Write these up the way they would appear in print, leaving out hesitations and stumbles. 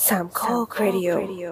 สามข้อครดิโอ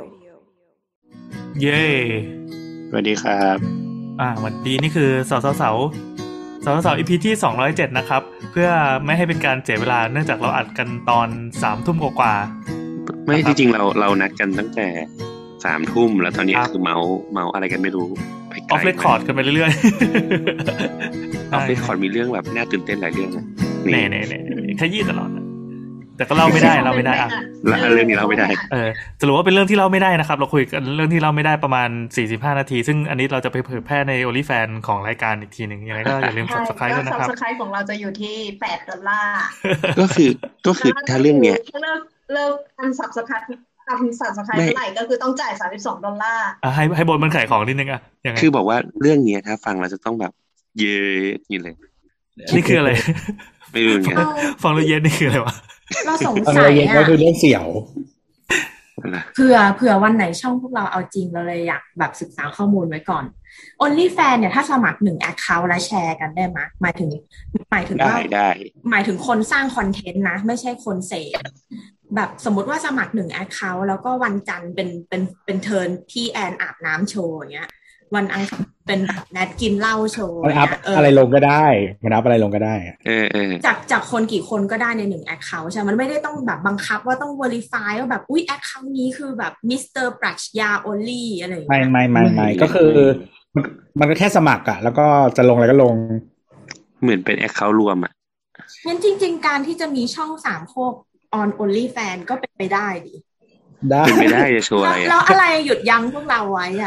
เย้สวัสดีครับวันนี้นี่คือเสาอีพีที่207นะครับเพื่อไม่ให้เป็นการเสียเวลาเนื่องจากเราอัดกันตอน 3:00 นกว่าไม่จริงๆเรานัดกันตั้งแต่ 3:00 นแล้วตอนนี้คือเมาอะไรกันไม่รู้ไปไกลออฟเรคคอร์ดกันไปเรื่อยๆออฟเรคคอร์ดมีเรื่องแบบน่าตื่นเต้นหลายเรื่องนะขยี้ตลอดแต่ก็เล่าไม่ได้อ่ะเรื่องนี้เล่าไม่ได้สรุปว่าเป็นเรื่องที่เล่าไม่ได้นะครับเราคุยกันเรื่องที่เล่าไม่ได้ประมาณ45นาทีซึ่งอันนี้เราจะไปเผยแพร่ใน OnlyFans ของรายการอีกทีนึงยังไงก็อย่าลืม Subscribe ด้วยนะครับ Subscribe ของเราจะอยู่ที่$8 ก็คือถ้าเรื่องเนี้ยเลิกUnsubscribe เท่าไหร่ก็คือต้องจ่าย$32 ให้บนมันขายของนิดนึงอ่ะยังไงคือบอกว่าเรื่องนี้ถ้าฟังเราจะต้องแบบเย้นี่เลยนี่คืออะไรไม่รู้ไงฟังแล้วเย็นนี่คืออะไรวะเราสงสัยอ่ะก็คือเรื่องเสี่ยวเผื่อวันไหนช่องพวกเราเอาจริงเราเลยอยากแบบศึกษาข้อมูลไว้ก่อน OnlyFans เนี่ยถ้าสมัคร1 account และแชร์กันได้ไหมหมายถึงว่าได้หมายถึงคนสร้างคอนเทนต์นะไม่ใช่คนเสพแบบสมมติว่าสมัคร1 account แล้วก็วันจันทร์เป็นเทิร์นที่แอนอาบน้ำโชว์อย่างเงี้ยวันอังคารเป็นแบบแนทกินเหล้าโชว์มันอัพอะไรลงก็ได้มันอัพอะไรลงก็ได้จากคนกี่คนก็ได้ใน1 account ใช่มันไม่ได้ต้องแบบบังคับว่าต้อง verify ว่าแบบอุ๊ย account นี้คือแบบมิสเตอร์ปรัชญา only อะไรอย่างเงี้ยไม่ก็คือมันก็แค่สมัครอ่ะแล้วก็จะลงอะไรก็ลงเหมือนเป็น account รวมอ่ะงั้นจริงๆการที่จะมีช่องสามโคก on OnlyFans ก็เป็นไปได้ดิเป็นไปได้จะโชว์อะไรแล้วอะไรหยุดยั้งพวกเราไว้อ่ะ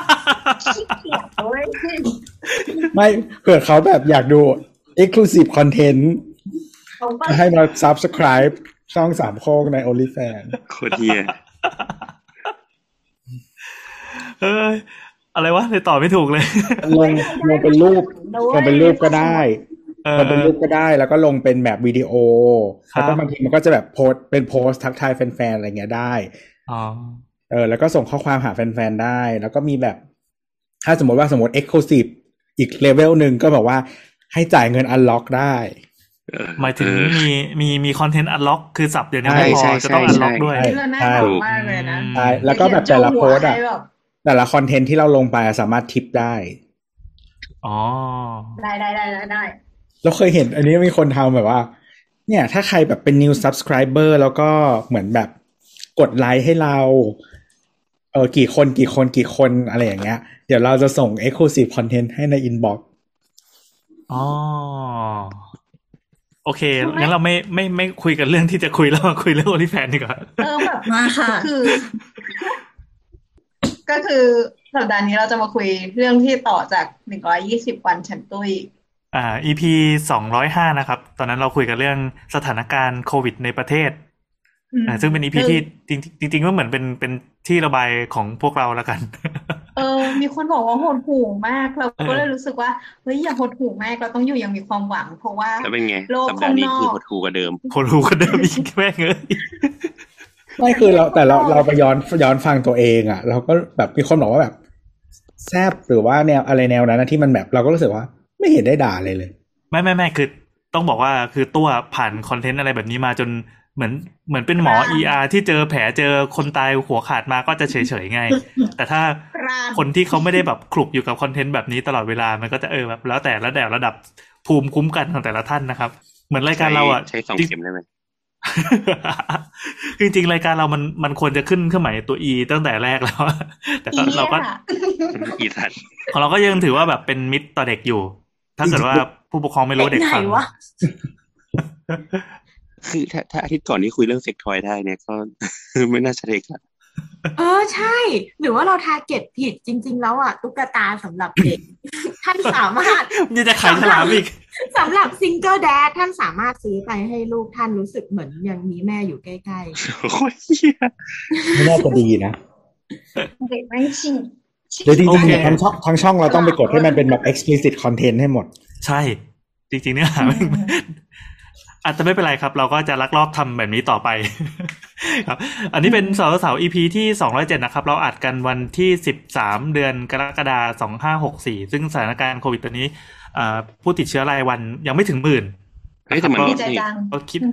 ไม่เผื่อเขาแบบอยากดู exclusive content ให้มา subscribe ช่องสามโคกใน OnlyFans โคตรเหี้ยอะไรวะเลยตอบไม่ถูกเลยลงเป็นรูปก็ได้เป็นรูปก็ได้แล้วก็ลงเป็นแบบวิดีโอแล้วก็บางทีมันก็จะแบบโพสทักทายแฟนๆอะไรเงี้ยได้แล้วก็ส่งข้อความหาแฟนๆได้แล้วก็มีแบบถ้าสมมติ exclusive อีกเลเวลนึงก็แบบว่าให้จ่ายเงิน unlock ได้หมายถึงมีคอนเทนต์ unlock คือสับเดี๋ยวนี้ไม่พอจะต้อง unlock ด้วยใช่มากเลยนะใช่แล้วก็แบบแต่ละโพสอ่ะแต่ละคอนเทนต์ที่เราลงไปสามารถทิปได้ได้เราเคยเห็นอันนี้มีคนทำแบบว่าเนี่ยถ้าใครแบบเป็น new subscriber แล้วก็เหมือนแบบกดไลค์ให้เรากี่คนอะไรอย่างเงี้ยเดี๋ยวเราจะส่ง exclusive content ให้ใน inbox โอเคงั้นเราไม่คุยกันเรื่องที่จะคุยแล้วมาคุยเรื่อง OnlyFans ดีกว่าแบบมาค่ะก็คือสัปดาห์นี้เราจะมาคุยเรื่องที่ต่อจาก120วันฉันตุ้ย EP 205นะครับตอนนั้นเราคุยกันเรื่องสถานการณ์โควิดในประเทศซึ่งเป็น EP ที่จริงๆก็เหมือนเป็นที่ระบายของพวกเราแล้วกันมีคนบอกว่าหดหู่มากเราก็เลยรู้สึกว่าเฮ้ยอย่าหดหู่มากเราต้องอยู่อย่างมีความหวังเพราะว่าโลกข้างนอกหดหู่กว่าเดิมอีกแม่งเลยไม่คือเราไปย้อนฟังตัวเองอ่ะเราก็แบบมีคนบอกว่าแบบแซบหรือว่าแนวอะไรแนวนั้นที่มันแบบเราก็รู้สึกว่าไม่เห็นได้ด่าเลยไม่คือต้องบอกว่าคือตัวผ่านคอนเทนต์อะไรแบบนี้มาจนเหมือนเป็นหมอ ER ที่เจอแผลเจอคนตายหัวขาดมาก็จะเฉยๆไงแต่ถ้าคนที่เขาไม่ได้แบบคลุกอยู่กับคอนเทนต์แบบนี้ตลอดเวลามันก็จะแบบแล้วแต่ระดับภูมิคุ้มกันของแต่ละท่านนะครับเหมือนรายการเราอ่ะใช้2 เข็มได้ไหมจริงๆรายการเรามันควรจะขึ้นเครื่องหมายตัว E ตั้งแต่แรกแล้วแต่เราก็อีสัตว์ของเราก็ยังถือว่าแบบเป็นมิตรต่อเด็กอยู่ถ้าเกิดว่าผู้ปกครองไม่รู้เด็กฟังคือถ้าอาทิตย์ก่อนนี้คุยเรื่องเซ็กทอยได้เนี่ยก็ไม่น่าจะเด็กละใช่หรือว่าเราทาร์เก็ตผิดจริงๆแล้วอ่ะตุ๊กตาสำหรับเด็ก ท่านสามารถนี่จะขายฉลามอีกสำหรับซิงเกิลแดดท่านสามารถซื้อไปให้ลูกท่านรู้สึกเหมือนยังมีแม่อยู่ใกล้ๆโอ้ยไม่น่าจะดีนะเด็กไม่ชิงเดี๋ยวจริงๆทั้งช่องเราต้องไปกดให้มันเป็นแบบ explicit content ให้หมดใช่จริงๆเนื้อหาอาจจะไม่เป็นไรครับเราก็จะลักลอบทำแบบนี้ต่อไปครับอันนี้เป็นเสา EP ที่207นะครับเราอัดกันวันที่13เดือนกรกฎาคม2564ซึ่งสถานการณ์โควิดตอนนี้ผู้ติดเชื้อรายวันยังไม่ถึง 10,000 แต่มันลดก็คิด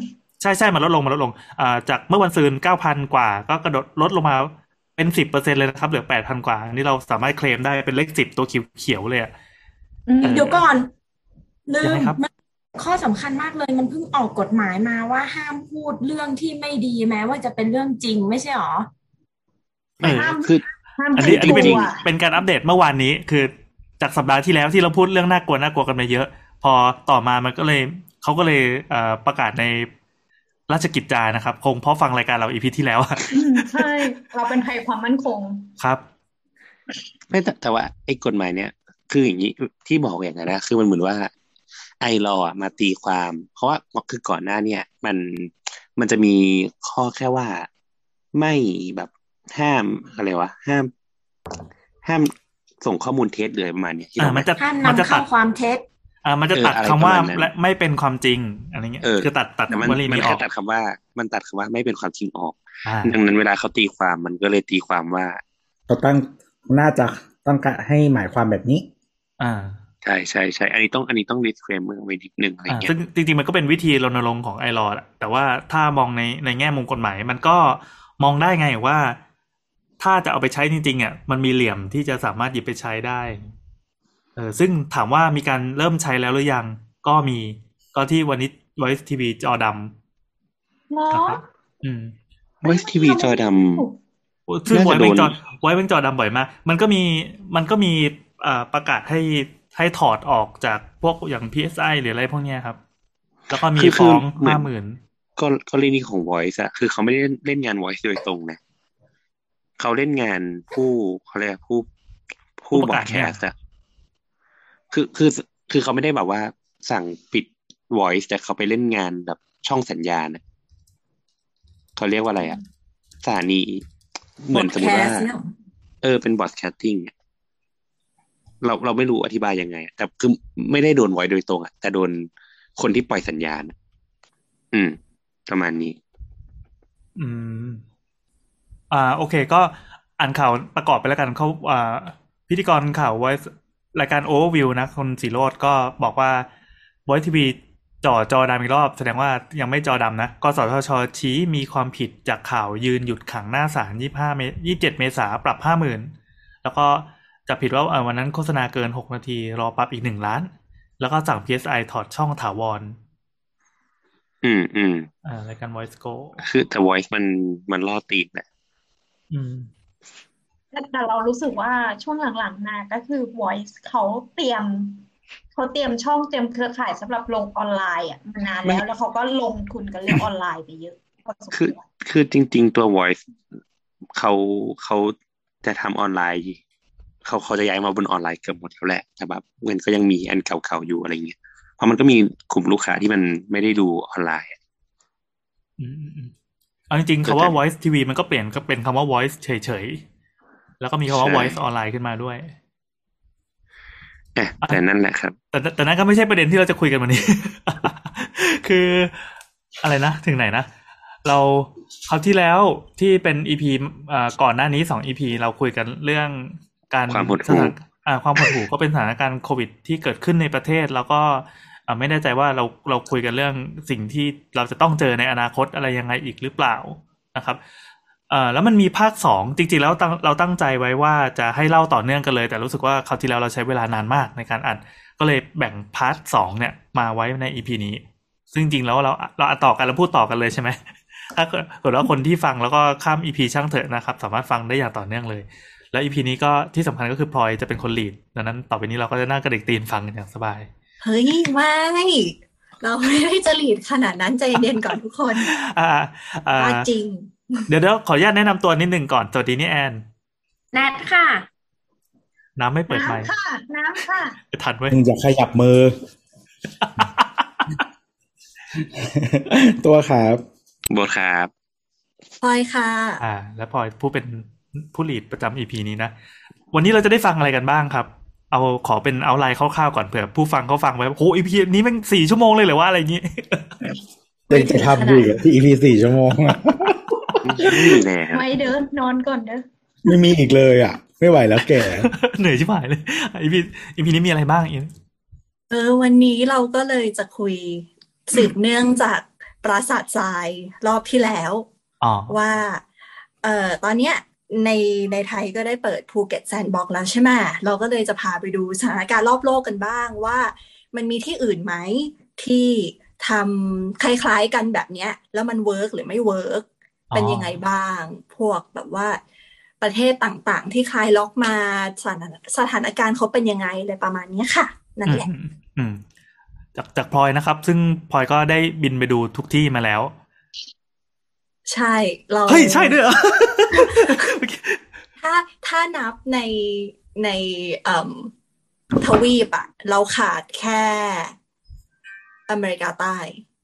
ใช่มันลดลงจากเมื่อวันซืน 9,000 กว่าก็กระโดดลดลงมาเป็น 10% เลยนะครับเหลือ 8,000 กว่านี่เราสามารถเคลมได้เป็นเลข10ตัวเขียวๆเลยเดี๋ยวก่อนลืมมันข้อสำคัญมากเลยมันเพิ่งออกกฎหมายมาว่าห้ามพูดเรื่องที่ไม่ดีแม้ว่าจะเป็นเรื่องจริงไม่ใช่หรอคืออันนี้เป็นการอัปเดตเมื่อวานนี้คือจากสัปดาห์ที่แล้วที่เราพูดเรื่องน่ากลัวกันมาเยอะพอต่อมามันก็เลยเขาก็เลยประกาศในราชกิจจานะครับคงเพราะฟังรายการเรา EP ที่แล้วใช่เราเป็นภัยความมั่นคงครับไม่แต่ว่าไอ้กฎหมายเนี้ยคืออย่างนี้ที่บอกอย่างนั้นนะคือมันเหมือนว่าไอลอมาตีความเพราะว่าคือก่อนหน้าเนี่ยมันจะมีข้อแค่ว่าไม่แบบห้ามอะไรวะห้ามส่งข้อมูลเท็จเลยประมาณนี้มันจะตัดความเท็จมันจะตัดคำว่าและไม่เป็นความจริงอะไรเงี้ยคือตัดวลีนี้ออกตัดคำว่าไม่เป็นความจริงออกดังนั้นเวลาเขาตีความมันก็เลยตีความว่าเขาน่าจะต้องการให้หมายความแบบนี้ใช่อันนี้ต้อง disclaimer ไว้นิดนึงอะไรเงี้ยซึ่งจริงๆมันก็เป็นวิธีรณรงค์ของไอลอว์แต่ว่าถ้ามองในแง่มุมกฎหมายมันก็มองได้ไงว่าถ้าจะเอาไปใช้จริงๆมันมีเหลี่ยมที่จะสามารถหยิบไปใช้ได้ซึ่งถามว่ามีการเริ่มใช้แล้วหรือยังก็มีก็ที่วันนี้ Voice TV จอดำเนาะ Voice TV จอดำซึ่งไว้เป็นจอดำบ่อยมากมันก็มีประกาศให้ถอดออกจากพวกอย่าง PSI หรืออะไรพวกนี้ครับแล้วก็มีฟ้อง 50,000 ก็เรื่องนี้ของ Voice อะคือเขาไม่ได้เล่นงาน Voice โดยตรงนะเขาเล่นงานเขาเรียกผู้บอดแคสต์อะคือเขาไม่ได้แบบว่าสั่งปิด Voice แต่เขาไปเล่นงานแบบช่องสัญญาณนะเขาเรียกว่าอะไรอะสถานีเหมือนสมมติว่าเป็นบอดแคสติ้งเราไม่รู้อธิบายยังไงแต่คือไม่ได้โดน Voice โดยตรงอะแต่โดนคนที่ปล่อยสัญญาณประมาณนี้โอเคก็อ่านข่าวประกอบไปแล้วกันเขาพิธีกรข่าว Voice รายการ Overview นะคนสีโรจน์ก็บอกว่า Voice TV จอดำอีกรอบแสดงว่ายังไม่จอดำนะกสทช.ชี้มีความผิดจากข่าวยืนหยุดขังหน้าศาล27 เมษายนปรับ 50,000 แล้วก็จะผิดว่าวันนั้นโฆษณาเกิน6 นาทีรอปรับอีก1 ล้านแล้วก็สั่ง PSI ถอดช่องถาวรรายการ Voice Go คือแต่ Voice มันล่อตีนแหละแต่เรารู้สึกว่าช่วงหลังๆนะก็คือ Voice เขาเตรียมช่องเตรียมเครือข่ายสำหรับลงออนไลน์มานานแล้วเขาก็ลงทุนกันเรื่องออนไลน์ไปเยอะคือจริงๆตัว Voice เขาจะทำออนไลน์เขาจะย้ายมาบนออนไลน์เกือบหมดแล้วแหละแต่แบบเงินก็ยังมีอันเก่าๆอยู่อะไรเงี้ยเพราะมันก็มีกลุ่มลูกค้าที่มันไม่ได้ดูออนไลน์เอาจริงๆคำว่า Voice TV มันก็เปลี่ยนก็เป็นคำว่า Voice เฉยๆแล้วก็มีคำว่า Voice ออนไลน์ขึ้นมาด้วยแต่นั่นแหละครับแต่นั่นก็ไม่ใช่ประเด็นที่เราจะคุยกันวันนี้ คืออะไรนะถึงไหนนะเราคราวที่แล้วที่เป็น EP ก่อนหน้านี้2 EP เราคุยกันเรื่องการความหดหู่ก็เป็นสถานการณ์โควิดที่เกิดขึ้นในประเทศแล้วก็ไม่แน่ใจว่าเราคุยกันเรื่องสิ่งที่เราจะต้องเจอในอนาคตอะไรยังไงอีกหรือเปล่านะครับแล้วมันมีภาค2จริงๆแล้วเราตั้งใจไว้ว่าจะให้เล่าต่อเนื่องกันเลยแต่รู้สึกว่าคราวที่แล้วเราใช้เวลานานมากในการอัดก็เลยแบ่งพาร์ท2เนี่ยมาไว้ใน EP นี้ซึ่งจริงๆแล้วเราอัดต่อกันแล้วพูดต่อกันเลยใช่ไหมถ้าเกิดว่าคนที่ฟังแล้วก็ข้าม EP ช่างเถอะนะครับสามารถฟังได้อย่างต่อเนื่องเลยแล้ว EP นี้ก็ที่สำคัญก็คือพลอยจะเป็นคนลีดดังนั้นต่อไปนี้เราก็จะนั่งกระดิกตีนฟังกันอย่างสบายเฮ้ยไม่เราไม่ได้จะลีดขนาดนั้นใจเย็นก่อนทุกคนจริงเดี๋ยวขออนุญาตแนะนำตัวนิดนึงก่อนสวัสดีนี่แอนแนทค่ะน้ำไม่เปิดไมค์น้ำค่ะทันไว้มึงจะขยับมือ ตัวครับโบทครับพลอยค่ะแล้วพลอยเป็นผู้ลีดประจำ EP นี้นะวันนี้เราจะได้ฟังอะไรกันบ้างครับขอเป็นเอาไลน์คร่าวๆก่อนเผื่อผู้ฟังเขาฟังไว้โอ้ EP นี้มัน4 ชั่วโมงเลยเหรือว่าอะไรอย่างงี้ยังจะทำดีที่ EP 4 ชั่วโมงไม่เดินนอนก่อนเด้อไม่มีอีกเลยไม่ไหวแล้วแกเหนื่อยชิบหายเลย EP นี้มีอะไรบ้างวันนี้เราก็เลยจะคุยสืบเนื่องจากปราสาททรายรอบที่แล้วว่าตอนเนี้ยในไทยก็ได้เปิดภูเก็ตแซนด์บ็อกซ์แล้วใช่ไหมเราก็เลยจะพาไปดูสถานการณ์รอบโลกกันบ้างว่ามันมีที่อื่นไหมที่ทำคล้ายๆกันแบบเนี้ยแล้วมันเวิร์กหรือไม่เวิร์กเป็นยังไงบ้างพวกแบบว่าประเทศต่างๆที่คลายล็อกมาสถานการณ์เขาเป็นยังไงอะไรประมาณนี้ค่ะนั่นแหละจากพลอยนะครับซึ่งพลอยก็ได้บินไปดูทุกที่มาแล้วใช่เราเฮ้ยใช่ด้วยเหรอถ้านับในทวีปอะเราขาดแค่อเมริกาใต้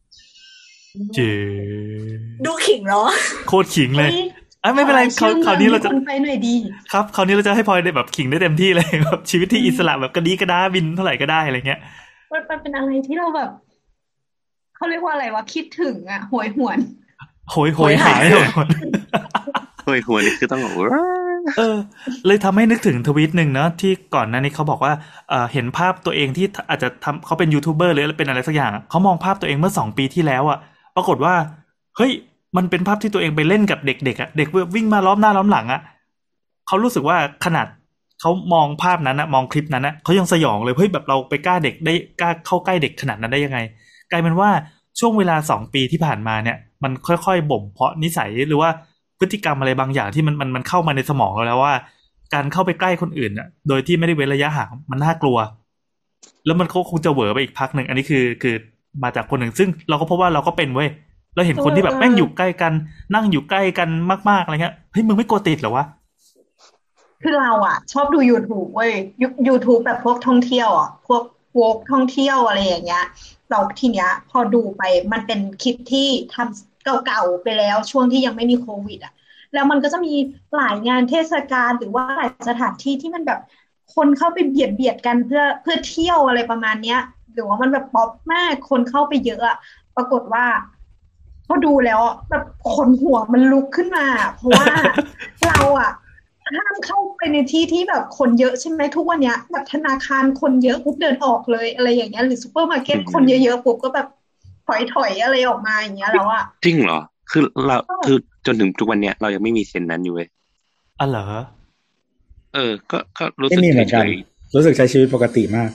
ดูขิงเนาะโคตรขิงเลยไม่เป็นไรคราวนี้เราจะไปหน่อยดีครับคราวนี้เราจะให้พลอยได้แบบขิงได้เต็มที่เลยแบบชีวิตที่อิสระแบบกระดีกระดาบินเท่าไหร่ก็ได้อะไรเงี้ยมันเป็นอะไรที่เราแบบเขาเรียกว่าอะไรวะคิดถึงอะโหยหวนโหยหายโหยหวนนี่คือต้องบอกเลยทำให้นึกถึงทวีตนึงเนาะที่ก่อนหน้านี้เขาบอกว่าเห็นภาพตัวเองที่อาจจะทำเขาเป็นยูทูบเบอร์หรือเป็นอะไรสักอย่างเขามองภาพตัวเองเมื่อ2 ปีที่แล้วอะปรากฏว่าเฮ้ยมันเป็นภาพที่ตัวเองไปเล่นกับเด็กๆอะเด็กวิ่งมาล้อมหน้าล้อมหลังอะเขารู้สึกว่าขนาดเขามองภาพนั้นนะมองคลิปนั้นนะเขายังสยองเลยเฮ้ยแบบเราไปกล้าเข้าใกล้เด็กขนาดนั้นได้ยังไงกลายเป็นว่าช่วงเวลา2 ปีที่ผ่านมาเนี่ยมันค่อยๆบ่มเพาะนิสัยหรือว่าพฤติกรรมอะไรบางอย่างที่มันเข้ามาในสมองเราแล้วว่าการเข้าไปใกล้คนอื่นน่ะโดยที่ไม่ได้เว้นระยะห่างมันน่ากลัวแล้วมันคงจะเหวอไปอีกพักนึงอันนี้คือมาจากคนหนึ่งซึ่งเราก็พบว่าเราก็เป็นเว้ยเราเห็นคนที่แบบแม่งอยู่ใกล้กันนั่งอยู่ใกล้กันมากๆอะไรเงี้ยเฮ้ยมึงไม่กลัวติดเหรอวะคือเราอ่ะชอบดู YouTube เว้ย YouTube แบบพวกท่องเที่ยวอ่ะพวกวอล์กท่องเที่ยวอะไรอย่างเงี้ยเราทีเนี้ยพอดูไปมันเป็นคลิปที่ทำเก่าๆไปแล้วช่วงที่ยังไม่มีโควิดอ่ะแล้วมันก็จะมีหลายงานเทศกาลหรือว่าหลายสถานที่ที่มันแบบคนเข้าไปเบียดกันเพื่อเที่ยวอะไรประมาณเนี้ยหรือว่ามันแบบป๊อปมากคนเข้าไปเยอะอะปรากฏว่าพอดูแล้วแบบขนหัวมันลุกขึ้นมาเพราะว่าเราอะห้ามเข้าไปในที่ที่แบบคนเยอะใช่ไหมทุกวันเนี้ยแบบธนาคารคนเยอะปุ๊บเดินออกเลยอะไรอย่างเงี้ยหรือซูเปอร์มาร์เก็ตคนเยอะๆปุ๊บก็แบบถอยอะไรออกมาอย่างเงี้ยแล้วอะจริงเหรอคือเราคือจนถึงทุกวันเนี้ยเรายังไม่มีเซนนั้นอยู่เว้ยเหรอก็รู้สึกเฉยๆรู้สึกใช้ชีวิตปกติมาก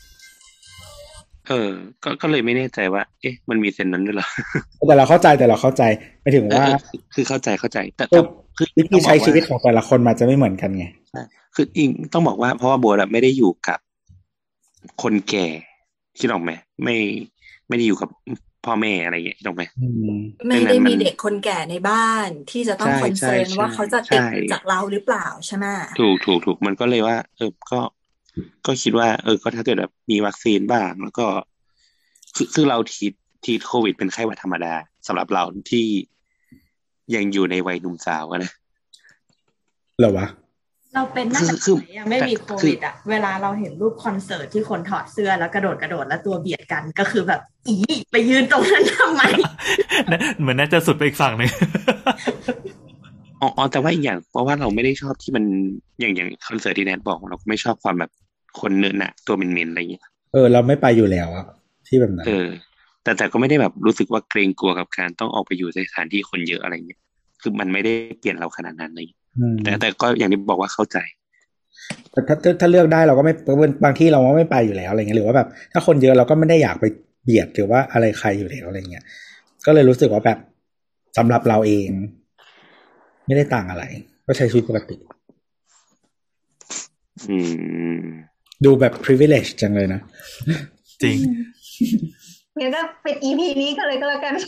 ก็เลยไม่แน่ใจว่าเอ๊ะมันมีเซนนั้นด้วยเหรอแต่เราเข้าใจไปถึงว่าคือเข้าใจแต่คือวิธีใช้ชีวิตของแต่ละคนมันจะไม่เหมือนกันไงคืออิงต้องบอกว่าเพราะว่าโบไม่ได้อยู่กับคนแก่คิดออกไหมไม่ได้อยู่กับพ่อแม่อะไรอย่างเงี้ยคิดออกไหมไม่ได้มีเด็กคนแก่ในบ้านที่จะต้องคอนเซิร์นว่าเขาจะติดจากเราหรือเปล่าใช่ไหมถูกมันก็เลยว่าก็คิดว่าก็ถ้าเกิดแบบมีวัคซีนบ้างแล้วก็คือเราทีโควิดเป็นไข้หวัดธรรมดาสำหรับเราที่ยังอยู่ในวัยหนุ่มสาวนะเหรอวะเราเป็นตั้งแต่ยังไม่มีโควิดอ่ะเวลาเราเห็นรูปคอนเสิร์ตที่คนถอดเสื้อแล้วกระโดดแล้วตัวเบียดกันก็คือแบบไปยืนตรงนั้นทำไมเหมือนน่าจะสุดไปอีกฝั่งนึงแต่ว่าอีกอย่างเพราะว่าเราไม่ได้ชอบที่มันอย่างคอนเสิร์ตที่แนทบอกเราไม่ชอบความแบบคนเนินน่ะตัวเมนๆอะไรอย่างเงี้ยเราไม่ไปอยู่แล้วอะที่แบบนั้นแต่ก็ไม่ได้แบบรู้สึกว่าเกรงกลัวกับการต้องออกไปอยู่ในสถานที่คนเยอะอะไรเงี้ยคือมันไม่ได้เปลี่ยนเราขนาดนั้นเลยแต่ก็อย่างที่บอกว่าเข้าใจแต่ถ้าเลือกได้เราก็ไม่บางที่เราก็ไม่ไปอยู่แล้วอะไรเงี้ยหรือว่าแบบถ้าคนเยอะเราก็ไม่ได้อยากไปเบียดหรือว่าอะไรใครอยู่แล้วอะไรเงี้ยก็เลยรู้สึกว่าแบบสำหรับเราเองไม่ได้ต่างอะไรก็ใช้ชีวิตปกติดูแบบ privilege จังเลยนะจริงงั้นก็เป็น EP นี้ก็แล้วกัน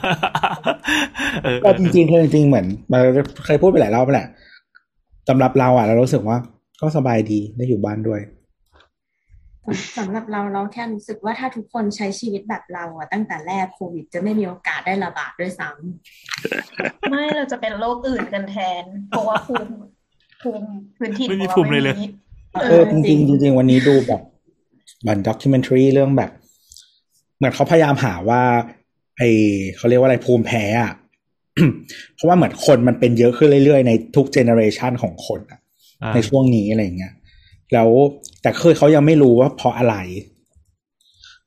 ก็จริงเหมือนมาเคยพูดไปหลายรอบแหละสำหรับเราเรารู้สึกว่าก็สบายดีได้อยู่บ้านด้วยสำหรับเราแค่รู้สึกว่าถ้าทุกคนใช้ชีวิตแบบเราตั้งแต่แรกโควิดจะไม่มีโอกาสได้ระบาดด้วยซ้ำไม่เราจะเป็นโรคอื่นกันแทนเพราะว่าภูมิพื้นที่ไม่มีภูมิเลยจริงวันนี้ดูแบบมันด็อกิเมนทรีเรื่องแบบเหมือนเขาพยายามหาว่าเขาเรียกว่าอะไรภูมิแพ้อ่ะ เพราะว่าเหมือนคนมันเป็นเยอะขึ้นเรื่อยๆในทุกเจเนอเรชันของคนในช่วงนี้อะไรอย่างเงี้ยแล้วแต่คือเขายังไม่รู้ว่าเพราะอะไร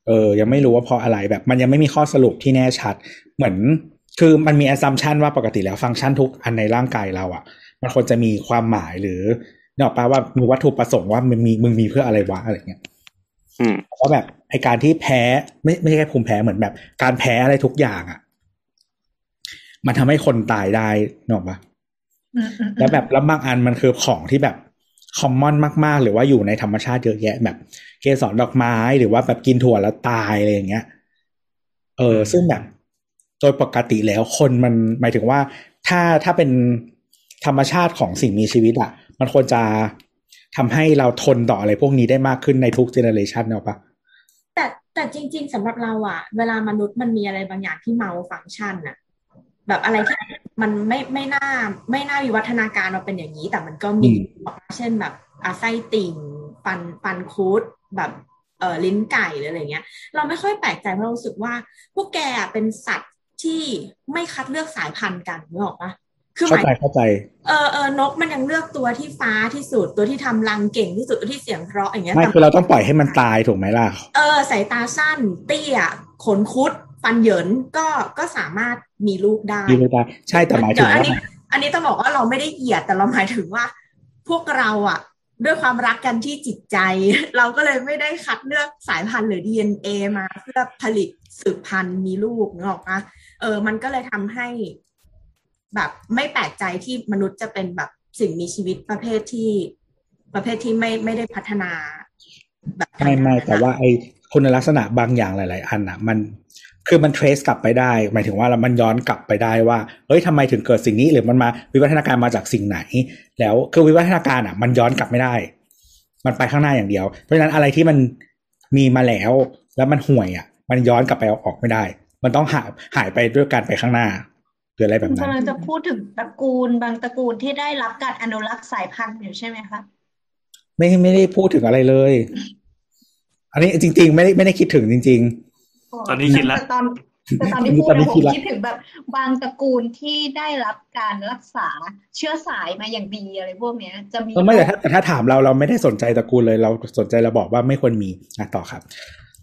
ยังไม่รู้ว่าเพราะอะไรแบบมันยังไม่มีข้อสรุปที่แน่ชัดเหมือนคือมันมี assumption ว่าปกติแล้วฟังก์ชันทุกอันในร่างกายเราอ่ะมันควรจะมีความหมายหรือเนี่ยแปลว่ามีวัตถุประสงค์ว่ามึงมีเพื่ออะไรวะอะไรเงี้ยเพราะแบบไอการที่แพ้ไม่ใช่แค่ภูมิแพ้เหมือนแบบการแพ้อะไรทุกอย่างอ่ะมันทำให้คนตายได้เนอะปะแล้วแบบแล้วบางอันมันคือของที่แบบคอมมอนมากๆหรือว่าอยู่ในธรรมชาติเยอะแยะแบบเกสรดอกไม้หรือว่าแบบกินถั่วแล้วตายอะไรอย่างเงี้ยซึ่งแบบโดยปกติแล้วคนมันหมายถึงว่าถ้าเป็นธรรมชาติของสิ่งมีชีวิตอ่ะมันควรจะทำให้เราทนต่ออะไรพวกนี้ได้มากขึ้นในทุกเจเนอเรชันเนอะปะแต่จริงๆสำหรับเราอ่ะเวลามนุษย์มันมีอะไรบางอย่างที่เมาฟังก์ชันอ่ะแบบอะไรที่มันไม่น่าวิวัฒนาการมาเป็นอย่างนี้แต่มันก็มีเช่นแบบไส้ติ่งฟันคุดแบบลิ้นไก่หรืออะไรเงี้ยเราไม่ค่อยแปลกใจเพราะรู้สึกว่าพวกแกเป็นสัตว์ที่ไม่คัดเลือกสายพันธุ์กันนึกออกปะคือเข้าใจนกมันยังเลือกตัวที่ฟ้าที่สุดตัวที่ทำรังเก่งที่สุดตัวที่เสียงเพราะอย่างเงี้ยไม่คือเราต้องปล่อยให้มันตายถูกไหมล่ะสายตาสั้นเตี้ยขนคุดฟันเหยินก็สามารถมีลูกได้ใช่แต่หมายถึงว่าอันนี้ต้องบอกว่าเราไม่ได้เหยียดแต่เราหมายถึงว่าพวกเราอ่ะด้วยความรักกันที่จิตใจเราก็เลยไม่ได้คัดเลือกสายพันธุ์หรือ DNA มาเพื่อผลิตสืบพันธุ์มีลูกนึกออกปะมันก็เลยทำให้แบบไม่แปลกใจที่มนุษย์จะเป็นแบบสิ่งมีชีวิตประเภทที่ไม่ได้พัฒนาแบบไม่แต่ว่าไอคุณลักษณะบางอย่างหลายๆอันอ่ะมันคือมัน trace กลับไปได้หมายถึงว่ามันย้อนกลับไปได้ว่าเฮ้ยทำไมถึงเกิดสิ่งนี้หรือมันมาวิวัฒนาการมาจากสิ่งไหนแล้วคือวิวัฒนาการอ่ะมันย้อนกลับไม่ได้มันไปข้างหน้าอย่างเดียวเพราะฉะนั้นอะไรที่มันมีมาแล้วมันห่วยอ่ะมันย้อนกลับไปออกไม่ได้มันต้องหายไปด้วยการไปข้างหน้าหรืออะไรแบบนั้นกำลังจะพูดถึงตระกูลบางตระกูลที่ได้รับการอนุรักษ์สายพันธุ์อยู่ใช่ไหมคะไม่ได้พูดถึงอะไรเลยอันนี้จริงๆไม่ได้คิดถึงจริงๆตอนนี้คิดแล้วตอนที่พูดผมคิดถึงแบบบางตระกูลที่ได้รับการรักษาเชื้อสายมาอย่างดีอะไรพวกเนี้ยจะมีไม่แต่ถ้าถามเราไม่ได้สนใจตระกูลเลยเราสนใจเราบอกว่าไม่ควรมีต่อครับ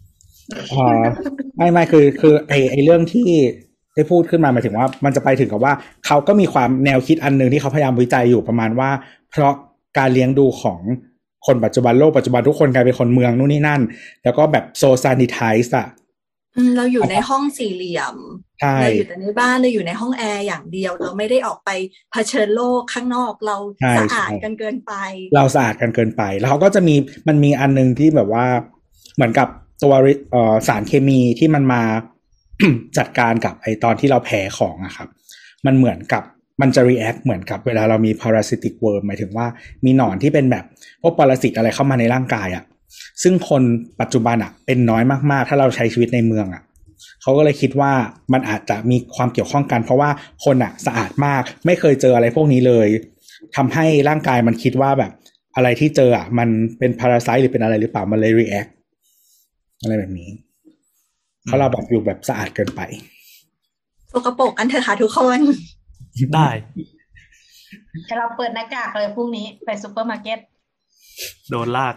ไม่คือไอเรื่องที่ได้พูดขึ้นมาหมายถึงว่ามันจะไปถึงกับว่าเขาก็มีความแนวคิดอันนึงที่เขาพยายามวิจัยอยู่ประมาณว่าเพราะการเลี้ยงดูของคนปัจจุบันโลกปัจจุบันทุกคนกลายเป็นคนเมืองนู่นนี่นั่นแล้วก็แบบโซซานิไทส์อ่ะเราอยู่ในห้องสี่เหลี่ยมเราอยู่แต่ในบ้านเราอยู่ในห้องแอร์อย่างเดียวเราไม่ได้ออกไปเผชิญโลกข้างนอกเราสะอาดกันเกินไปเราสะอาดกันเกินไปแล้วเขาก็จะมันมีอันนึงที่แบบว่าเหมือนกับตัวสารเคมีที่มันมา จัดการกับไอตอนที่เราแพ้ของอะครับมันเหมือนกับมันจะ react เหมือนกับเวลาเรามี parasitic worm หมายถึงว่ามีหนอนที่เป็นแบบพวกปรสิตอะไรเข้ามาในร่างกายอะซึ่งคนปัจจุบันอะเป็นน้อยมากๆถ้าเราใช้ชีวิตในเมืองอะเขาก็เลยคิดว่ามันอาจจะมีความเกี่ยวข้องกันเพราะว่าคนอะสะอาดมากไม่เคยเจออะไรพวกนี้เลยทำให้ร่างกายมันคิดว่าแบบอะไรที่เจออะมันเป็นพาราไซต์หรือเป็นอะไรหรือเปล่ามันเลย react อะไรแบบนี้เพราะเราแบบอยู่แบบสะอาดเกินไปสกปรกกันเถอะค่ะทุกคนได้แต่เราเปิดหน้ากากเลยพรุ่งนี้ไปซุปเปอร์มาร์เก็ตโดนลาก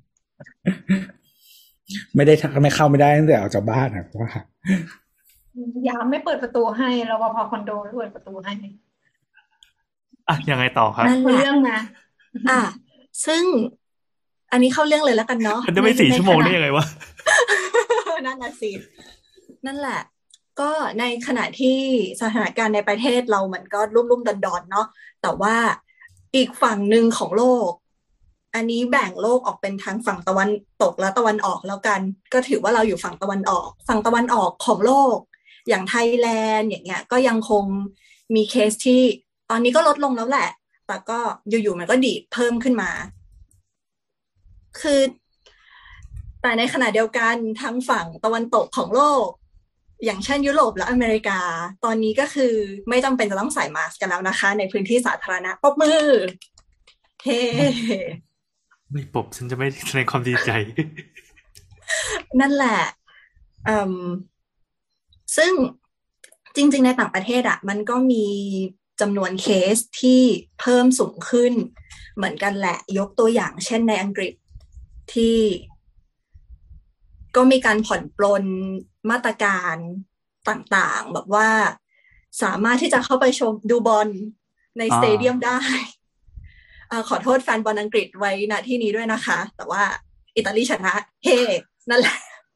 ไม่เข้าไม่ได้ตั้งแต่ออกจากบ้านนะว่ายามไม่เปิดประตูให้รปภคอนโดไม่เปิดประตูให้ยังไงต่อครับเรื่องนะซึ่งอันนี้เข้าเรื่องเลยแล้วกันเนาะมันจะไม่4 ชั่วโมงได้ยังไงวะนั่นน่ะสินั่นแหละก็ในขณะที่สถานการณ์ในประเทศเรามันก็รุ่มๆดอนๆเนาะแต่ว่าอีกฝั่งหนึ่งของโลกอันนี้แบ่งโลกออกเป็นทางฝั่งตะวันตกและตะวันออกแล้วกันก็ถือว่าเราอยู่ฝั่งตะวันออกของโลกอย่างไทยแลนด์อย่างเงี้ยก็ยังคงมีเคสที่ตอนนี้ก็ลดลงแล้วแหละแต่ก็อยู่ๆมันก็ดีดเพิ่มขึ้นมาคือแต่ในขณะเดียวกันทางฝั่งตะวันตกของโลกอย่างเช่นยุโรปและอเมริกาตอนนี้ก็คือไม่จำเป็นจะต้องใส่มาสก์กันแล้วนะคะในพื้นที่สาธารณะปรบมือเฮ้ไม่ปบฉันจะไม่แสดงความดีใจนั่นแหละซึ่งจริงๆในต่างประเทศอ่ะมันก็มีจำนวนเคสที่เพิ่มสูงขึ้นเหมือนกันแหละยกตัวอย่างเช่นในอังกฤษที่ก็มีการผ่อนปลนมาตรการต่างๆแบบว่าสามารถที่จะเข้าไปดูบอลในสเตเดียมได้ขอโทษแฟนบอลอังกฤษไว้ณที่นี้ด้วยนะคะแต่ว่าอิตาลีชนะเฮ้นั่นแหละ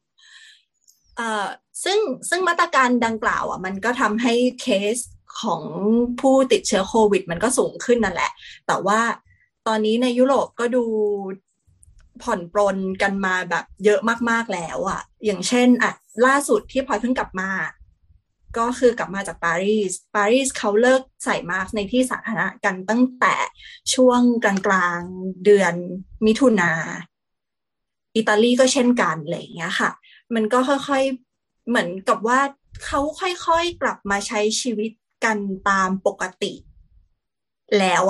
ซึ่งมาตรการดังกล่าวมันก็ทำให้เคสของผู้ติดเชื้อโควิดมันก็สูงขึ้นนั่นแหละแต่ว่าตอนนี้ในยุโรปก็ดูผ่อนปรนกันมาแบบเยอะมากๆแล้วอย่างเช่นล่าสุดที่พลอยเพิ่งกลับมาก็คือกลับมาจากปารีสเขาเลิกใส่มาสก์ในที่สาธารณะกันตั้งแต่ช่วงกลางๆเดือนมิถุนาอิตาลีก็เช่นกันอะไรอย่างเงี้ยค่ะมันก็ค่อยๆเหมือนกับว่าเขาค่อยๆกลับมาใช้ชีวิตกันตามปกติแล้ว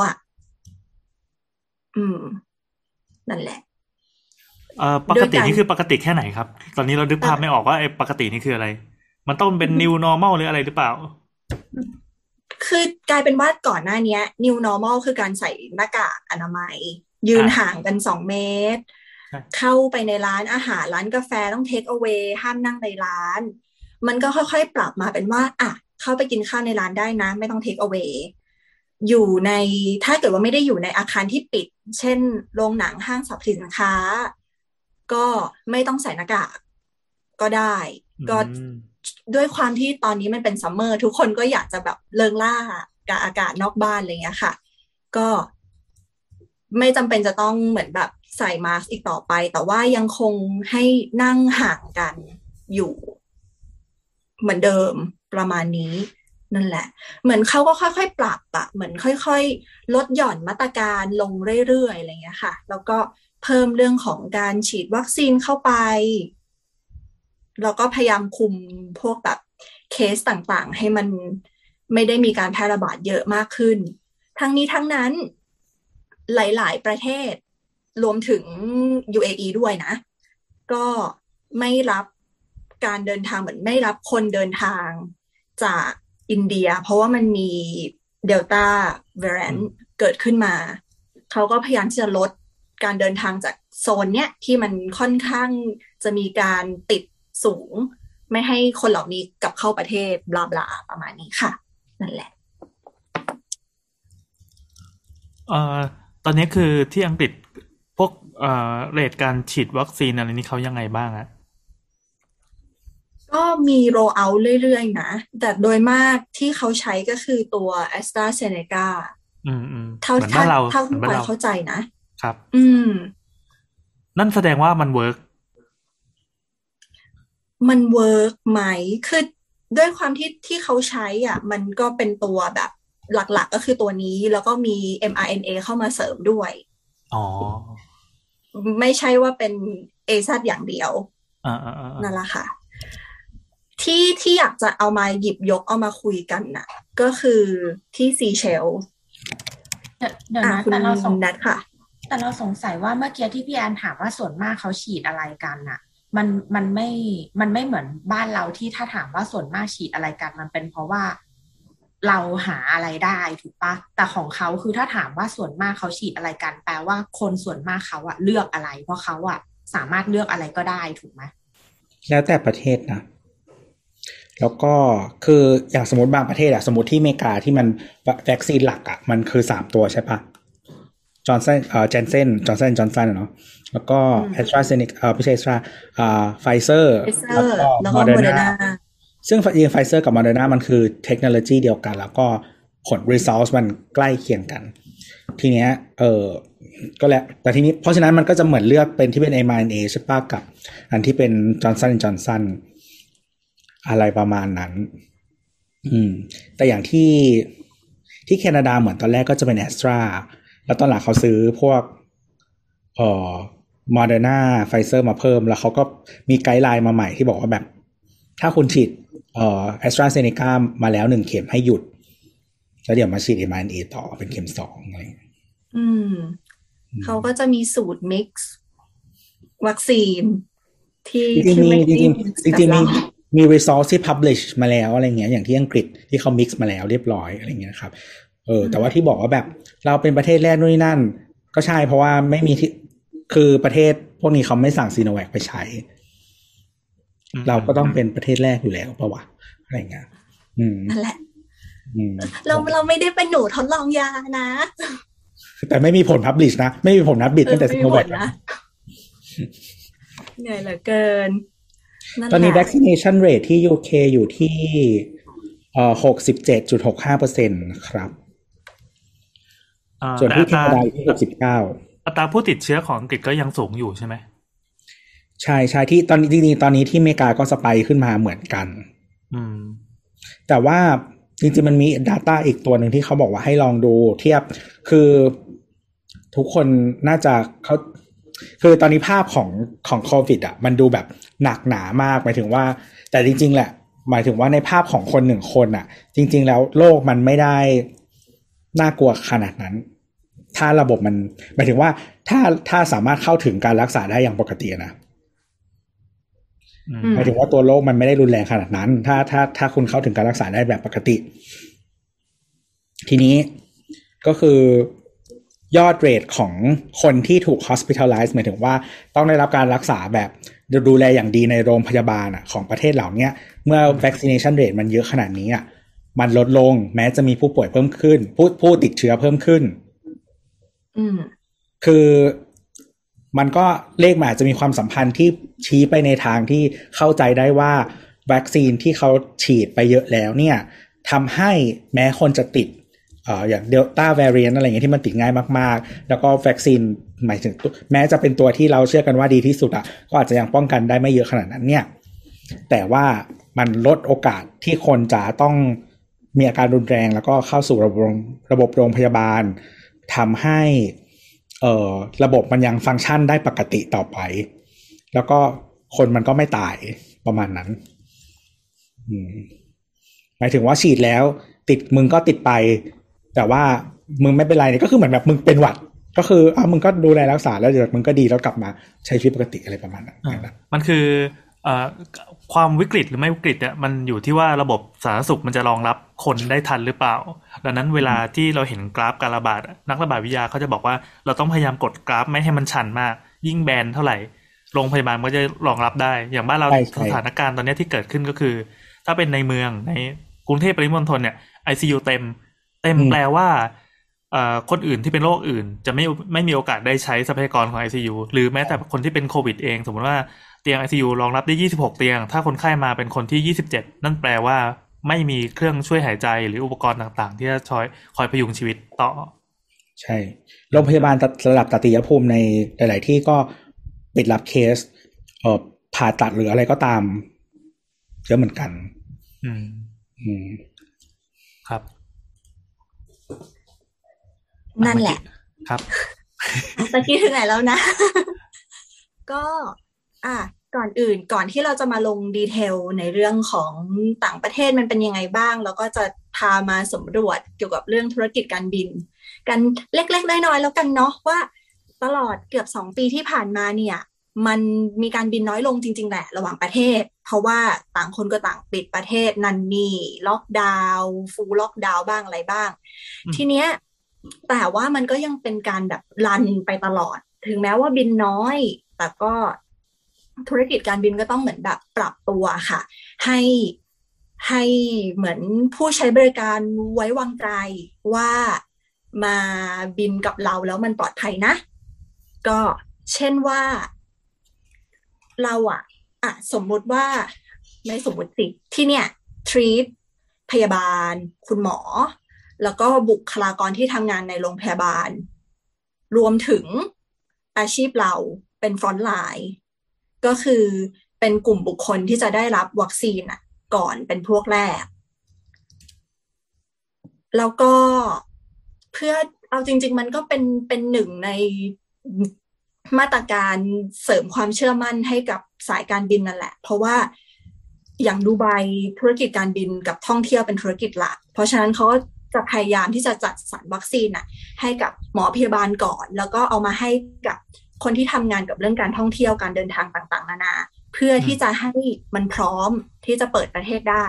นั่นแหละปกตินี่คือปกติแค่ไหนครับตอนนี้เราดึกภาพไม่ออกว่าไอ้ปกตินี่คืออะไรมันต้องเป็น new normal หรืออะไรหรือเปล่าคือกลายเป็นว่าก่อนหน้านี้ new normal คือการใส่หน้ากากอนามัยยืนห่างกัน2 เมตรเข้าไปในร้านอาหารร้านกาแฟต้อง take away ห้ามนั่งในร้านมันก็ค่อยๆปรับมาเป็นว่าเข้าไปกินข้าวในร้านได้นะไม่ต้อง take away อยู่ในถ้าเกิดว่าไม่ได้อยู่ในอาคารที่ปิดเช่นโรงหนังห้างสรรพสินค้าก็ไม่ต้องใส่หน้ากากก็ได้ก็ด้วยความที่ตอนนี้มันเป็นซัมเมอร์ทุกคนก็อยากจะแบบเลิงล่ากับอากาศนอกบ้านอะไรเงี้ยค่ะก็ไม่จำเป็นจะต้องเหมือนแบบใส่มาสก์อีกต่อไปแต่ว่ายังคงให้นั่งห่างกันอยู่เหมือนเดิมประมาณนี้นั่นแหละเหมือนเขาก็ค่อยๆปรับเหมือนค่อยๆลดหย่อนมาตรการลงเรื่อยๆอะไรเงี้ยค่ะแล้วก็เพิ่มเรื่องของการฉีดวัคซีนเข้าไปแล้วก็พยายามคุมพวกแบบเคสต่างๆให้มันไม่ได้มีการแพร่ระบาดเยอะมากขึ้นทั้งนี้ทั้งนั้นหลายๆประเทศรวมถึง UAE ด้วยนะก็ไม่รับการเดินทางเหมือนไม่รับคนเดินทางจากอินเดียเพราะว่ามันมีเดลต้าเวริแอนต์เกิดขึ้นมาเขาก็พยายามที่จะลดการเดินทางจากโซนเนี้ยที่มันค่อนข้างจะมีการติดสูงไม่ให้คนเหล่านี้กลับเข้าประเทศบลาบลาประมาณนี้ค่ะนั่นแหละตอนนี้คือที่อังกฤษพวกเรทการฉีดวัคซีนอะไรนี้เขายังไงบ้างก็มีโรลเอาท์เรื่อยๆนะแต่โดยมากที่เขาใช้ก็คือตัว AstraZeneca เท่าที่เราเข้าใจนะครับนั่นแสดงว่ามันเวิร์กไหมคือด้วยความที่เขาใช้มันก็เป็นตัวแบบหลักๆก็คือตัวนี้แล้วก็มี mRNA เข้ามาเสริมด้วยไม่ใช่ว่าเป็น AZ อย่างเดียวนั่นแหละค่ะที่อยากจะเอามาหยิบยกเอามาคุยกันน่ะก็คือที่ซีเชลเดี๋ยวนะแต่เราสงสัยค่ะแต่เราสงสัยว่าเมื่อกี้ที่พี่แอนถามว่าส่วนมากเขาฉีดอะไรกันน่ะมันไม่เหมือนบ้านเราที่ถ้าถามว่าส่วนมากฉีดอะไรกันมันเป็นเพราะว่าเราหาอะไรได้ถูกปะแต่ของเขาคือถ้าถามว่าส่วนมากเขาฉีดอะไรกันแปลว่าคนส่วนมากเขาเลือกอะไรเพราะเขาสามารถเลือกอะไรก็ได้ถูกไหมแล้วแต่ประเทศนะแล้วก็คืออย่างสมมติบางประเทศสมมติที่อเมริกาที่มันวัคซีนหลักมันคือ3ตัวใช่ปะจอห์นสันเจนเซนจอห์นสันเนาะแล้วก็แอสตราเซเนกไม่ใช่แอสตราไฟเซอร์แล้วก็โมเดอร์นาซึ่งไฟเซอร์กับโมเดอร์นามันคือเทคโนโลยีเดียวกันแล้วก็ผล result มันใกล้เคียงกันทีเนี้ยก็แหละแต่ทีนี้เพราะฉะนั้นมันก็จะเหมือนเลือกเป็นที่เป็น mRNA ใช่ปะกับอันที่เป็นจอห์นสันอะไรประมาณนั้นแต่อย่างที่แคนาดาเหมือนตอนแรกก็จะเป็นแอสตราแล้วตอนหลังเขาซื้อพวกโมเดอร์นาไฟเซอร์มาเพิ่มแล้วเขาก็มีไกด์ไลน์มาใหม่ที่บอกว่าแบบถ้าคุณฉีดแอสตราเซเนกามาแล้ว1เข็มให้หยุดแล้วเดี๋ยวมาฉีด mRNA ต่อเป็นเข็ม2อะไรเขาก็จะมีสูตรมิกซ์วัคซีนที่จริงมี resource ที่ publish มาแล้วอะไรเงี้ยอย่างที่อังกฤษที่เขา mix มาแล้วเรียบร้อยอะไรเงี้ยครับแต่ว่าที่บอกว่าแบบเราเป็นประเทศแรกนู่นนี่นั่นก็ใช่เพราะว่าไม่มีที่คือประเทศพวกนี้เขาไม่สั่งซีโนแวคไปใช้เราก็ต้องเป็นประเทศแรกอยู่แล้วป่ะวะอะไรเงี้ยนั่นแหละเราไม่ได้เป็นหนูทดลองยานะแต่ไม่มีผลพับลิชนะไม่มีผลนับบิดตั้งแต่ซิโนแวคนะเหนื่อยเหลือเกินตอนนี้ vaccination rate ที่ UK อยู่ที่67.65% ครับส่วนที่แคนาดาที่69 อัตราผู้ติดเชื้อของอังกฤษก็ยังสูงอยู่ใช่ไหมใช่ๆที่ตอนนี้จริงๆตอนนี้ที่อเมริกาก็สไปค์ขึ้นมาเหมือนกันแต่ว่าจริงๆมันมี data อีกตัวหนึ่งที่เขาบอกว่าให้ลองดูเทียบคือทุกคนน่าจะเขาคือตอนนี้ภาพของโควิดอ่ะมันดูแบบหนักหนามากหมายถึงว่าแต่จริงๆแหละหมายถึงว่าในภาพของคนหนึ่งคนอ่ะจริงๆแล้วโลกมันไม่ได้น่ากลัวขนาดนั้นถ้าระบบมันหมายถึงว่าถ้าสามารถเข้าถึงการรักษาได้อย่างปกตินะหมายถึงว่าตัวโรคมันไม่ได้รุนแรงขนาดนั้นถ้าคุณเข้าถึงการรักษาได้แบบปกติทีนี้ก็คือยอดเรทของคนที่ถูก hospitalize หมายถึงว่าต้องได้รับการรักษาแบบดูแลอย่างดีในโรงพยาบาลของประเทศเหล่านี้เมื่อ vaccination rate มันเยอะขนาดนี้มันลดลงแม้จะมีผู้ป่วยเพิ่มขึ้นผู้ติดเชื้อเพิ่มขึ้นคือมันก็เลขมันอาจจะมีความสัมพันธ์ที่ชี้ไปในทางที่เข้าใจได้ว่าวัคซีนที่เขาฉีดไปเยอะแล้วเนี่ยทำให้แม้คนจะติดอย่างเดลต้าแวริแอนต์อะไรอย่างเงี้ยที่มันติดง่ายมากๆแล้วก็วัคซีนหมายถึงแม้จะเป็นตัวที่เราเชื่อกันว่าดีที่สุดก็อาจจะยังป้องกันได้ไม่เยอะขนาดนั้นเนี่ยแต่ว่ามันลดโอกาสที่คนจะต้องมีอาการรุนแรงแล้วก็เข้าสู่ระบบโรงพยาบาลทำให้ระบบมันยังฟังก์ชันได้ปกติต่อไปแล้วก็คนมันก็ไม่ตายประมาณนั้นหมายถึงว่าฉีดแล้วติดมึงก็ติดไปแต่ว่ามึงไม่เป็นไรเนี่ยก็คือเหมือนแบบมึงเป็นหวัดก็คือมึงก็ดูแลรักษาแล้วเดี๋ยวมึงก็ดีแล้วกลับมาใช้ชีวิตปกติอะไรประมาณนั้นมันคือความวิกฤตหรือไม่วิกฤตเนี่ยมันอยู่ที่ว่าระบบสาธารณสุขมันจะรองรับคนได้ทันหรือเปล่าดังนั้นเวลาที่เราเห็นกราฟการระบาดนักระบาดวิทยาเขาจะบอกว่าเราต้องพยายามกดกราฟไม่ให้มันชันมากยิ่งแบนเท่าไหร่โรงพยาบาลก็จะรองรับได้อย่างบ้านเราสถานการณ์ตอนนี้ที่เกิดขึ้นก็คือถ้าเป็นในเมืองในกรุงเทพปริมณฑลเนี่ย ICU เต็มแปลว่าคนอื่นที่เป็นโรคอื่นจะไม่มีโอกาสได้ใช้ทรัพยากรของ ICU หรือแม้แต่คนที่เป็นโควิดเองสมมติว่าเตียง ICU รองรับได้26เตียงถ้าคนไข้มาเป็นคนที่27นั่นแปลว่าไม่มีเครื่องช่วยหายใจหรืออุปกรณ์ต่างๆที่จะคอยพยุงชีวิตต่อใช่โรงพยาบาลระดับตติยภูมิในหลายๆที่ก็ปิดรับเคสผ่าตัดหรืออะไรก็ตามเยอะเหมือนกันครับนั่นแหละครับตะกี้ถึงไหนแล้วนะก็ก่อนที่เราจะมาลงดีเทลในเรื่องของต่างประเทศมันเป็นยังไงบ้างแล้วก็จะพามาสำรวจเกี่ยวกับเรื่องธุรกิจการบินกันเล็กๆน้อยๆแล้วกันเนาะว่าตลอดเกือบ2ปีที่ผ่านมาเนี่ยมันมีการบินน้อยลงจริงๆแหละระหว่างประเทศเพราะว่าต่างคนก็ต่างปิดประเทศนั่นนี่ล็อกดาวน์ฟูลล็อกดาวน์บ้างอะไรบ้างทีเนี้ยแต่ว่ามันก็ยังเป็นการแบบรันไปตลอดถึงแม้ว่าบินน้อยแต่ก็ธุรกิจการบินก็ต้องเหมือนแบบปรับตัวค่ะให้เหมือนผู้ใช้บริการไว้วางใจว่ามาบินกับเราแล้วมันปลอดภัยนะก็เช่นว่าเราสมมุติว่าไม่สมมุติสิที่เนี่ยทรีตพยาบาลคุณหมอแล้วก็บุคลากรที่ทำงานในโรงพยาบาลรวมถึงอาชีพเราเป็นฟรอนต์ไลน์ก็คือเป็นกลุ่มบุคคลที่จะได้รับวัคซีนก่อนเป็นพวกแรกแล้วก็เพื่อเอาจริงๆมันก็เป็นหนึ่งในมาตรการเสริมความเชื่อมั่นให้กับสายการบินนั่นแหละเพราะว่าอย่างดูไบธุรกิจการบินกับท่องเที่ยวเป็นธุรกิจหลักเพราะฉะนั้นเขาจะพยายามที่จะจัดสรรวัคซีนให้กับหมอพยาบาลก่อนแล้วก็เอามาให้กับคนที่ทำงานกับเรื่องการท่องเที่ยวการเดินทางต่างๆนานาเพื่อที่จะให้มันพร้อมที่จะเปิดประเทศได้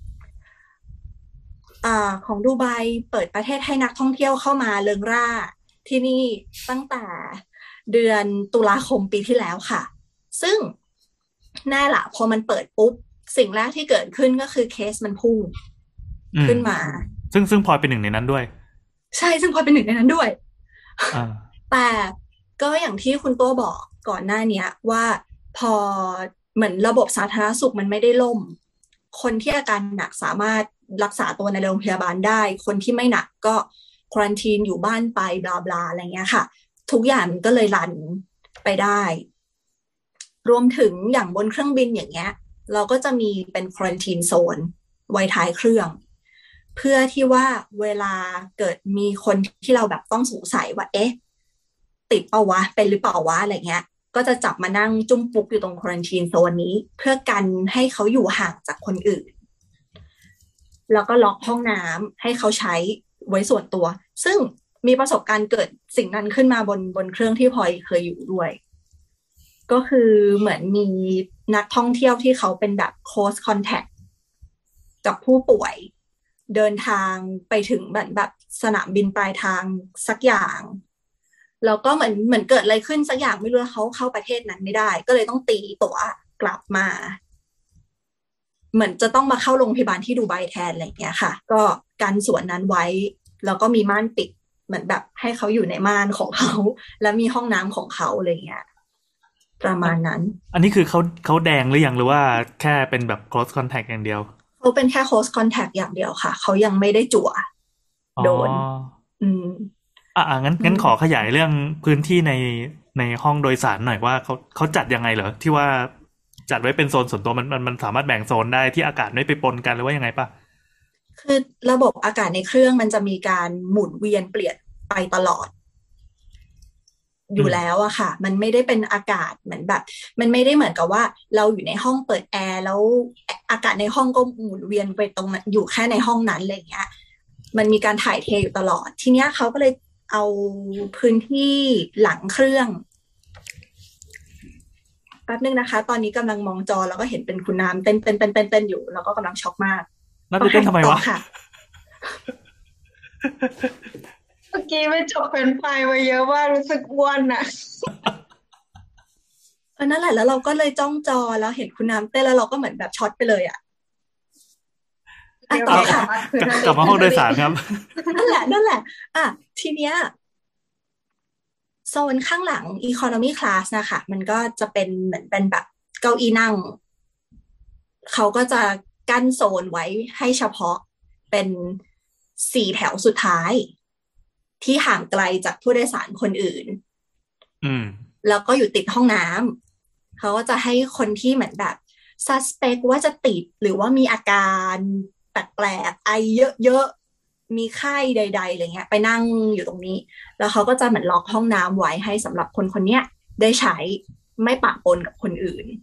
ของดูไบเปิดประเทศให้นักท่องเที่ยวเข้ามาเริงร่าที่นี่ตั้งแต่เดือนตุลาคมปีที่แล้วค่ะซึ่งแน่ละพอมันเปิดปุ๊บสิ่งแรกที่เกิดขึ้นก็คือเคสมันพุ่งขึ้นมาซึ่งพลอยเป็นหนึ่งในนั้นด้วยใช่ซึ่งพลอยเป็นหนึ่งในนั้นด้วยแต่ก็อย่างที่คุณตัวบอกก่อนหน้านี้ว่าพอเหมือนระบบสาธารณสุขมันไม่ได้ล่มคนที่อาการหนักสามารถรักษาตัวในโรงพยาบาลได้คนที่ไม่หนักก็ควอรันทีนอยู่บ้านไปบลาบลาอะไรเงี้ยค่ะทุกอย่างมันก็เลยรันไปได้รวมถึงอย่างบนเครื่องบินอย่างเงี้ยเราก็จะมีเป็นควอรันทีนโซนไว้ท้ายเครื่องเพื่อที่ว่าเวลาเกิดมีคนที่เราแบบต้องสงสัยว่าเอ๊ะติดเปล่าวะเป็นหรือเปล่าวะอะไรเงี้ยก็จะจับมานั่งจุ้มปุ๊กอยู่ตรงควอรันทีนโซนนี้เพื่อกันให้เขาอยู่ห่างจากคนอื่นแล้วก็ล็อกห้องน้ำให้เขาใช้ไว้ส่วนตัวซึ่งมีประสบการณ์เกิดสิ่งนั้นขึ้นมาบนเครื่องที่พลอยเคยอยู่ด้วยก็คือเหมือนมีนักท่องเที่ยวที่เขาเป็นแบบ close contact กับผู้ป่วยเดินทางไปถึงแบบสนามบินปลายทางสักอย่างแล้วก็เหมือนเกิดอะไรขึ้นสักอย่างไม่รู้เขาเข้าประเทศนั้นไม่ได้ก็เลยต้องตีตั๋วกลับมาเหมือนจะต้องมาเข้าโรงพยาบาลที่ดูไบแทนอะไรอย่างเงี้ยค่ะก็กันส่วนนั้นไว้แล้วก็มีม่านปิดเหมือนแบบให้เขาอยู่ในม่านของเขาแล้วมีห้องน้ำของเขาอะไรเงี้ยประมาณนั้นอันนี้คือเขาแดงหรือยังหรือว่าแค่เป็นแบบ close contact อย่างเดียวเขาเป็นแค่ close contact อย่างเดียวค่ะเขายังไม่ได้จั่วโดนงั้นขอขยายเรื่องพื้นที่ในห้องโดยสารหน่อยว่าเขาจัดยังไงเหรอที่ว่าจัดไว้เป็นโซนส่วนตัวมันสามารถแบ่งโซนได้ที่อากาศไม่ไปปนกันหรือว่ายังไงป่ะคือระบบอากาศในเครื่องมันจะมีการหมุนเวียนเปลี่ยนไปตลอดอยู่แล้วอะค่ะมันไม่ได้เป็นอากาศเหมือนแบบมันไม่ได้เหมือนกับว่าเราอยู่ในห้องเปิดแอร์แล้วอากาศในห้องก็หมุนเวียนไปตรงนั้นอยู่แค่ในห้องนั้นอะไรอย่างเงี้ยมันมีการถ่ายเทอยู่ตลอดทีเนี้ยเขาก็เลยเอาพื้นที่หลังเครื่องแป๊บนึงนะคะตอนนี้กำลังมองจอแล้วก็เห็นเป็นคุณน้ำเต้นอยู่แล้วก็กำลังช็อกมากแล้วเต้นทำไมวะเมื่อกี้ไม่จบเป็นไฟมาเยอะว่ารู้สึกอ้วนน่ะนั่นแหละแล้วเราก็เลยจ้องจอแล้วเห็นคุณน้ำเต้นแล้วเราก็เหมือนแบบช็อตไปเลยอ่ะต่อค่ะกลับมาห้องโดยสารครับนั่นแหละทีเนี้ยโซนข้างหลัง Economy Class นะคะมันก็จะเป็นเหมือนเป็นแบบเก้าอี้นั่งเขาก็จะกั้นโซนไว้ให้เฉพาะเป็น4 แถวสุดท้ายที่ห่างไกลจากผู้โดยสารคนอื่นแล้วก็อยู่ติดห้องน้ำเขาก็จะให้คนที่เหมือนแบบซัสเปกว่าจะติดหรือว่ามีอาการแปลกๆไอเยอะๆมีไข้ใดๆอะไรเงี้ยไปนั่งอยู่ตรงนี้แล้วเขาก็จะเหมือนล็อกห้องน้ำไว้ให้สำหรับคนคนนี้ได้ใช้ไม่ปะปนกับคนอื่น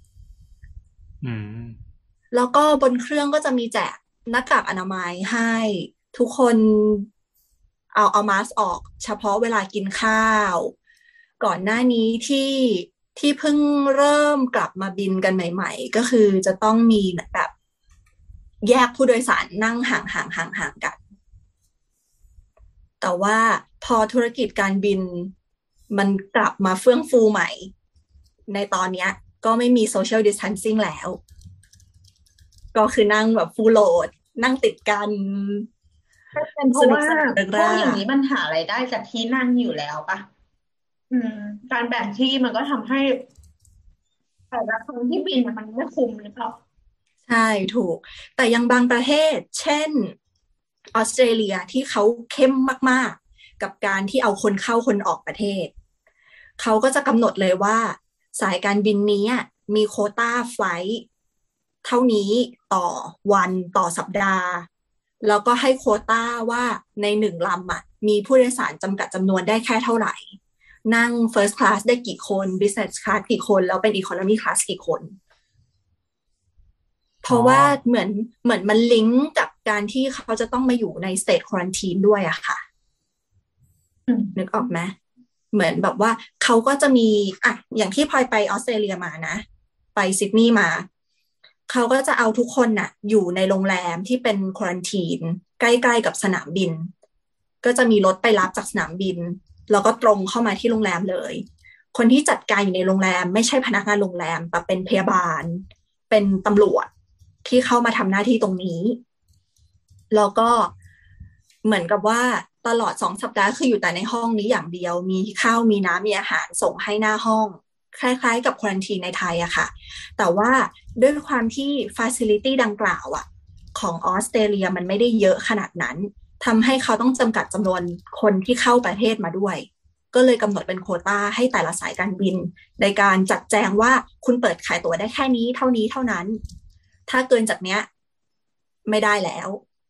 แล้วก็บนเครื่องก็จะมีแจกหน้ากากอนามัยให้ทุกคนเอามาสก์ออกเฉพาะเวลากินข้าวก่อนหน้านี้ที่เพิ่งเริ่มกลับมาบินกันใหม่ๆก็คือจะต้องมีแบบแยกผู้โดยสารนั่งห่างกันแต่ว่าพอธุรกิจการบินมันกลับมาเฟื่องฟูใหม่ในตอนนี้ก็ไม่มี social distancing แล้วก็คือนั่งแบบ full load นั่งติดกันเป็นเพราะว่าพวกอย่างนี้มันหาอะไรได้จากที่นั่งอยู่แล้วปะการแบ่งที่มันก็ทำให้แต่ละครั้งที่บินมันไม่คุ้มหรือเปล่าใช่ถูกแต่ยังบางประเทศเช่นออสเตรเลียที่เขาเข้มมากๆกับการที่เอาคนเข้าคนออกประเทศเขาก็จะกำหนดเลยว่าสายการบินนี้มีโควต้าไฟล์เท่านี้ต่อวันต่อสัปดาห์แล้วก็ให้โควต้าว่าใน1 ลำมีผู้โดยสารจำกัดจำนวนได้แค่เท่าไหร่นั่ง first class ได้กี่คน business class กี่คนแล้วเป็น economy class กี่คนเพราะว่าเหมือนมันลิงก์กับการที่เขาจะต้องมาอยู่ใน state quarantine ด้วยอะค่ะนึกออกไหมเหมือนแบบว่าเขาก็จะมีอย่างที่พลอยไปออสเตรเลียมานะไปซิดนีย์มาเขาก็จะเอาทุกคนอยู่ในโรงแรมที่เป็นควอรันทีนใกล้ๆกับสนามบินก็จะมีรถไปรับจากสนามบินแล้วก็ตรงเข้ามาที่โรงแรมเลยคนที่จัดการอยู่ในโรงแรมไม่ใช่พนักงานโรงแรมแต่เป็นพยาบาลเป็นตำรวจที่เข้ามาทำหน้าที่ตรงนี้แล้วก็เหมือนกับว่าตลอด2 สัปดาห์คืออยู่แต่ในห้องนี้อย่างเดียวมีข้าวมีน้ำมีอาหารส่งให้หน้าห้องคล้ายๆกับควอรันทีนในไทยอะค่ะแต่ว่าด้วยความที่ฟาซิลิตี้ดังกล่าวอะของออสเตรเลียมันไม่ได้เยอะขนาดนั้นทำให้เขาต้องจำกัดจำนวนคนที่เข้าประเทศมาด้วยก็เลยกำหนดเป็นโควต้าให้แต่ละสายการบินในการจัดแจงว่าคุณเปิดขายตั๋วได้แค่นี้เท่านี้เท่านั้นถ้าเกินจากเนี้ยไม่ได้แล้ว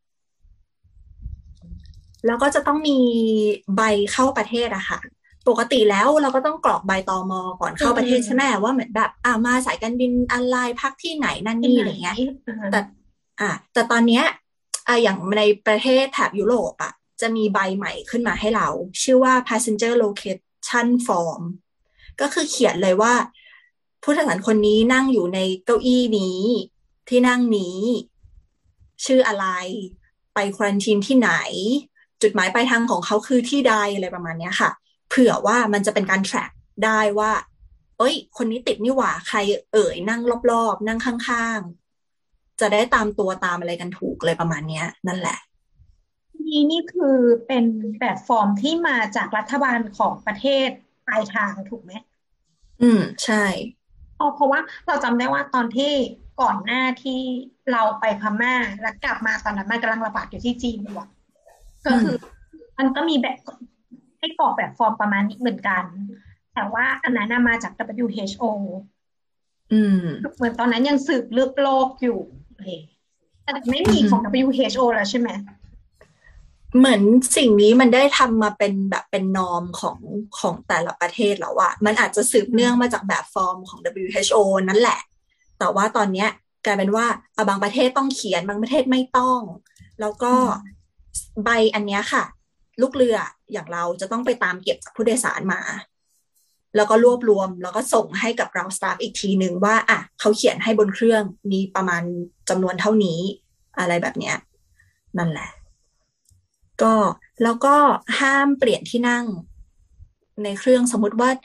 แล้วก็จะต้องมีใบเข้าประเทศอะค่ะปกติแล้วเราก็ต้องกรอกใบตม.ก่อนเข้าประเทศใช่ไหมว่าเหมือนแบบมาสายการบินอะไรพักที่ไหนนั่นนี่อะไรเงี้ยแต่ตอนเนี้ยอย่างในประเทศแถบยุโรปอะจะมีใบใหม่ขึ้นมาให้เราชื่อว่า passenger location form ก็คือเขียนเลยว่าผู้โดยสารคนนี้นั่งอยู่ในเก้าอี้นี้ที่นั่งนี้ชื่ออะไรไปควอรันทีนที่ไหนจุดหมายปลายทางของเขาคือที่ใดอะไรประมาณนี้ค่ะเผื่อว่ามันจะเป็นการ track ได้ว่าเอ้ยคนนี้ติดนี่หว่าใครนั่งรอบๆนั่งข้างๆจะได้ตามตัวตามอะไรกันถูกเลยประมาณนี้นั่นแหละนี่คือเป็นแบบฟอร์มที่มาจากรัฐบาลของประเทศปลายทางถูกไหมใช่เพราะว่าเราจำได้ว่าตอนที่ก่อนหน้าที่เราไปพม่าแล้วกลับมาตอนนั้นมันกำลังระบาดอยู่ที่จีนด้วยก็คือมันก็มีแบบให้กรอกแบบฟอร์มประมาณนี้เหมือนกันแต่ว่าอันนั้นมาจาก WHO เหมือนตอนนั้นยังสืบเลือกโลกอยู่แต่ไม่มีของ WHO แล้วใช่ไหมเหมือนสิ่งนี้มันได้ทำมาเป็นแบบเป็นนอร์มของแต่ละประเทศแล้วอะมันอาจจะสืบเนื่องมาจากแบบฟอร์มของ WHO นั่นแหละแต่ว่าตอนนี้กลายเป็นว่าบางประเทศต้องเขียนบางประเทศไม่ต้องแล้วก็ใบอันนี้ค่ะลูกเรืออย่างเราจะต้องไปตามเก็บจากผู้โดยสารมาแล้วก็รวบรวมแล้วก็ส่งให้กับเราสตาฟอีกทีนึงว่าเขาเขียนให้บนเครื่องมีประมาณจำนวนเท่านี้อะไรแบบเนี้ยนั่นแหละก็แล้วก็ห้ามเปลี่ยนที่นั่งในเครื่องสมมติว่า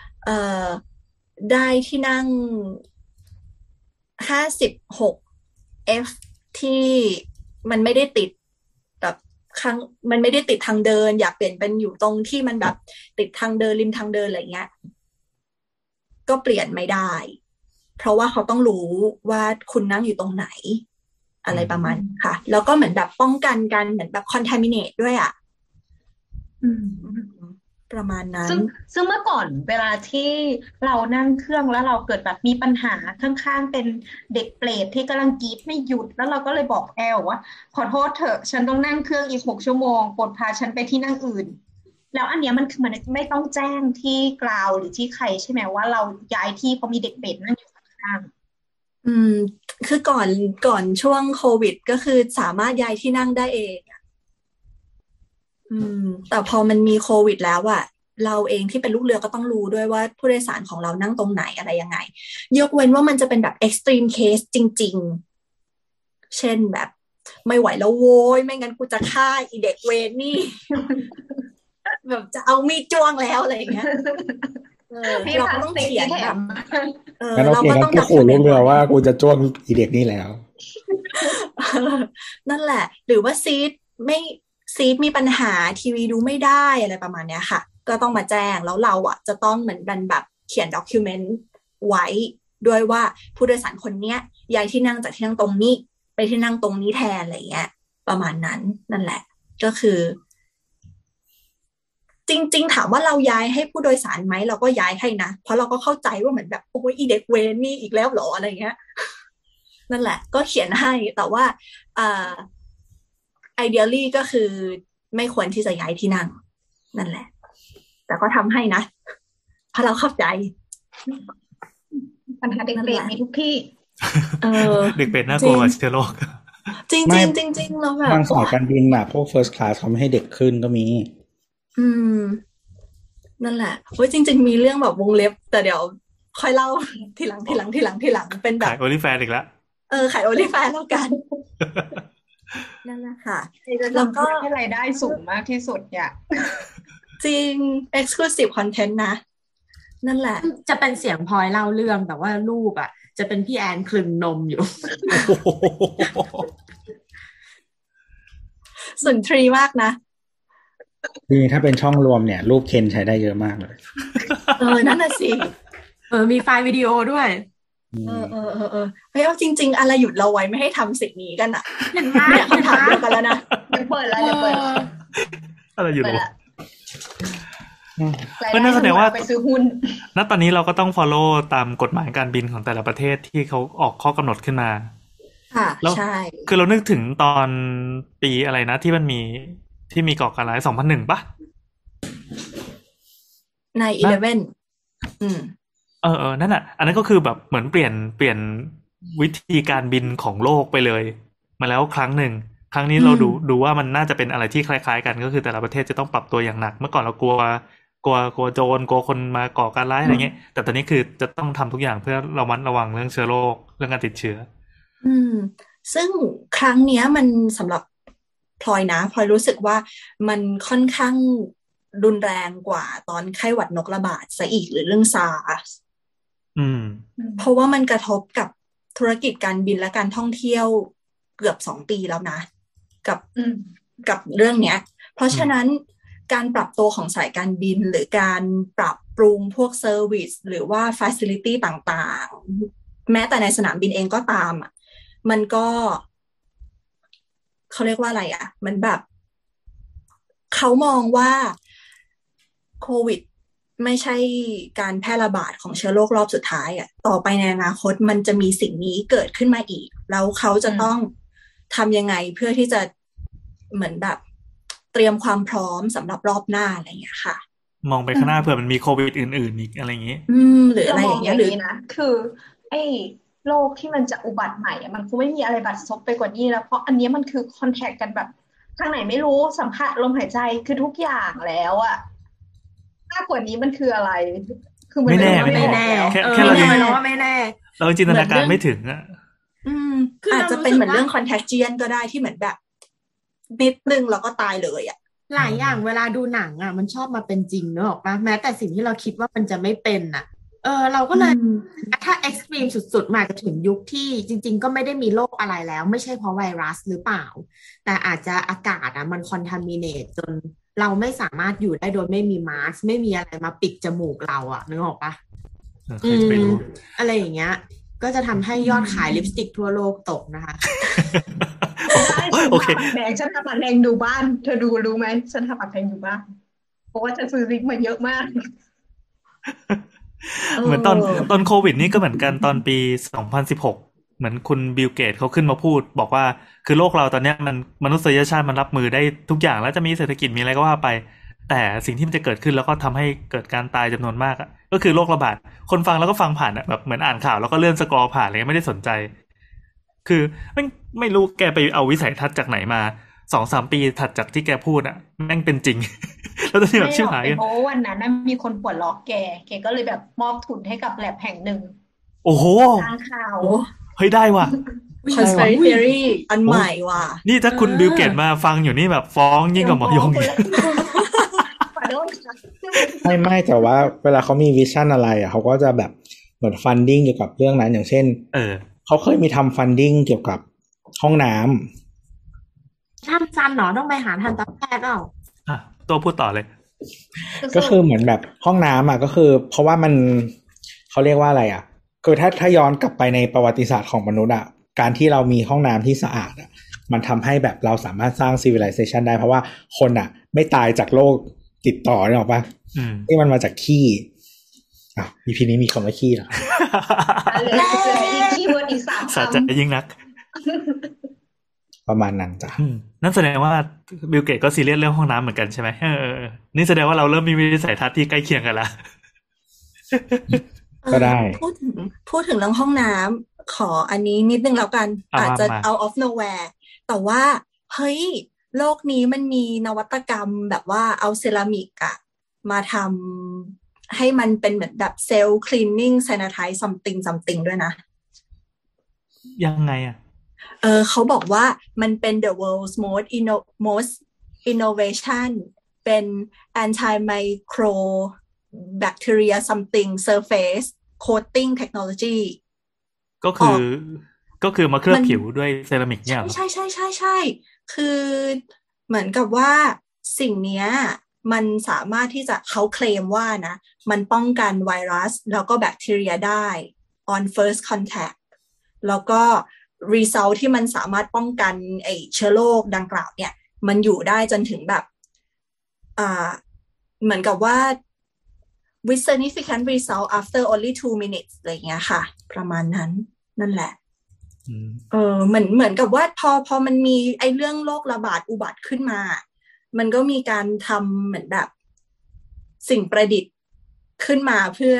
ได้ที่นั่ง56F ที่มันไม่ได้ติดแบบมันไม่ได้ติดทางเดินอยากเปลี่ยนเป็นอยู่ตรงที่มันแบบติดทางเดินริมทางเดินอะไรเงี้ยก็เปลี่ยนไม่ได้เพราะว่าเขาต้องรู้ว่าคุณนั่งอยู่ตรงไหนอะไรประมาณค่ะแล้วก็เหมือนแบบป้องกันการเหมือนแบบ contaminate ด้วยประมาณนั้นซึ่งเมื่อก่อนเวลาที่เรานั่งเครื่องแล้วเราเกิดแบบมีปัญหาข้างๆเป็นเด็กเปรตที่กำลังกรีดไม่หยุดแล้วเราก็เลยบอกแอลว่าขอโทษเถอะฉันต้องนั่งเครื่องอีก6 ชั่วโมงโปรดพาฉันไปที่นั่งอื่นแล้วอันเนี้ยมันคือมันไม่ต้องแจ้งที่กราวหรือที่ใครใช่ไหมว่าเราย้ายที่เพราะมีเด็กเปรตนั่งอยู่ข้างคือก่อนช่วงโควิดก็คือสามารถย้ายที่นั่งได้เองแต่พอมันมีโควิดแล้วเราเองที่เป็นลูกเรือก็ต้องรู้ด้วยว่าผู้โดยสารของเรานั่งตรงไหนอะไรยังไงยกเว้นว่ามันจะเป็นแบบ extreme case จริงๆเช่นแบบไม่ไหวแล้วโว้ยไม่งั้นกูจะฆ่าอีเด็กเวรนี่ แบบจะเอามีดจ้วงแล้วอะไรอย่างเงี้ยเราก็ต้องเขียนแบบเราก็ต้องขู่ลูกเรือว่ากูจะจ้วงอีเด็กนี่แล้วนั่นแหละหรือว่าซีทมีปัญหาทีวีดูไม่ได้อะไรประมาณเนี้ยค่ะก็ต้องมาแจ้งแล้วเราจะต้องเหมือนแบบเขียนด็อกิวเมนต์ไว้ด้วยว่าผู้โดยสารคนเนี้ยย้ายที่นั่งจากที่นั่งตรงนี้ไปที่นั่งตรงนี้แทนอะไรเงี้ยประมาณนั้นนั่นแหละก็คือจริงๆถามว่าเราย้ายให้ผู้โดยสารไหมเราก็ย้ายให้นะเพราะเราก็เข้าใจว่าเหมือนแบบโอ้ยอีเด็กเวรนี่อีกแล้วหรออะไรเงี้ยนั่นแหละก็เขียนให้แต่ว่าideally ก็คือไม่ควรที่จะย้ายที่นั่งนั่นแหละแต่ก็ทำให้นะเพราะเราเข้าใจปัญหาเด็กเปรตมีทุกที่เด็กเป็ดน่ากลัวเชื้อโรคจริงจริงจริงแล้วแบบบางสายการบินแบบพวก first class เขาไม่ให้เด็กขึ้นก็มีนั่นแหละเว้ยจริงๆมีเรื่องแบบวงเล็บแต่เดี๋ยวค่อยเล่าทีหลังเป็นแบบขายโอลิแฟนอีกแล้วขายโอลิแฟนแล้วกันนั่นแหละค่ะแล้วก็ให้รายได้สูงมากที่สุดเนี่ยจริง exclusive content นะนั่นแหละจะเป็นเสียงพลอยเล่าเรื่องแต่ว่ารูปอ่ะจะเป็นพี่แอนคลึงนมอยู่สุนทรีมากนะนี่ถ้าเป็นช่องรวมเนี่ยรูปเคนใช้ได้เยอะมากเลยนั่นน่ะสิมีไฟล์วิดีโอด้วยเฮ้ยเอาจริงๆอะไรหยุดเราไว้ไม่ให้ทำสิ่งนี้กันอ่ะเห็นไหมคำถามเดียวกันแล้วนะยังเปิดแล้วอะไรหยุดเราก็น่าแสดงว่าไปซื้อหุ้นณตอนนี้เราก็ต้อง follow ตามกฎหมายการบินของแต่ละประเทศที่เขาออกข้อกำหนดขึ้นมาค่ะใช่คือเรานึกถึงตอนปีอะไรนะที่มันมีที่มีก่อการร้าย2001ป่ะใน 11นั่นน่ะอันนั้นก็คือแบบเหมือนเปลี่ยนวิธีการบินของโลกไปเลยมาแล้วครั้งหนึ่งครั้งนี้เราดูว่ามันน่าจะเป็นอะไรที่คล้ายๆกันก็คือแต่ละประเทศจะต้องปรับตัวอย่างหนักเมื่อก่อนเรากลัวโจรกลัวคนมาก่อการร้ายอะไรเงี้ยแต่ตอนนี้คือจะต้องทำทุกอย่างเพื่อระวังเรื่องเชื้อโรคเรื่องการติดเชื้อซึ่งครั้งเนี้ยมันสำหรับพลอยนะพลอยรู้สึกว่ามันค่อนข้างรุนแรงกว่าตอนไข้หวัดนกระบาดซะอีกหรือเรื่องซาร์สเพราะว่ามันกระทบกับธุรกิจการบินและการท่องเที่ยวเกือบ2 ปีแล้วนะกับเรื่องเนี้ยเพราะฉะนั้นการปรับตัวของสายการบินหรือการปรับปรุงพวกเซอร์วิสหรือว่าฟาซิลิตี้ต่างๆแม้แต่ในสนามบินเองก็ตามอ่ะมันก็เขาเรียกว่าอะไรอ่ะมันแบบเขามองว่าโควิดไม่ใช่การแพร่ระบาดของเชื้อโรครอบสุดท้ายอ่ะต่อไปในอนาคตมันจะมีสิ่งนี้เกิดขึ้นมาอีกแล้วเขาจะต้องทำยังไงเพื่อที่จะเหมือนแบบเตรียมความพร้อมสำหรับรอบหน้าอะไรอย่างเงี้ยค่ะมองไปข้างหน้าเผื่อมันมีโควิดอื่นๆอีกอะไรอย่างงี้หรืออะไรอย่างเงี้ยหรือนะคือไอ้โรคที่มันจะอุบัติใหม่มันคงไม่มีอะไรบัดซบไปกว่านี้แล้วเพราะอันนี้มันคือคอนแทคกันแบบทางไหนไม่รู้สัมผัสลมหายใจคือทุกอย่างแล้วอะมากกว่านี้มันคืออะไรคือไม่แน่แค่เราไม่แน่เราจินตนาการไม่ถึงอ่ะอาจจะเป็นเหมือนเรื่องคอนแทคเจียนก็ได้ที่เหมือนแบบนิดนึงแล้วก็ตายเลยอ่ะหลายอย่างเวลาดูหนังอ่ะมันชอบมาเป็นจริงเนอะป่ะแม้แต่สิ่งที่เราคิดว่ามันจะไม่เป็นอ่ะเราก็เลยถ้าเอ็กซ์ตรีมสุดๆมาจะถึงยุคที่จริงๆก็ไม่ได้มีโรคอะไรแล้วไม่ใช่เพราะไวรัสหรือเปล่าแต่อาจจะอากาศอ่ะมันคอนทามิเนตจนเราไม่สามารถอยู่ได้โดยไม่มีมาสก์ไม่มีอะไรมาปิดจมูกเราอ่ะนึกออกปะอะไรอย่างเงี้ยก็จะทำให้ยอดขายลิปสติกทั่วโลกตกนะคะโอเคแดงฉันทำปากแดงดูบ้านเธอรู้ไหมฉันทำปากแดงดูบ้านเพราะว่าฉันซื้อลิปมาเยอะมากเหมือนตอนโควิดนี่ก็เหมือนกันตอนปี2016เหมือนคุณบิลเกตเขาขึ้นมาพูดบอกว่าคือโลกเราตอนนี้มันมนุษยชาติมันรับมือได้ทุกอย่างแล้วจะมีเศรษฐกิจมีอะไรก็ว่าไปแต่สิ่งที่มันจะเกิดขึ้นแล้วก็ทำให้เกิดการตายจำนวนมากอ่ะก็คือโรคระบาดคนฟังแล้วก็ฟังผ่านอ่ะแบบเหมือนอ่านข่าวแล้วก็เลื่อนสกอร์ผ่านอะไรไม่ได้สนใจคือไม่รู้แกไปเอาวิสัยทัศน์จากไหนมา 2-3 ปีถัดจากที่แกพูดอ่ะแม่งเป็นจริงแล้วตอนนี้แบบชิบหายกันโอ้วันนั้นมีคนปวดล็อกแกก็เลยแบบมอบทุนให้กับแลบแห่งหนึ่งโอ้โหทางข่าวเฮ้ยได้ว่ะ conspiracy theory อันใหม่ว่ะนี่ถ้าคุณบิลเกตมาฟังอยู่นี่แบบฟ้องยิ่งกว่าหมอยงอีกไม่แต่ว่าเวลาเขามีวิชั่นอะไรอ่ะเขาก็จะแบบเหมือนฟันดิ้งเกี่ยวกับเรื่องนั้นอย่างเช่นเขาเคยมีทำฟันดิ้งเกี่ยวกับห้องน้ำทำฟันหรอต้องไปหาทันตแพทย์เปล่าตัวพูดต่อเลยก็คือเหมือนแบบห้องน้ำอ่ะก็คือเพราะว่ามันเขาเรียกว่าอะไรอ่ะคือถ้าย้อนกลับไปในประวัติศาสตร์ของมนุษย์อ่ะการที่เรามีห้องน้ำที่สะอาดอ่ะมันทำให้แบบเราสามารถสร้าง civilization ได้เพราะว่าคนอ่ะไม่ตายจากโรคติดต่อได้หรอปะที่มันมาจากขี้EP นี้มีคำว่าขี้เหรอขี้เวิร์ดอีก3 คำสะใจยิ่งนักประมาณนั้นจ้ะนั่นแสดงว่าบิลเกตก็ซีเรียสเรื่องห้องน้ำเหมือนกันใช่ไหมนี่แสดงว่าเราเริ่มมีวิสัยทัศน์ที่ใกล้เคียงกันละก็ได้พูดถึงเรื่องห้องน้ำขออันนี้นิดนึงแล้วกันอาจจะ out of nowhere แต่ว่าเฮ้ยโลกนี้มันมีนวัตกรรมแบบว่าเอาเซรามิกอะมาทำให้มันเป็นเหมือนแบบเซลล์คลีนนิ่งแซนิไทซ์ something ด้วยนะยังไงอะเขาบอกว่ามันเป็น the world's most innovation เป็น antimicrobial bacteria something surface coating technology ก็คือมาเคลือบผิวด้วยเซรามิกเนี่ยใช่คือเหมือนกับว่าสิ่งเนี้ยมันสามารถที่จะเขาเคลมว่านะมันป้องกันไวรัสแล้วก็แบคทีเรียได้ on first contact แล้วก็ result ที่มันสามารถป้องกันไอเชื้อโรคดังกล่าวเนี่ยมันอยู่ได้จนถึงแบบเหมือนกับว่า with significant result after only 2 minutes อะไรอย่างเงี้ยค่ะประมาณนั้นนั่นแหละเหมือนกับว่าพอมันมีไอเรื่องโรคระบาดอุบัติขึ้นมามันก็มีการทำเหมือนแบบสิ่งประดิษฐ์ขึ้นมาเพื่อ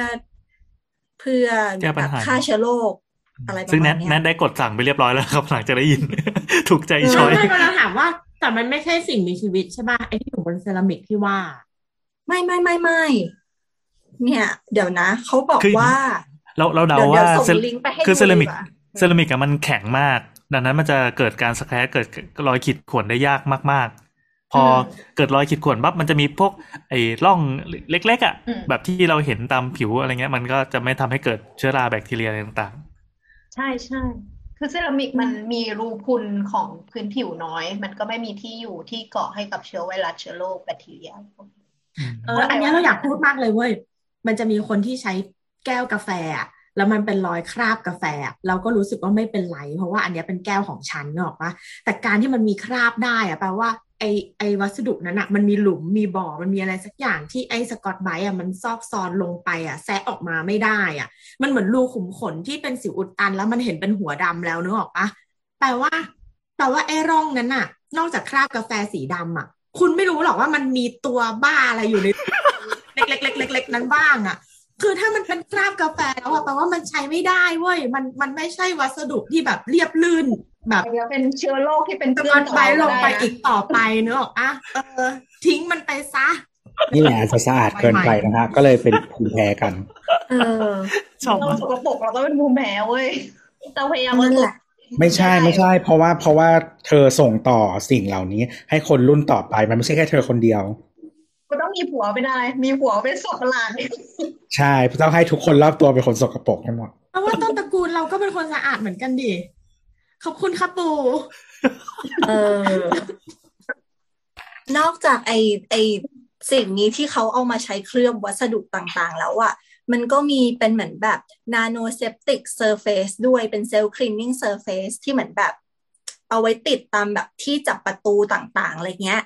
แบบฆ่าเชื้อโรคอะไรประมาณนี้ซึ่งแนทได้กดสั่งไปเรียบร้อยแล้วครับหลังจากได้ยิน ถูกใจช้อยไม่กำลังถามว่าแต่มันไม่ใช่สิ่งมีชีวิตใช่ป่ะไอที่อยู่บนเซรามิกที่ว่าไม่เนี่ยเดี๋ยวนะเขาบอกว่าเราเดาว่าคือเซรามิกมันแข็งมากดังนั้นมันจะเกิดการสแครชเกิดรอยขีดข่วนได้ยากมากๆพอเกิดรอยขีดข่วนปั๊บมันจะมีพวกไอ้ร่องเล็กๆอ่ะแบบที่เราเห็นตามผิวอะไรเงี้ยมันก็จะไม่ทำให้เกิดเชื้อราแบคทีเรียอะไรต่างๆใช่คือเซรามิกมันมีรูพุนของพื้นผิวน้อยมันก็ไม่มีที่อยู่ที่เกาะให้กับเชื้อไวรัสเชื้อโรคแบคทีเรียอันนี้เราอยากพูดมากเลยเว้ยมันจะมีคนที่ใช้แก้วกาแฟแล้วมันเป็นรอยคราบกาแฟเราก็รู้สึกว่าไม่เป็นไรเพราะว่าอันนี้เป็นแก้วของฉันเนอะปะแต่การที่มันมีคราบได้อะแปลว่าไอวัสดุนั้นอะมันมีหลุมมีบ่อมันมีอะไรสักอย่างที่ไอสกอตไบรท์อะมันซอกซอนลงไปอะแซะออกมาไม่ได้อะมันเหมือนรูขุมขนที่เป็นสิวอุดตันแล้วมันเห็นเป็นหัวดำแล้วนึกออกปะแปลว่าไอร่องนั้นอะนอกจากคราบกาแฟสีดำอะคุณไม่รู้หรอกว่ามันมีตัวบ้าอะไรอยู่ในเล็กๆๆๆนั้นบ้างอะคือถ้ามันเป็นคราบกาแฟแล้วอะแปลว่ามันใช้ไม่ได้เว้ยมันไม่ใช่วัสดุที่แบบเรียบลื่นแบบเป็นเชื้อโรคที่เป็นเกลือไปลงไปอีกต่อไปเนอะทิ้งมันไปซะนี่แหละจะสะอาดเกินไปนะฮะก็เลยเป็นภูมิแพ้กันเราสกปรกเราก็เป็นภูมิแพ้เว้ยเราพยายามนั่นแหละไม่ใช่เพราะว่าเธอส่งต่อสิ่งเหล่านี้ให้คนรุ่นต่อไปมันไม่ใช่แค่เธอคนเดียวก็ต้องมีผัวเป็นอะไรมีผัวเป็นศพประหลาดใช่ต้องให้ทุกคนรอบตัวเป็นคนสกปรกทั้งหมดเพราะว่าต้นตระกูลเราก็เป็นคนสะอาดเหมือนกันดิขอบคุณค่ะปู่นอกจากไอสิ่งนี้ที่เขาเอามาใช้เคลือบวัสดุต่างๆแล้วอ่ะมันก็มีเป็นเหมือนแบบ nanoseptic surface ด้วยเป็น self cleaning surface ที่เหมือนแบบเอาไว้ติดตามแบบที่จับประตูต่างๆอะไรเงี้ย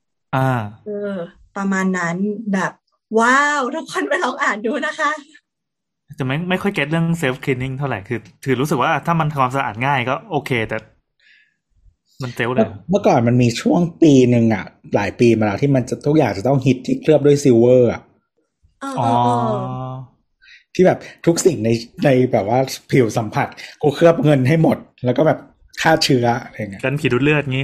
ประมาณนั้นแบบว้าวทุกคนไปลองอ่านดูนะคะจะไม่ค่อยเก็ตเรื่อง self cleaning เท่าไหร่คือรู้สึกว่าถ้ามันทำความสะอาดง่ายก็โอเคแต่มันเซลล์เลยเมื่อก่อนมันมีช่วงปีนึงอ่ะหลายปีมาแล้วที่มันจะทุกอย่างจะต้องฮิตที่เคลือบด้วยซิลเวอร์อ่ะที่แบบทุกสิ่งในแบบว่าผิวสัมผัสกูเคลือบเงินให้หมดแล้วก็แบบฆ่าเชื้ออะไรเงี้ยกันผิวดูดเลือดงี้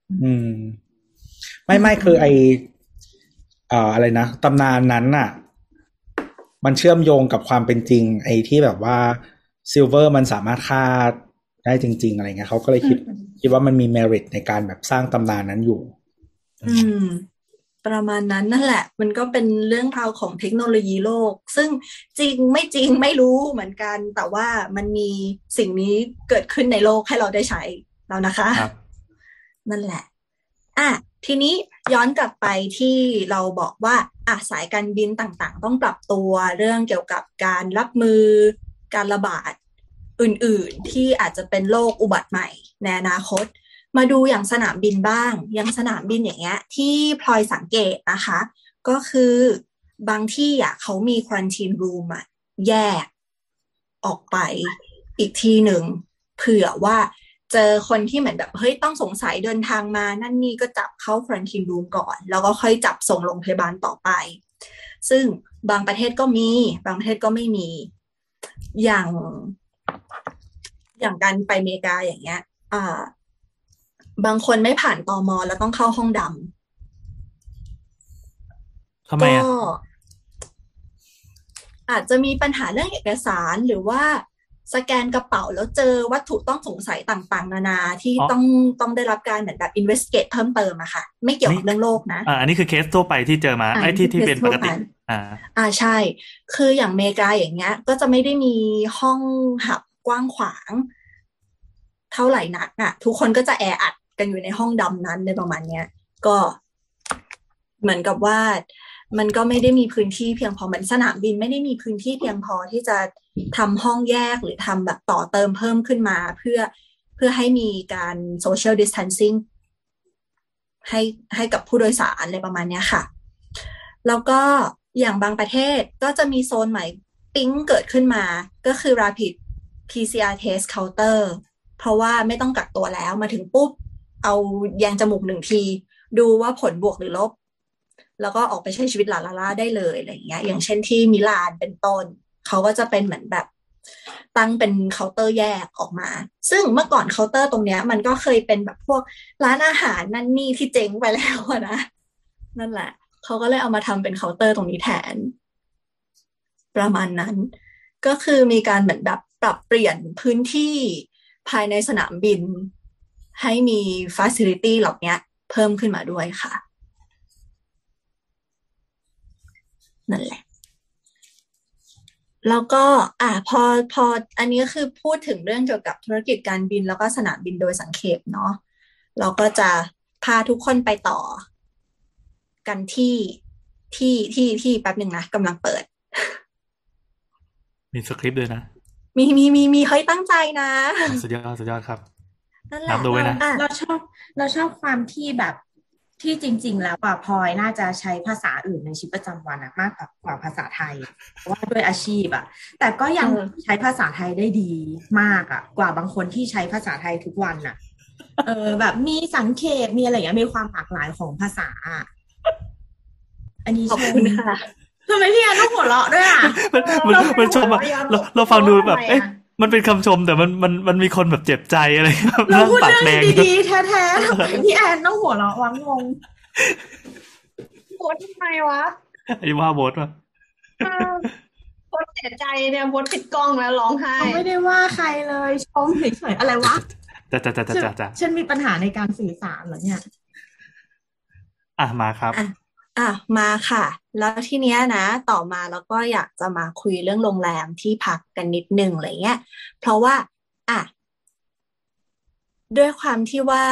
ไม่คืออะไรนะตำนานนั้นน่ะมันเชื่อมโยงกับความเป็นจริงไอ้ที่แบบว่าซิลเวอร์มันสามารถฆ่าได้จริงๆอะไรเงี้ยเขาก็เลยคิดว่ามันมี merit ในการแบบสร้างตำนานนั้นอยู่ประมาณนั้นนั่นแหละมันก็เป็นเรื่องราวของเทคโนโลยีโลกซึ่งจริงไม่รู้เหมือนกันแต่ว่ามันมีสิ่งนี้เกิดขึ้นในโลกให้เราได้ใช้แล้วนะคะนั่นแหละทีนี้ย้อนกลับไปที่เราบอกว่าสายการบินต่างๆต้องปรับตัวเรื่องเกี่ยวกับการรับมือการระบาดอื่นๆที่อาจจะเป็นโรคอุบัติใหม่ในอนาคตมาดูอย่างสนามบินบ้างอย่างสนามบินอย่างเงี้ยที่พลอยสังเกตนะคะก็คือบางที่เขามี quarantine room แยกออกไปอีกทีหนึ่งเผื่อว่าเจอคนที่เหมือนแบบเฮ้ยต้องสงสัยเดินทางมานั่นนี่ก็จับเข้า quarantine room ก่อนแล้วก็ค่อยจับส่งโรงพยาบาลต่อไปซึ่งบางประเทศก็มีบางประเทศก็ไม่มีอย่างการไปอเมริกาอย่างเงี้ยบางคนไม่ผ่านตม.แล้วต้องเข้าห้องดำทำไมก็อาจจะมีปัญหาเรื่องเอกสารหรือว่าสแกนกระเป๋าแล้วเจอวัตถุต้องสงสัยต่างๆนานาที่ต้องได้รับการเหมือนแบบ investigate เพิ่มเติมอะค่ะไม่เกี่ยวกับเรื่องโรคนะอันนี้คือเคสทั่วไปที่เจอมาไอ้ที่เป็นปกติใช่คืออย่างอเมริกาอย่างเงี้ยก็จะไม่ได้มีห้องหับกว้างขวางเท่าไหร่นักอะทุกคนก็จะแออัดกันอยู่ในห้องดำนั้นในประมาณเนี้ยก็เหมือนกับว่ามันก็ไม่ได้มีพื้นที่เพียงพอเหมือนสนามบินไม่ได้มีพื้นที่เพียงพอที่จะทำห้องแยกหรือทำแบบต่อเติมเพิ่มขึ้นมาเพื่อให้มีการ social distancing ให้กับผู้โดยสารอะไรประมาณนี้ค่ะแล้วก็อย่างบางประเทศก็จะมีโซนใหม่ปิ๊งเกิดขึ้นมาก็คือ rapid PCR test counter เพราะว่าไม่ต้องกักตัวแล้วมาถึงปุ๊บเอาแยงจมูก1 ทีดูว่าผลบวกหรือลบแล้วก็ออกไปใช้ชีวิตลาได้เลยอะไรอย่างเงี้ยอย่างเช่นที่มิลานเป็นต้นเขาก็จะเป็นเหมือนแบบตั้งเป็นเคาน์เตอร์แยกออกมาซึ่งเมื่อก่อนเคาน์เตอร์ตรงเนี้ยมันก็เคยเป็นแบบพวกร้านอาหารนั่นนี่ที่เจ๊งไปแล้วนะนั่นแหละเขาก็เลยเอามาทำเป็นเคาน์เตอร์ตรงนี้แทนประมาณนั้นก็คือมีการเหมือนแบบปรับเปลี่ยนพื้นที่ภายในสนามบินให้มี facility เหล่านี้เพิ่มขึ้นมาด้วยค่ะนั่นแหละแล้วก็พออันนี้ก็คือพูดถึงเรื่องเกี่ยวกับธุรกิจการบินแล้วก็สนามบินโดยสังเขปเนาะเราก็จะพาทุกคนไปต่อกันที่แป๊บนึงนะกำลังเปิดมีสคริปต์ด้วยนะมีเฮ้ยตั้งใจนะสุดยอดครับนั่นแหละดูไว้นะเราชอบความที่แบบที่จริงๆแล้วพลอยน่าจะใช้ภาษาอื่นในชีวิตประจำวันมากกว่าภาษาไทยเพราะว่าด้วยอาชีพแต่ก็ยังใช้ภาษาไทยได้ดีมากกว่าบางคนที่ใช้ภาษาไทยทุกวันแบบมีสังเขปมีอะไรอย่างเงี้ยมีความหลากหลายของภาษาอันนี้ขอบคุณค่ะทำไมพี่แอนต้องหัวเราะด้วยมันชมเราฟังดูแบบมันเป็นคำชมแต่มันมีคนแบบเจ็บใจอะไรเราพูดเรื่องดีๆแท้ๆพี่แอนต้องหัวเราะวังงงโบททำไมวะไอ้ว่าโบทวะโบทเสียใจเนี่ยโบทปิดกล้องแล้วร้องไห้ไม่ได้ว่าใครเลยชมเฉยๆอะไรวะจ้าฉันมีปัญหาในการสื่อสารเหรอเนี่ยมาครับมาค่ะแล้วทีเนี้ยนะต่อมาแล้วก็อยากจะมาคุยเรื่องโรงแรมที่พักกันนิดนึงอะไรเงี้ยเพราะว่าด้วยความที่ว่า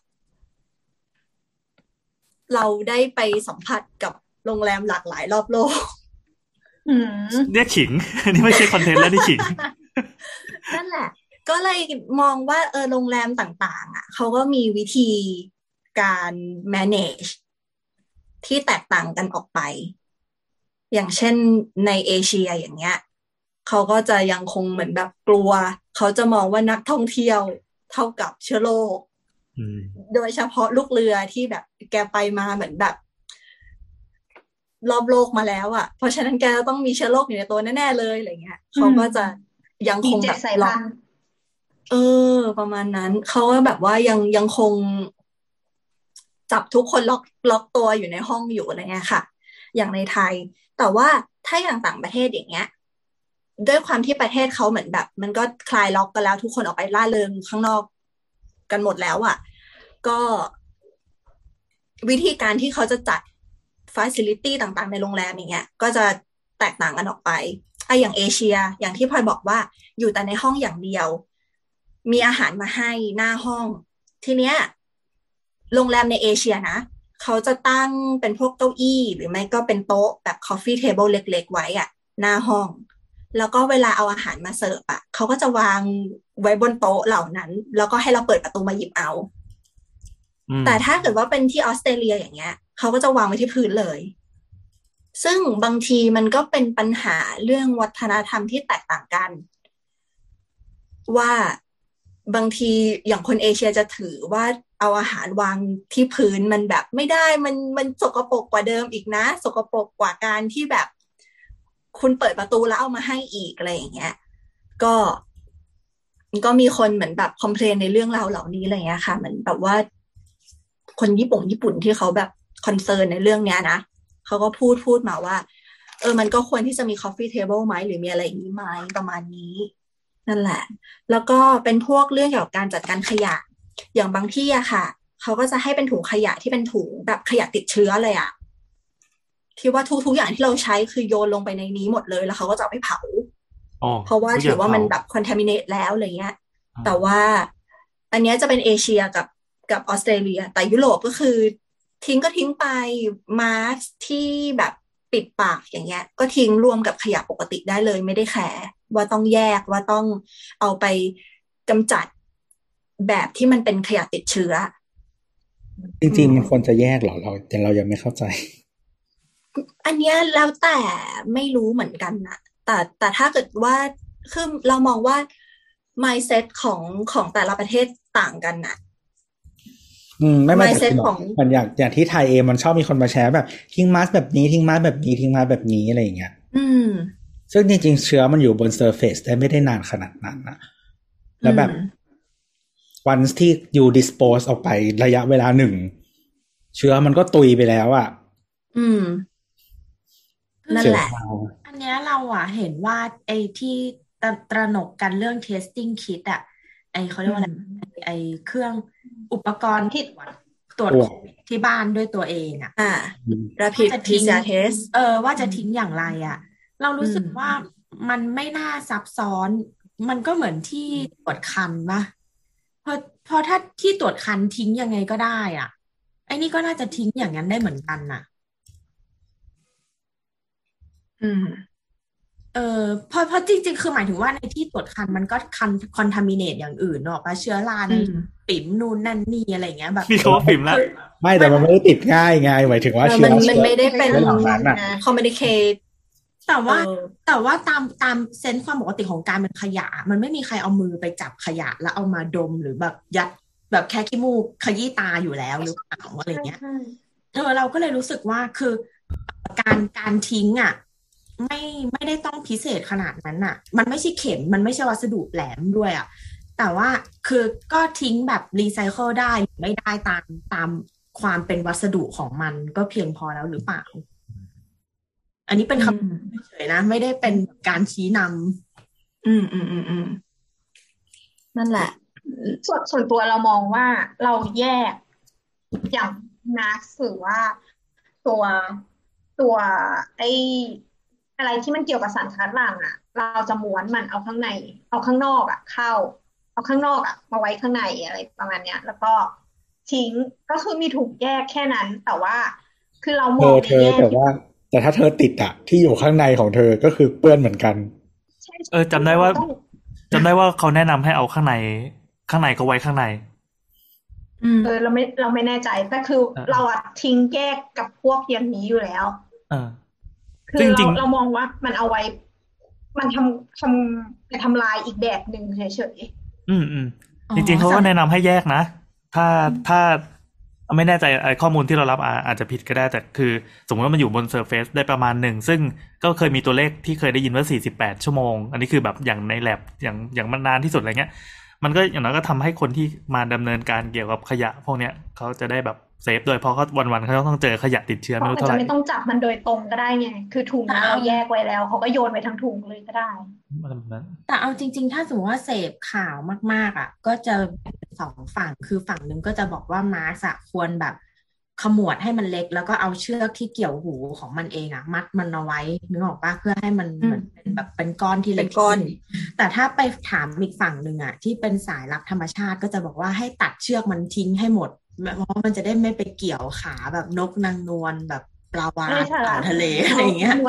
เราได้ไปสัมผัสกับโรงแรมหลากหลายรอบโลกเนี่ยขิงอันนี้ไม่ใช่คอนเทนต์แล้วนี่ขิงนั่นแหละก็เลยมองว่าโรงแรมต่างๆเขาก็มีวิธีการ manageที่แตกต่างกันออกไปอย่างเช่นในเอเชียอย่างเงี้ยเขาก็จะยังคงเหมือนแบบกลัวเขาจะมองว่านักท่องเที่ยวเท่ากับเชื้อโรคโดยเฉพาะลูกเรือที่แบบแกไปมาเหมือนแบบรอบโลกมาแล้วเพราะฉะนั้นแกต้องมีเชื้อโรคอยู่ในตัวแน่ๆเลยอะไรเงี้ยเขาก็จะยังคงแบบล็อกประมาณนั้นเขาก็แบบว่ายังคงจับทุกคนล็อกตัวอยู่ในห้องอยู่อะไรเงี้ยค่ะอย่างในไทยแต่ว่าถ้าอย่างต่างประเทศอย่างเงี้ยด้วยความที่ประเทศเขาเหมือนแบบมันก็คลายล็อกกันแล้วทุกคนออกไปล่าเริงข้างนอกกันหมดแล้วก็วิธีการที่เขาจะจัด facility ต่างๆในโรงแรมอย่างเงี้ยก็จะแตกต่างกันออกไปอย่างเอเชียอย่างที่พลอยบอกว่าอยู่แต่ในห้องอย่างเดียวมีอาหารมาให้หน้าห้องทีเนี้ยโรงแรมในเอเชียนะเขาจะตั้งเป็นพวกเก้าอี้หรือไม่ก็เป็นโต๊ะแบบ coffee table เล็กๆไว้หน้าห้องแล้วก็เวลาเอาอาหารมาเสิร์ฟเขาก็จะวางไว้บนโต๊ะเหล่านั้นแล้วก็ให้เราเปิดประตูมาหยิบเอาแต่ถ้าเกิดว่าเป็นที่ออสเตรเลียอย่างเงี้ยเขาก็จะวางไว้ที่พื้นเลยซึ่งบางทีมันก็เป็นปัญหาเรื่องวัฒนธรรมที่แตกต่างกันว่าบางทีอย่างคนเอเชียจะถือว่าเอาอาหารวางที่พื้นมันแบบไม่ได้มันสกปรกกว่าเดิมอีกนะสกปรกกว่าการที่แบบคุณเปิดประตูแล้วเอามาให้อีกอะไรอย่างเงี้ยก็มีคนเหมือนแบบคอมเพลนในเรื่องราวเหล่านี้อะไรเงี้ยค่ะเหมือนแบบว่าคนญี่ปุ่นที่เขาแบบคอนเซิร์นในเรื่องเนี้ยนะเขาก็พูดมาว่ามันก็ควรที่จะมี coffee table ไหมหรือมีอะไรอย่างนี้ไหมประมาณนี้นั่นแหละแล้วก็เป็นพวกเรื่องเกี่ยวกับการจัดการขยะอย่างบางที่อะค่ะเขาก็จะให้เป็นถุงขยะที่เป็นถุงแบบขยะติดเชื้อเลยอะที่ว่าทุกอย่างที่เราใช้คือโยนลงไปในนี้หมดเลยแล้วเขาก็จะเอาไปเผาเพราะว่าถือว่ามันแบบคอนทามิเนตแล้วอะไรเงี้ยแต่ว่าอันนี้จะเป็นเอเชียกับออสเตรเลียแต่ยุโรปก็คือทิ้งก็ทิ้งไปมาสที่แบบปิดปากอย่างเงี้ยก็ทิ้งรวมกับขยะปกติได้เลยไม่ได้แคร์ว่าต้องแยกว่าต้องเอาไปกำจัดแบบที่มันเป็นขยะติดเชื้อจริงๆมันควรจะแยกเหรอแต่เรายังไม่เข้าใจอันเนี้ยแล้วแต่ไม่รู้เหมือนกันนะแต่ถ้าเกิดว่าคือเรามองว่า mindset ของแต่ละประเทศต่างกันนะไม่mindset ของมันอย่างที่ไทยเองมันชอบมีคนมาแชร์แบบทิ้งมาสแบบนี้ทิ้งมาสแบบนี้ทิ้งมาสแบบนี้อะไรอย่างเงี้ยซึ่งจริงๆเชื้อมันอยู่บนเซอร์เฟซได้ไม่ได้นานขนาดนั้นนะแล้วแบบวันที่อยู่ dispose ออกไประยะเวลาหนึ่งเชื้อมันก็ตุยไปแล้วอ่ะนั่นแหละอันนี้เราเห็นว่าไอ้ที่ตระหนกกันเรื่อง testing kit อ่ะไอ้เขาเรียกว่าอะไรไอ้เครื่องอุปกรณ์ที่ตรวจที่บ้านด้วยตัวเองอ่ะ rapid PCR test ว่าจะทิ้งอย่างไรอ่ะเรารู้สึกว่ามันไม่น่าซับซ้อนมันก็เหมือนที่ตรวจคันป่ะพอถ้าที่ตรวจคันทิ้งยังไงก็ได้อ่ะไอ้นี่ก็น่าจะทิ้งอย่างนั้นได้เหมือนกันน่ะเพราะจริงๆคือหมายถึงว่าในที่ตรวจคันมันก็คอนทามิเนตอย่างอื่นเนาะป่ะเชื้อราในปิ่มนู่นนั่นนี่อะไรเงี้ยแบบมีคำว่าปิ่มแล้วไม่แต่มันไม่ได้ติดง่ายไงหมายถึงว่าเชื้อมันไม่ได้เป็นคอมมิวนิเคตแต่ว่าตามเซนส์ความปกติของการเป็นขยะมันไม่มีใครเอามือไปจับขยะแล้วเอามาดมหรือแบบยัดแบบแค่ขี้มูกขยี้ตาอยู่แล้วหรือเปล่าอะไรเงี้ยเราก็เลยรู้สึกว่าคือการทิ้งไม่ได้ต้องพิเศษขนาดนั้นอ่ะมันไม่ใช่เข็มมันไม่ใช่วัสดุแหลมด้วยอ่ะแต่ว่าคือก็ทิ้งแบบรีไซเคิลได้ไม่ได้ตามความเป็นวัสดุของมันก็เพียงพอแล้วหรือเปล่าอันนี้เป็นคำเฉยนะไม่ได้เป็นการชี้นำนั่นแหละส่วนตัวเรามองว่าเราแยกอย่างมาร์กหรือว่าตัวไออะไรที่มันเกี่ยวกับสารคัดหลั่งเราจะม้วนมันเอาข้างในเอาข้างนอกเข้าเอาข้างนอกมาไว้ข้างในอะไรประมาณเนี้ยแล้วก็ทิ้งก็คือมีถูกแยกแค่นั้นแต่ว่าคือเรามองเธอแต่ถ้าเธอติดที่อยู่ข้างในของเธอก็คือเปื้อนเหมือนกันจำได้ว่าเขาแนะนำให้เอาข้างในก็ไว้ข้างในเราไม่แน่ใจแต่คือเราทิ้งแยกกับพวกอย่างนี้อยู่แล้วคือเรามองว่ามันเอาไว้มันทำลายอีกแบบหนึ่งเฉยๆจริงๆเขาก็แนะนำให้แยกนะถ้าไม่แน่ใจข้อมูลที่เรารับอาจจะผิดก็ได้แต่คือสมมติว่ามันอยู่บนเซอร์เฟซได้ประมาณหนึ่งซึ่งก็เคยมีตัวเลขที่เคยได้ยินว่า48ชั่วโมงอันนี้คือแบบอย่างในแลบอย่างมันนานที่สุดอะไรเงี้ยมันก็อย่างนั้นก็ทำให้คนที่มาดำเนินการเกี่ยวกับขยะพวกเนี้ยเขาจะได้แบบเซฟโดยเพราะเขาวันๆเขาต้องเจอขยะติดเชื้อไม่รู้เท่าไหร่ไม่ต้องจับมันโดยตรงก็ได้ไงคือถุงเราแยกไว้แล้วเขาก็โยนไปทั้งถุงเลยก็ได้แต่เอาจริงๆถ้าสมมติว่าเสพข่าวมากๆก็จะเป็นสองฝั่งคือฝั่งนึงก็จะบอกว่ามาสควรแบบขมวดให้มันเล็กแล้วก็เอาเชือกที่เกี่ยวหูของมันเองมัดมันเอาไว้นึกออกป่ะเพื่อให้มันเหมือนเป็นแบบเป็นก้อนที่เล็กก้อนแต่ถ้าไปถามอีกฝั่งนึงที่เป็นสายรักธรรมชาติก็จะบอกว่าให้ตัดเชือกมันทิ้งให้หมดเพราะมันจะได้ไม่ไปเกี่ยวขาแบบนกนางนวลแบบปลาวาฬทะเลอะไรอย่างเงี้ย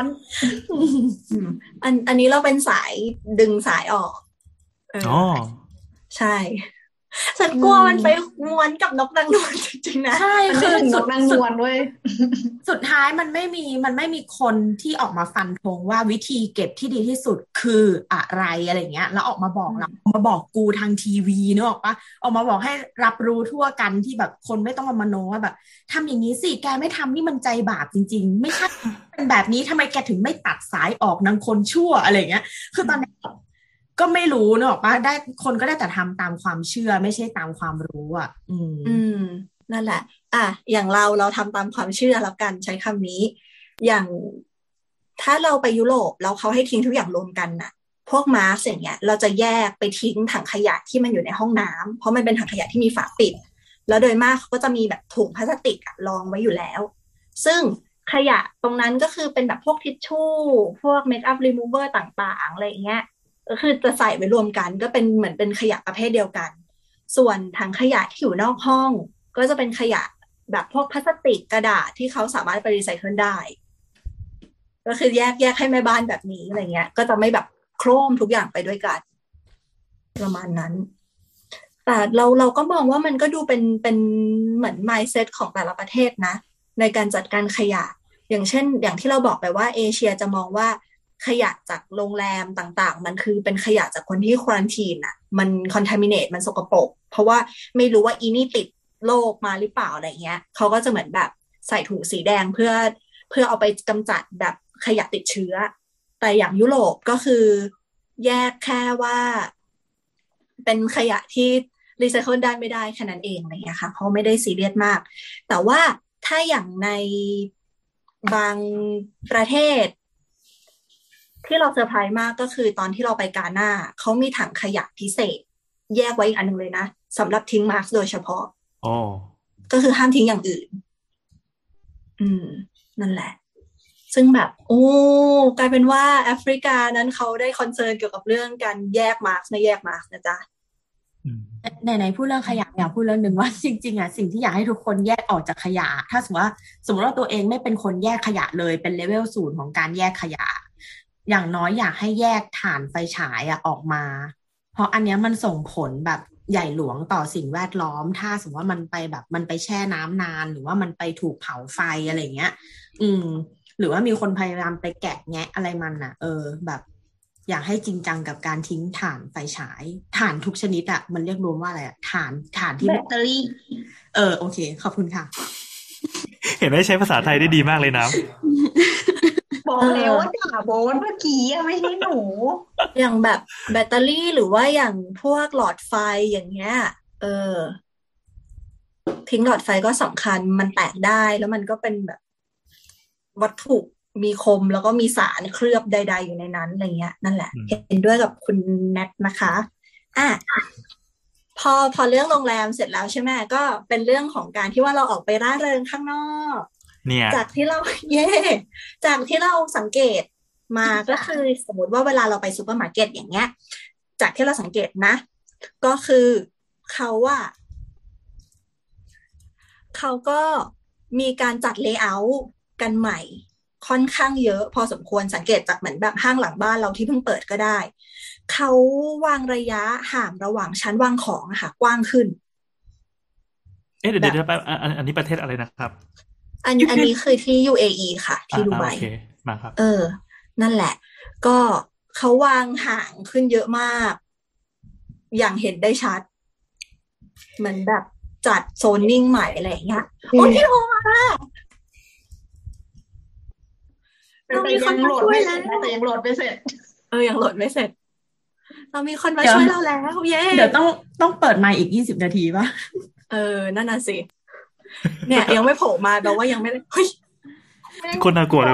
อันนี้เราเป็นสายดึงสายออกใช่ฉันกลัวมันไปม้วนกับนกนางนวลจริงๆนะใช่คือนกนางนวลด้วยสุดท้ายมันไม่มีคนที่ออกมาฟันธงว่าวิธีเก็บที่ดีที่สุดคืออะไรอะไรเงี้ยแล้วออกมาบอกเรามาบอกกูทางทีวีนึกออกปะออกมาบอกให้รับรู้ทั่วกันที่แบบคนไม่ต้องมาโนว่าแบบทำอย่างนี้สิแกไม่ทำนี่มันใจบาปจริงๆไม่ใช่เป็นแบบนี้ทำไมแกถึงไม่ตัดสายออกนางคนชั่วอะไรเงี้ยคือตอนนี้ก็ไม่รู้เนอะว่าได้คนก็ได้แต่ทำตามความเชื่อไม่ใช่ตามความรู้นั่นแหละอย่างเราทำตามความเชื่อแล้วกันใช้คำนี้อย่างถ้าเราไปยุโรปแล้วเขาให้ทิ้งทุกอย่างรวมกันน่ะพวกมาสอย่างเงี้ยเราจะแยกไปทิ้งถังขยะที่มันอยู่ในห้องน้ำเพราะมันเป็นถังขยะที่มีฝาปิดแล้วโดยมากเขาก็จะมีแบบถุงพลาสติกรองไว้อยู่แล้วซึ่งขยะตรงนั้นก็คือเป็นแบบพวกทิชชู่พวกเมคอัพรีมูเวอร์ต่างๆอะไรอย่างเงี้ยก็คือจะใส่ไว้รวมกันก็เป็นเหมือนเป็นขยะประเภทเดียวกันส่วนถังขยะที่อยู่นอกห้องก็จะเป็นขยะแบบพวกพลาสติกกระดาษที่เขาสามารถไปรีไซเคิลได้ก็คือแยกให้แม่บ้านแบบนี้อะไรเงี้ยก็จะไม่แบบโครมทุกอย่างไปด้วยกันประมาณนั้นแต่เราก็มองว่ามันก็ดูเป็นเหมือน mindset ของแต่ละประเทศนะในการจัดการขยะอย่างเช่นอย่างที่เราบอกไปว่าเอเชียจะมองว่าขยะจากโรงแรมต่างๆมันคือเป็นขยะจากคนที่ควอรันทีนอ่ะมันคอนทามิเนตมันสกปรกเพราะว่าไม่รู้ว่าอีนี่ติดโรคมาหรือเปล่าอะไรเงี้ยเขาก็จะเหมือนแบบใส่ถุงสีแดงเพื่อเอาไปกำจัดแบบขยะติดเชื้อแต่อย่างยุโรปก็คือแยกแค่ว่าเป็นขยะที่รีไซเคิลได้ไม่ได้แค่นั้นเองอะไรเงี้ยค่ะเขาไม่ได้ซีเรียสมากแต่ว่าถ้าอย่างในบางประเทศที่เราเซอร์ไพรส์มากก็คือตอนที่เราไปกาน่าเขามีถังขยะพิเศษแยกไว้อีกอันนึงเลยนะสำหรับทิ้งมาร์คโดยเฉพาะก็คือห้ามทิ้งอย่างอื่นนั่นแหละซึ่งแบบกลายเป็นว่าแอฟริกานั้นเขาได้คอนเซิร์นเกี่ยวกับเรื่องการแยกมาร์คไม่แยกมาร์คนะจ๊ะไหนพูดเรื่องขยะอยากพูดเรื่องหนึ่งว่าจริงๆสิ่งที่อยากให้ทุกคนแยกออกจากขยะถ้าสมมติว่าตัวเองไม่เป็นคนแยกขยะเลยเป็นเลเวล0ของการแยกขยะอย่างน้อยอยากให้แยกถ่านไฟฉายออกมาเพราะอันนี้มันส่งผลแบบใหญ่หลวงต่อสิ่งแวดล้อมถ้าสมมติว่ามันไปแช่น้ำนานหรือว่ามันไปถูกเผาไฟอะไรเงี้ยหรือว่ามีคนพยายามไปแกะแงะอะไรมันแบบอยากให้จริงจังกับการทิ้งถ่านไฟฉายถ่านทุกชนิดมันเรียกรวมว่าอะไรถ่านที่แบตเตอรี่โอเคขอบคุณค่ะเห็นไหมใช้ภาษาไทยได้ดีมากเลยนะบอกแล้วว่าด่าโบนเมื่อกี้ไม่ใช่หนูอย่างแบบแบตเตอรี่หรือว่าอย่างพวกหลอดไฟอย่างเงี้ยทิ้งหลอดไฟก็สำคัญมันแตกได้แล้วมันก็เป็นแบบวัตถุมีคมแล้วก็มีสารเคลือบใดๆอยู่ในนั้นอะไรเงี้ยนั่นแหละเห็นด้วยกับคุณแนทนะคะพอเรื่องโรงแรมเสร็จแล้วใช่ไหมก็เป็นเรื่องของการที่ว่าเราออกไปร่าเริงข้างนอกเนี่ยจากที่เราจากที่เราสังเกตมาก็คือสมมติว่าเวลาเราไปซูเปอร์มาร์เก็ตอย่างเงี้ยจากที่เราสังเกตนะก็คือเขาก็มีการจัดเลเยอร์กันใหม่ค่อนข้างเยอะพอสมควรสังเกตจากเหมือนแบบห้างหลังบ้านเราที่เพิ่งเปิดก็ได้เขาวางระยะห่างระหว่างชั้นวางของค่ะกว้างขึ้นเดี๋ยวอันนี้ประเทศอะไรนะครับอันนี้คือที่ UAE ค่ะที่ดูไบโอเคมาครับนั่นแหละก็เขาวางห่างขึ้นเยอะมากอย่างเห็นได้ชัดเหมือนแบบจัดโซนนิ่งใหม่อะไรอย่างเงี้ยพี่โอมาเรามีคนมาช่วยแล้วแต่ยังโหลดไม่เสร็จยังโหลดไม่เสร็จเรามีคนมาช่วยเราแล้วเย้เดี๋ยวต้องเปิดไมค์อีก20 นาทีป่ะนั่นน่ะสิเนี่ยยังไม่โผล่มาแต่ว่ายังไม่ได้เฮ้ยคนน่ากลัวเลย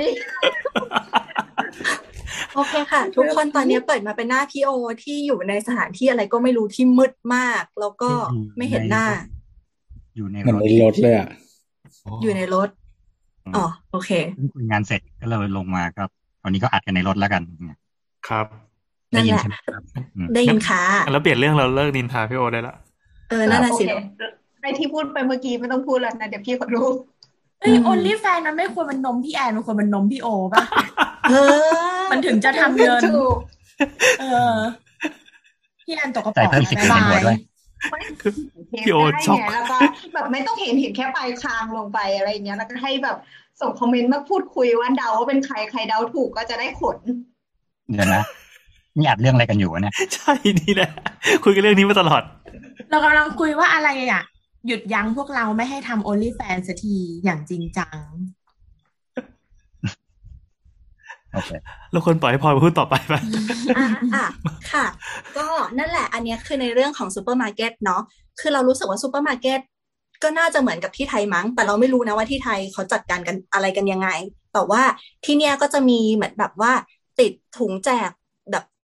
โอเคค่ะทุกคนตอนนี้เปิดมาเป็นหน้าพี่โอที่อยู่ในสถานที่อะไรก็ไม่รู้ที่มืดมากแล้วก็ไม่เห็นหน้าอยู่ในรถเลยอยู่ในรถโอเคคุยงานเสร็จก็เลยลงมาครับตอนนี้ก็อัดกันในรถแล้วกันครับได้ยินใช่ไหมครับได้ยินค่ะแล้วเปลี่ยนเรื่องเราเลิกนินทาพี่โอได้ละนั่นน่ะสิไอที่พูดไปเมื่อกี้ไม่ต้องพูดแล้วนะเดี๋ยวพี่ขอรู้ only fan มันไม่ควรมันนมพี่แอนมันควรมันนมพี่โอป่ะมันถึงจะทำเงินพี่แอนตกกระป๋องบายพี่โอช็อกแล้วก็แบบไม่ต้องเห็นแค่ปลายคางลงไปอะไรเงี้ยแล้วก็ให้แบบส่งคอมเมนต์มาพูดคุยว่าเดาว่าเป็นใครเดาถูกก็จะได้ขนเดี๋ยวนะนี่อัดเรื่องอะไรกันอยู่วะเนี่ยใช่นี่แหละคุยกันเรื่องนี้มาตลอดเรากำลังคุยว่าอะไรหยุดยั้งพวกเราไม่ให้ทำ OnlyFans สักทีอย่างจริงจังโอเคเราควรปล่อยให้พลอยพูดต่อไปไหมค่ะก็นั่นแหละอันนี้คือในเรื่องของซูเปอร์มาร์เก็ตเนาะคือเรารู้สึกว่าซูเปอร์มาร์เก็ตก็น่าจะเหมือนกับที่ไทยมั้งแต่เราไม่รู้นะว่าที่ไทยเขาจัดการกันอะไรกันยังไงแต่ว่าที่เนี้ยก็จะมีเหมือนแบบว่าติดถุงแจกแบบ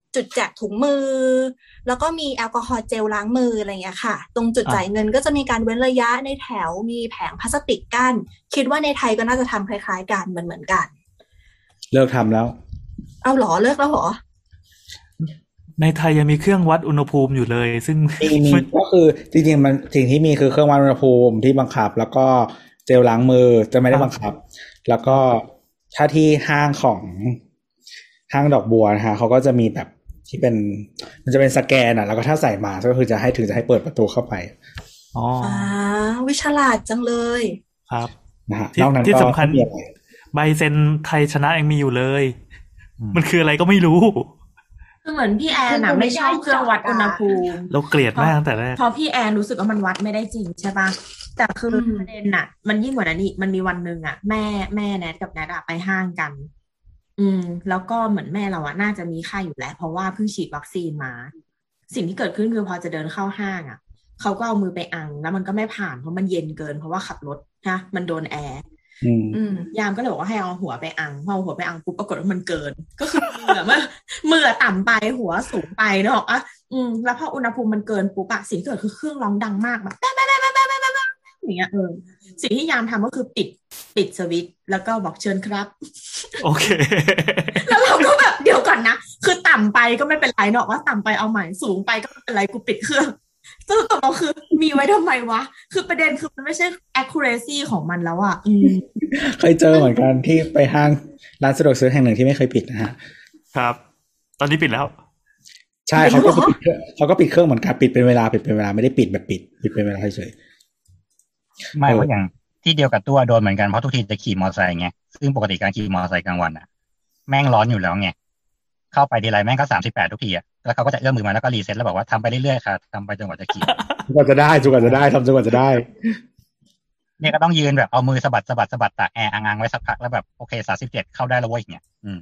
จุดแจกถุงมือแล้วก็มีแอลกอฮอล์เจลล้างมืออะไรอย่างเงี้ยค่ะตรงจุดจ่ายเงินก็จะมีการเว้นระยะในแถวมีแผงพลาสติกกั้นคิดว่าในไทยก็น่าจะทำคล้ายๆกันเหมือนกันเลิกทำแล้วเอาหรอเลิกแล้วหรอในไทยยังมีเครื่องวัดอุณหภูมิอยู่เลยซึ่งมีก็คือจริงๆมันสิ่งที่มีคือเครื่องวัดอุณหภูมิที่บังคับแล้วก็เจลล้างมือจะไม่ได้บังคับแล้วก็ถ้าที่ห้างของห้างดอกบัวนะฮะเขาก็จะมีแบบที่เป็นมันจะเป็นสแกนอ่ะแล้วก็ถ้าใส่มาก็คือจะให้เปิดประตูเข้าไปอ๋อวิฉลาดจังเลยครับนะฮะที่สำคัญใบเซ็นไทยชนะยังมีอยู่เลยมันคืออะไรก็ไม่รู้คือเหมือนพี่แอนน่ะไม่ชอบเครื่องวัดอุณหภูมิเราเกลียดมากตั้งแต่แรกพอพี่แอนรู้สึกว่ามันวัดไม่ได้จริงใช่ป่ะแต่คือประเด็นน่ะมันยิ่งกว่านั้นอีกมันมีวันนึงอ่ะแม่แนทกับแนทไปห้างกันแล้วก็เหมือนแม่เราอะน่าจะมีไข้อยู่แล้วเพราะว่าเพิ่งฉีดวัคซีนมาสิ่งที่เกิดขึ้นคือพอจะเดินเข้าห้างอะเขาก็เอามือไปอังแล้วมันก็ไม่ผ่านเพราะมันเย็นเกินเพราะว่าขับรถนะมันโดนแอร์ยามก็เลยบอกว่าให้เอาหัวไปอังพอหัวไปอังปุ๊บปรากฏว่ามันเกินก็คือมือต่ำไปหัวสูงไปเนอะอ่ะแล้วพออุณหภูมิมันเกินปุ๊บอะสิ่งที่เกิดคือเครื่องร้องดังมากแบบแป๊ะอย่างเงี้ยสิ่งที่ยามทำก็คือปิดสวิตช์แล้วก็บอกเชิญครับโอเคแล้วเราก็แบบเดี๋ยวก่อนนะคือต่ำไปก็ไม่เป็นไรเนาะว่าต่ำไปเอาใหม่สูงไปก็ไม่เป็นไรกูปิดเครื่องสรุปตัวคือมีไว้ทำไมวะคือประเด็นคือมันไม่ใช่ accuracy ของมันแล้วอ่ะเคยเจอเหมือนกันที่ไปห้างร้านสะดวกซื้อแห่งหนึ่งที่ไม่เคยปิดนะฮะครับตอนนี้ปิดแล้วใช่เขาก็ปิดเครื่องเหมือนกันปิดเป็นเวลาไม่ได้ปิดแบบปิดเป็นเวลาเฉยไม่ว่าอย่างที่เดียวกับตัวโดนเหมือนกันเพราะทุกทีจะขี่มอเตอร์ไซค์ไงซึ่งปกติการขี่มอเตอร์ไซค์กลางวันอ่ะแม่งร้อนอยู่แล้วไงเข้าไปทีไรแม่งก็38ทุกทีอ่ะแล้วเขาก็จะเอื้อมมือมาแล้วก็รีเซ็ตแล้วบอกว่าทำไปเรื่อยๆค่ะทำไปจนกว่าจะขี่จนกว่าจะได้ทำจนกว่าจะได้เนี่ยก็ต้องยืนแบบเอามือสะบัดตากแอร์อังไว้สักพักแล้วแบบโอเค37เข้าได้แล้วเว้ยเนี่ย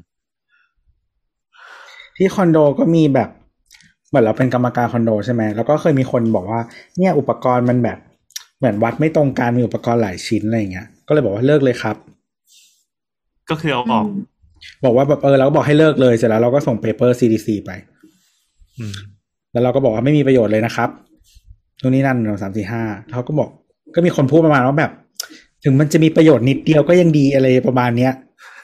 ที่คอนโดก็มีแบบเหมือนเราเป็นกรรมการคอนโดใช่ไหมแล้วก็เคยมีคนบอกว่าเนี่ยอุปกรณ์มันแบบเหมือนวัดไม่ตรงกันมีอุปกรณ์หลายชิ้นอะไรอย่างเงี้ยก็เลยบอกว่าเลิกเลยครับก็คือเอาออกบอกว่าแบบเราก็บอกให้เลิกเลยเสร็จแล้วเราก็ส่งเปเปอร์ CDC ไปแล้วเราก็บอกว่าไม่มีประโยชน์เลยนะครับนู่นนี่นั่น1 2 3 4 5เขาก็บอกก็มีคนพูดประมาณว่าแบบถึงมันจะมีประโยชน์นิดเดียวก็ยังดีอะไรประมาณเนี้ย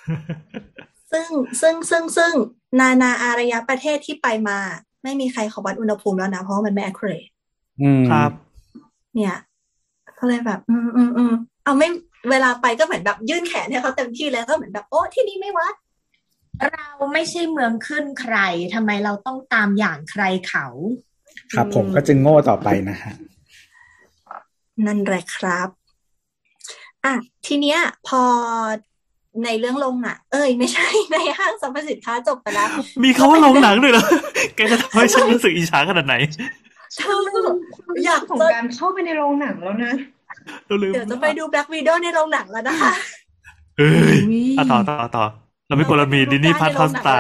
ซึ่งนาอารยประเทศที่ไปมาไม่มีใครเขาวัดอุณหภูมิแล้วนะเพราะว่ามันไม่ accurate ครับเนี่ยก็เลยแบบเอาไม่เวลาไปก็เหมือนแบบยื่นแขนให้เขาเต็มที่แล้วก็เหมือนแบบโอ้ที่นี่ไม่วัดเราไม่ใช่เมืองขึ้นใครทำไมเราต้องตามอย่างใครเขาครับผมก็จึงโง่ต่อไปนะฮะนั่นแหละครับทีเนี้ยพอในเรื่องโรงหนังไม่ใช่ในห้างสรรพสินค้าจบไปแล้วมีเขาว่าโรงหนังด้วยเหรอแกจะทำให้ฉันรู้สึกอิจฉาขนาดไหนอยากของการเข้าไปในโรงหนังแล้วนะเดี๋ยวจะไปดูแบล็ควีโดในโรงหนังแล้วนะคะต่อเราไม่ควรเรามีดิสนีย์พาร์ทฮอสตา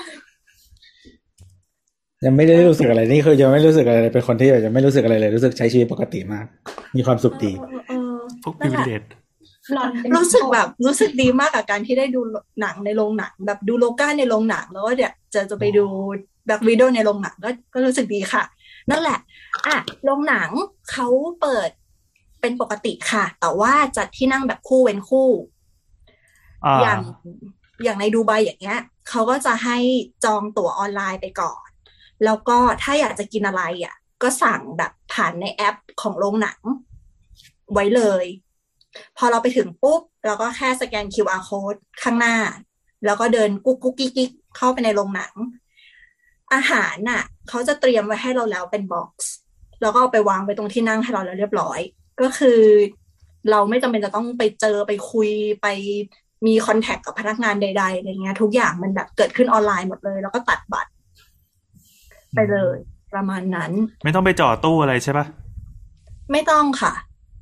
ยังไม่ได้รู้สึกอะไรนี่คือยังไม่รู้สึกอะไรเลยเป็นคนที่ยังไม่รู้สึกอะไรเลยรู้สึกใช้ชีวิตปกติมากมีความสุขดีพวกพิเวเลตรู้สึกดีมากกับการที่ได้ดูหนังในโรงหนังแบบดูโลก้าในโรงหนังแล้วก็เดี๋ยวจะไปดูแบล็ควีโดในโรงหนังก็รู้สึกดีค่ะนั่นแหละโรงหนังเขาเปิดเป็นปกติค่ะแต่ว่าจัดที่นั่งแบบคู่เว้นคู่อย่างในดูไบอย่างเงี้ยเขาก็จะให้จองตั๋วออนไลน์ไปก่อนแล้วก็ถ้าอยากจะกินอะไรก็สั่งแบบผ่านในแอปของโรงหนังไว้เลยพอเราไปถึงปุ๊บเราก็แค่สแกน QR code ข้างหน้าแล้วก็เดินกุ๊กกิ๊กเข้าไปในโรงหนังอาหารเขาจะเตรียมไว้ให้เราแล้วเป็นบ็อกซ์แล้วก็เอาไปวางไว้ตรงที่นั่งให้เราแล้วเรียบร้อยก็คือเราไม่จำเป็นจะต้องไปเจอไปคุยไปมีคอนแทคกับพนักงานใดๆอะไรเงี้ยทุกอย่างมันแบบเกิดขึ้นออนไลน์หมดเลยแล้วก็ตัดบัตรไปเลยประมาณนั้นไม่ต้องไปจ่อตู้อะไรใช่ปะไม่ต้องค่ะ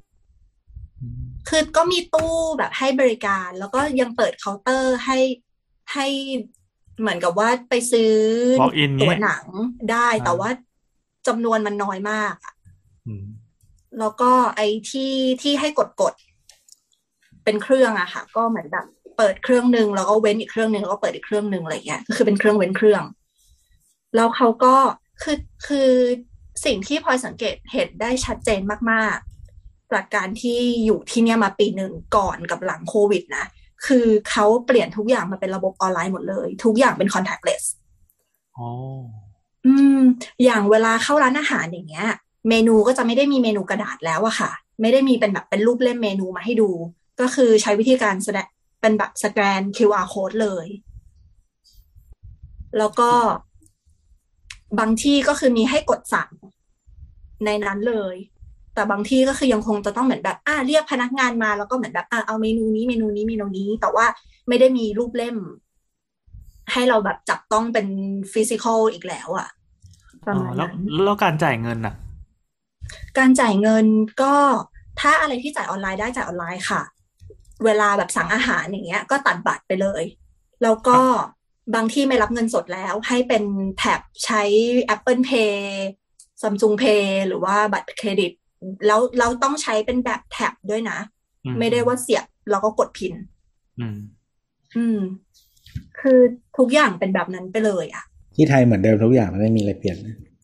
คือก็มีตู้แบบให้บริการแล้วก็ยังเปิดเคาน์เตอร์ให้เหมือนกับว่าไปซื้อตั๋วหนังได้แต่ว่าจำนวนมันน้อยมากแล้วก็ไอ้ที่ให้กดเป็นเครื่องค่ะก็เหมือนแบบเปิดเครื่องนึงแล้วก็เว้นอีกเครื่องนึงแล้วก็เปิดอีกเครื่องนึงอะไรเงี้ยก็คือเป็นเครื่องเว้นเครื่องแล้วเขาก็คือสิ่งที่พลอยสังเกตเห็นได้ชัดเจนมากๆจากการที่อยู่ที่เนี่ยมาปีหนึ่งก่อนกับหลังโควิดนะคือเขาเปลี่ยนทุกอย่างมาเป็นระบบออนไลน์หมดเลยทุกอย่างเป็น contactless อ๋ออย่างเวลาเข้าร้านอาหารอย่างเงี้ยเมนูก็จะไม่ได้มีเมนูกระดาษแล้วอะค่ะไม่ได้มีเป็นแบบเป็นรูปเล่มเมนูมาให้ดูก็คือใช้วิธีการแสดงเป็นแบบสแกน QR code เลยแล้วก็บางที่ก็คือมีให้กดสั่งในนั้นเลยแต่บางที่ก็คือยังคงจะต้องเหมือนแบบเรียกพนักงานมาแล้วก็เหมือนแบบเอาเมนูนี้เมนูนี้เมนูนี้แต่ว่าไม่ได้มีรูปเล่มให้เราแบบจับต้องเป็นฟิสิกอลอีกแล้วอ่ะประมาณนั้นแล้วการจ่ายเงินน่ะการจ่ายเงินก็ถ้าอะไรที่จ่ายออนไลน์ได้จ่ายออนไลน์ค่ะเวลาแบบสั่งอาหารอย่างเงี้ยก็ตัดบัตรไปเลยแล้วก็บางที่ไม่รับเงินสดแล้วให้เป็นแท็บใช้ Apple Pay Samsung Pay หรือว่าบัตรเครดิตแล้วเราต้องใช้เป็นแบบแท็บด้วยนะไม่ได้ว่าเสียบแล้วก็กดพินคือทุกอย่างเป็นแบบนั้นไปเลยอ่ะที่ไทยเหมือนเดิมทุกอย่างไม่มีอะไรเปลี่ยน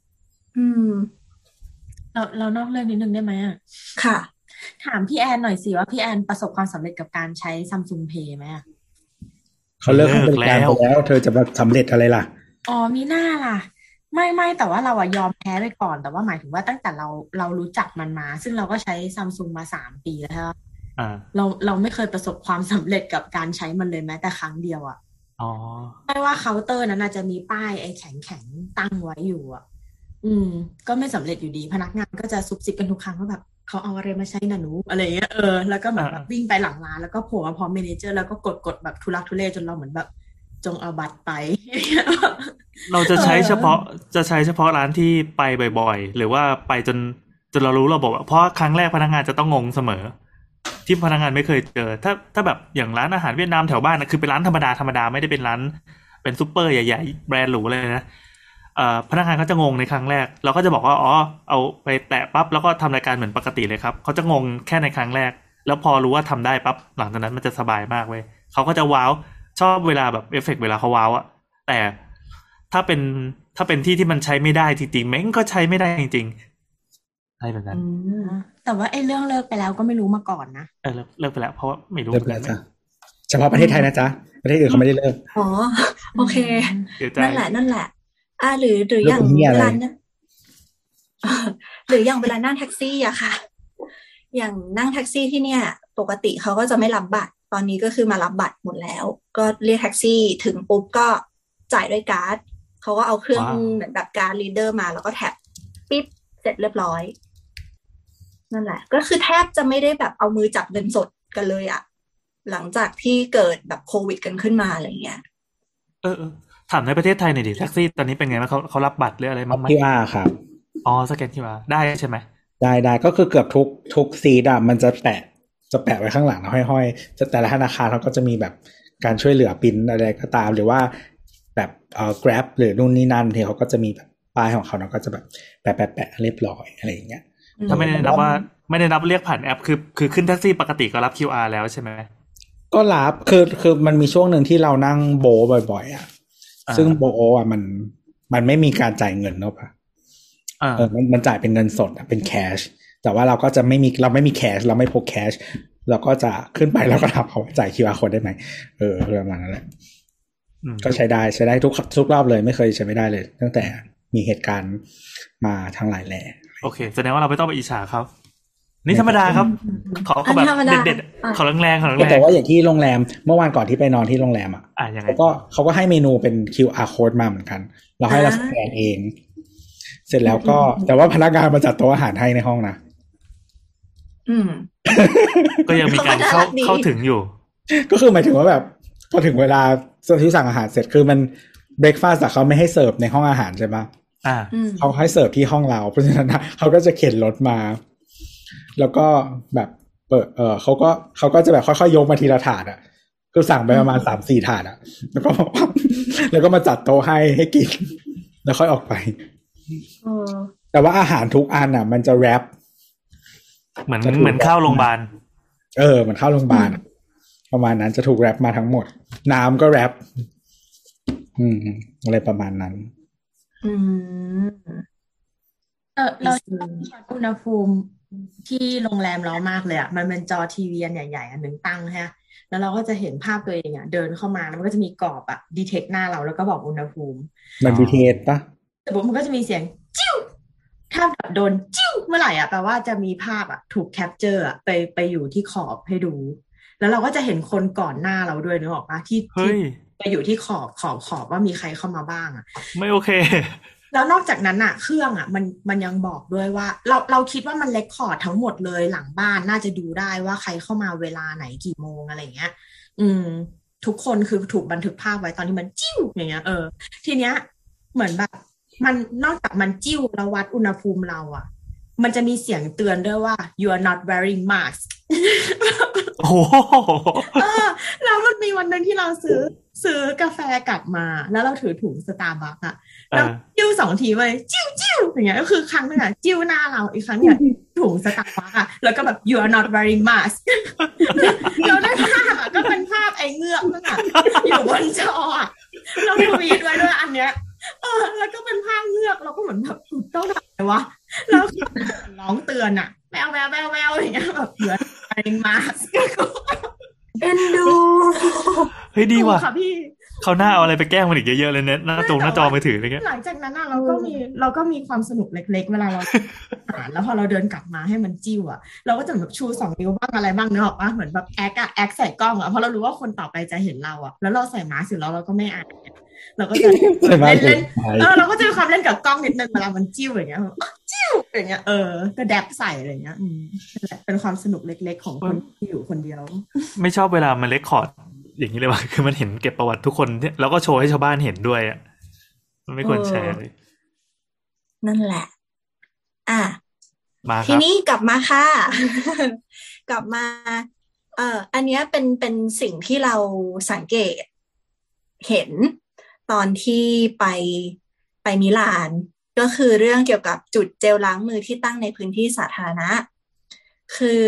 เรานอกเรื่องนิดนึงได้ไหมอ่ะค่ะถามพี่แอนหน่อยสิว่าพี่แอนประสบความสำเร็จกับการใช้ Samsung Pay ไหมอ่ะเขาเลิกให้บริการไปแล้วเธอจะมาสำเร็จอะไรล่ะมีหน้าล่ะไม่แต่ว่าเราอะยอมแพ้ไปก่อนแต่ว่าหมายถึงว่าตั้งแต่เรารู้จักมันมาซึ่งเราก็ใช้ Samsung มา3 ปีแล้วครับเราไม่เคยประสบความสำเร็จกับการใช้มันเลยแม้แต่ครั้งเดียวอ่ะไม่ว่าเคาน์เตอร์นั้นอาจจะมีป้ายไอ้แข็งตั้งไว้อยู่อ่ะก็ไม่สำเร็จอยู่ดีพนักงานก็จะซุบซิบกันทุกครั้งว่าแบบเขาเอาอะไรมาใช้นะหนูอะไรเงี้ยแล้วก็เหมือนแบบวิ่งไปหลังร้านแล้วก็โผล่มาพร้อมเมเนเจอร์แล้วก็กดแบบทุลักทุเลจนเราเหมือนแบบจงเอาบัตรไปเราจะใช้เฉพาะร้านที่ไปบ่อยๆหรือว่าไปจนเรารู้ระบบเพราะครั้งแรกพนักงานจะต้องงงเสมอที่พนักงานไม่เคยเจอถ้าแบบอย่างร้านอาหารเวียดนามแถวบ้านนะคือเป็นร้านธรรมดาไม่ได้เป็นร้านเป็นซุปเปอร์ใหญ่ๆแบรนด์หรูเลยนะพนักงานเขาจะงงในครั้งแรกเราก็จะบอกว่าเอาไปแตะปั๊บแล้วก็ทำรายการเหมือนปกติเลยครับเขาจะงงแค่ในครั้งแรกแล้วพอรู้ว่าทำได้ปั๊บหลังจากนั้นมันจะสบายมากเว้ยเขาก็จะว้าวชอบเวลาแบบเอฟเฟกต์เวลาเขาว้าวอะแต่ถ้าเป็นที่มันใช้ไม่ได้จริงๆแม่งก็ใช้ไม่ได้จริงๆอะไรแบบนั้นแต่ว่าไอ้เรื่องเลิกไปแล้วก็ไม่รู้มาก่อนนะเลิกไปแล้วเพราะว่าไม่รู้เลิกไปแล้วจ้ะเฉพาะประเทศไทยนะจ๊ะประเทศอื่นเขาไม่ได้เลิกโอเคนั่นแหละหรืออย่างเวลานั้นหรืออย่างเวลานั่งแท็กซี่อะค่ะอย่างนั่งแท็กซี่ที่เนี่ยปกติเขาก็จะไม่รับบัตรตอนนี้ก็คือมารับบัตรหมดแล้วก็เรียกแท็กซี่ถึงปุ๊บก็จ่ายด้วยการ์ดเขาก็เอาเครื่องเหมือนแบบการ์ดรีดเดอร์มาแล้วก็แท็บปิ๊บเสร็จเรียบร้อยนั่นแหละก็คือแทบจะไม่ได้แบบเอามือจับเงินสดกันเลยอะหลังจากที่เกิดแบบโควิดกันขึ้นมาอะไรเงี้ยถามในประเทศไทยหน่อยดิแท็กซี่ตอนนี้เป็นไงบ้างเขารับบัตรหรืออะไรบ้างไหม QR ครับสแกน QR ได้ใช่ไหมได้ก็คือเกือบทุกซีดอะมันจะแปะไว้ข้างหลังนะห้อยๆแต่ละธนาคารเขาก็จะมีแบบการช่วยเหลือปิ้นอะไรก็ตามหรือว่าแบบGrab หรือนู่นนี่นั่นที่เขาก็จะมีแบบป้ายของเขาแล้วก็จะแบบแปะเรียบร้อยอะไรอย่างเงี้ยถ้าไม่ได้นับเรียกผ่านแอปคือขึ้นแท็กซี่ปกติก็รับ QR แล้วใช่ไหมก็รับคือมันมีช่วงหนึ่งที่เรานั่งโบบ่อยๆอ่ะซึ่งโบอ่ะมันไม่มีการจ่ายเงินเนอะป่ะมันจ่ายเป็นเงินสดเป็นแคชแต่ว่าเราไม่มีแคชเราไม่พกแคชเราก็จะขึ้นไปแล้วก็ถามเขาจ่าย QR code ได้ไหมประมาณนั้นแหละก็ใช้ได้ทุกรอบเลยไม่เคยใช้ไม่ได้เลยตั้งแต่มีเหตุการณ์มาทั้งหลายแหล่โอเคแสดงว่าเราไม่ต้องไปอิจฉาครับนี่ธรรมดาครับขอแบบเด็ดๆขอแรงๆแต่ว่าอย่างที่โรงแรมเมื่อวานก่อนที่ไปนอนที่โรงแรมเขาก็ให้เมนูเป็น QR code มาเหมือนกันเราให้เราสแกนเองเสร็จแล้วก็แต่ว่าพนักงานมาจัดโต๊ะอาหารให้ในห้องนะก็ยังมีการเข้าถึงอยู่ก็คือหมายถึงว่าแบบพอถึงเวลาที่สั่งอาหารเสร็จคือมันเบรคฟาสต์แต่เขาไม่ให้เสิร์ฟในห้องอาหารใช่ปะเขาให้เสิร์ฟที่ห้องเราเพราะฉะนั้นเขาก็จะเข็นรถมาแล้วก็แบบเปิดเขาก็จะแบบค่อยๆยกมาทีละถาดอ่ะคือสั่งไปประมาณ 3-4 ถาดอ่ะแล้วก็มาจัดโต๊ะให้กินแล้วค่อยออกไปแต่ว่าอาหารทุกอันอ่ะมันจะแรปเหมือนข้าวโรงพยาบาลเหมือนข้าวโรงพยาบาลประมาณนั้นจะถูกแรปมาทั้งหมดน้ำก็แรปอะไรประมาณนั้นเราวัดอุณหภูมิที่โรงแรมเรามากเลยอ่ะมันเป็นจอทีวีใหญ่ๆอันหนึ่งตั้งฮะแล้วเราก็จะเห็นภาพตัวเองอ่ะเดินเข้ามาแล้วมันก็จะมีกรอบอ่ะดีเทคหน้าเราแล้วก็บอกอุณหภูมิมันดีเทคปะแต่มันก็จะมีเสียงจิ้วถ้าแบบโดนจิ้วเมื่อไหร่อ่ะแปลว่าจะมีภาพอ่ะถูกแคปเจอร์อ่ะไปอยู่ที่ขอบให้ดูแล้วเราก็จะเห็นคนก่อนหน้าเราด้วยนึกออกปะที่ไปอยู่ที่ขอบว่ามีใครเข้ามาบ้างอ่ะไม่โอเคแล้วนอกจากนั้นอ่ะเครื่องอ่ะมันยังบอกด้วยว่าเราคิดว่ามันเรคคอร์ดทั้งหมดเลยหลังบ้านน่าจะดูได้ว่าใครเข้ามาเวลาไหนกี่โมงอะไรเงี้ยทุกคนคือถูกบันทึกภาพไว้ตอนที่มันจิ้วอย่างเงี้ยทีเนี้ยเหมือนแบบมันนอกจากมันจิ้วแล้ววัดอุณหภูมิเราอ่ะมันจะมีเสียงเตือนด้วยว่า you are not wearing mask โอ้โหแล้วมันมีวันนึงที่เราซื้อกาแฟกลับมาแล้วเราถือถุงสตาร์บัคอะแล้วจิ้ว2 ทีไว้จิ้วอย่างเงี้ยก็คือครั้งนึงอะจิ้วหน้าเราอีกครั้งเนี่ยถุงสตาร์บัคอะแล้วก็แบบ you are not wearing mask เราได้ภาพอะก็เป็นภาพไอ้เงือกนั่นอะอยู่บนจออะเราทวีตไว้ด้วยอันเนี้ยแล้วก็เป็นภาพเงือกเราก็เหมือนแบบต้องทำอะไรวะแล้วร้องเตือนอะแววอย่างเงี้ยแบบเหมือนwearing mask เอ็นดูเฮ้ยดีว่ะเขาหน้าเอาอะไรไปแกล้งมันอีกเยอะๆเลยเนี่ยหน้าจอมือถืออะไรเงี้ยหลังจากนั้นเราก็มีความสนุกเล็กๆเวลาเราอ่านแล้วพอเราเดินกลับมาให้มันจิ้วอ่ะเราก็จะแบบชู2 นิ้วบ้างอะไรบ้างเนอะว่าเหมือนแบบแอคใส่กล้องอ่ะเพราะเรารู้ว่าคนต่อไปจะเห็นเราอ่ะแล้วเราใส่มาสก์แล้วเราก็ไม่อ่านเราก็จะเล่นเราก็จะมีความเล่นกับกล้องนิดนึงเวลามันจิ้วอย่างเงี้ยจิ้วอย่างเงี้ยก็แดบใส่อะไรเงี้ยเป็นความสนุกเล็กๆของคนที่อยู่คนเดียวไม่ชอบเวลามันเรคคอร์ดอย่างนี้เลยว่ะคือมันเห็นเก็บประวัติทุกคนแล้วก็โชว์ให้ชาวบ้านเห็นด้วยอ่ะมันไม่ควรแชร์เลยนั่นแหละทีนี้กลับมาค่ะ กลับมาอันนี้เป็นสิ่งที่เราสังเกตเห็นตอนที่ไปมิลานก็คือเรื่องเกี่ยวกับจุดเจลล้างมือที่ตั้งในพื้นที่สาธารณะคือ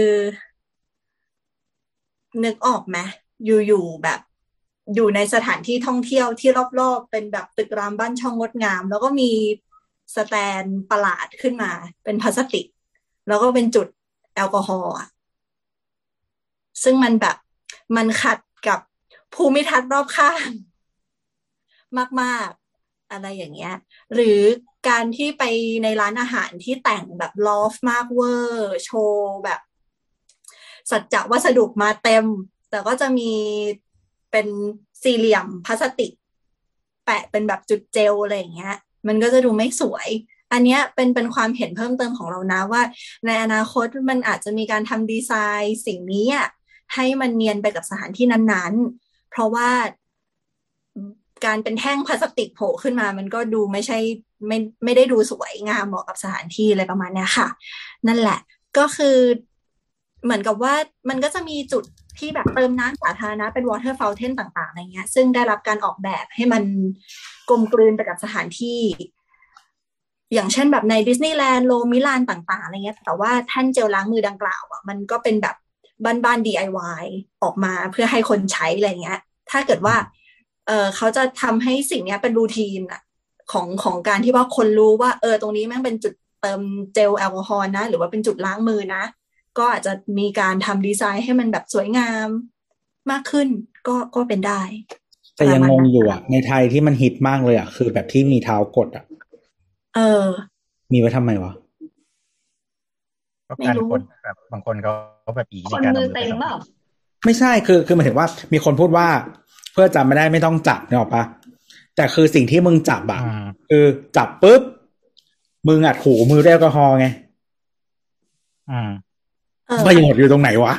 นึกออกไหมอยู่แบบอยู่ในสถานที่ท่องเที่ยวที่รอบๆเป็นแบบตึกรามบ้านช่องงดงามแล้วก็มีสแตนประหลาดขึ้นมาเป็นพลาสติกแล้วก็เป็นจุดแอลกอฮอล์ซึ่งมันแบบมันขัดกับภูมิทัศน์รอบข้างมากๆอะไรอย่างเงี้ยหรือการที่ไปในร้านอาหารที่แต่งแบบลอฟมากเวอร์โชว์แบบสัจจะวัสดุมาเต็มแต่ก็จะมีเป็นสี่เหลี่ยมพลาสติกแปะเป็นแบบจุดเจลอะไรอย่างเงี้ยมันก็จะดูไม่สวยอันเนี้ยเป็นความเห็นเพิ่มเติมของเรานะว่าในอนาคตมันอาจจะมีการทำดีไซน์สิ่งนี้ให้มันเนียนไปกับสถานที่นั้นๆเพราะว่าการเป็นแท่งพลาสติกโผล่ขึ้นมามันก็ดูไม่ได้ดูสวยงามเหมาะกับสถานที่อะไรประมาณนี้ค่ะนั่นแหละก็คือเหมือนกับว่ามันก็จะมีจุดที่แบบเติมน้ำสาธารณะเป็น water fountain ต่างๆอะไรเงี้ยซึ่งได้รับการออกแบบให้มันกลมกลืนไปกับสถานที่อย่างเช่นแบบในดิสนีย์แลนด์โรมมิลานต่างๆอะไรเงี้ยแต่ว่าแท่นเจลล้างมือดังกล่าวมันก็เป็นแบบบ้านๆ DIY ออกมาเพื่อให้คนใช้อะไรเงี้ยถ้าเกิดว่าเขาจะทำให้สิ่งนี้เป็นรูทีนของการที่ว่าคนรู้ว่าตรงนี้แม่งเป็นจุดเติมเจลแอลกอฮอล์นะหรือว่าเป็นจุดล้างมือนะก็อาจจะมีการทำดีไซน์ให้มันแบบสวยงามมากขึ้นก็เป็นได้แต่ยังงงอยู่ในไทยที่มันฮิตมากเลยคือแบบที่มีเท้ากดมีไว้ทำไมวะก็การกดแบบบางคนเขาแบบอีคนมือเต็มเปล่าไม่ใช่คือหมายถึงว่ามีคนพูดว่าเพื่อจำไม่ได้ไม่ต้องจับเนี่ยหรอปะแต่คือสิ่งที่มึงจับคือจับปุ๊บมึงถูมือด้วยแอลกอฮอล์ไงประโยชน์อยู่ตรงไหนวะ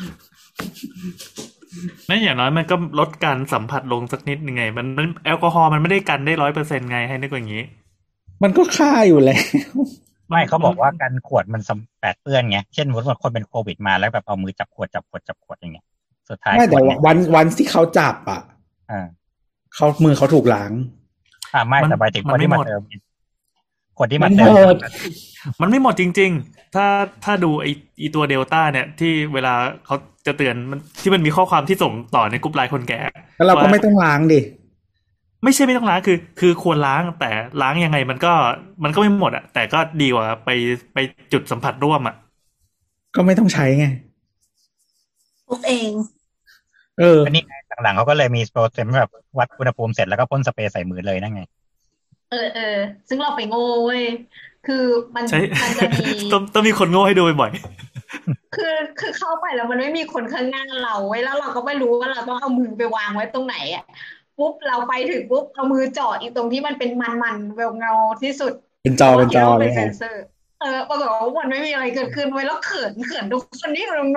นั่นอย่างน้อยมันก็ลดการสัมผัสลงสักนิดนึงไงมันแอลกอฮอล์มันไม่ได้กันได้ 100% ไงให้นึกอย่างนี้มันก็ฆ่าอยู่แล้วไม่เขาบอกว่ากันขวดมันแปดเปื้อนไงเช่นสมมติว่าคนเป็นโควิดมาแล้วแบบเอามือจับขวดอย่างเงี้ยสุดท้ายไม่แต่วันที่เขาจับเขามือเขาถูกล้างไม่แต่ไปถึงคนที่มาเติมคนที่มาเติมมันไม่หมดจริงๆถ้าดูไอตัวเดลต้าเนี่ยที่เวลาเขาจะเตือนมันที่มันมีข้อความที่ส่งต่อในกลุ่มไลน์คนแก่แล้วเราก็ไม่ต้องล้างดิไม่ใช่ไม่ต้องล้างคือควรล้างแต่ล้างยังไงมันก็ไม่หมดอะแต่ก็ดีกว่าไปจุดสัมผัสร่วมอะก็ไม่ต้องใช้ไงพวกเองอันนี้หลังๆเขาก็เลยมีโปรแกรมแบบวัดอุณหภูมิเสร็จแล้วก็พ่นสเปรย์ใส่มือเลยนั่นไงซึ่งเราไปโง่เว้ยคือมันจะมีต้องมีคนโง่ให้ดูบ่อยคือเข้าไปแล้วมันไม่มีคนข้างหน้าเราเว้ยแล้วเราก็ไม่รู้ว่าเราต้องเอามือไปวางไว้ตรงไหนอ่ะปุ๊บเราไปถึงปุ๊บเอามือจ่ออีกตรงที่มันเป็นมันเงาที่สุดเป็นจอเลยเซนเซอร์ปรากฏว่ามันไม่มีอะไรเกิดขึ้นไว้แล้วเขินทุกคนนี่ลง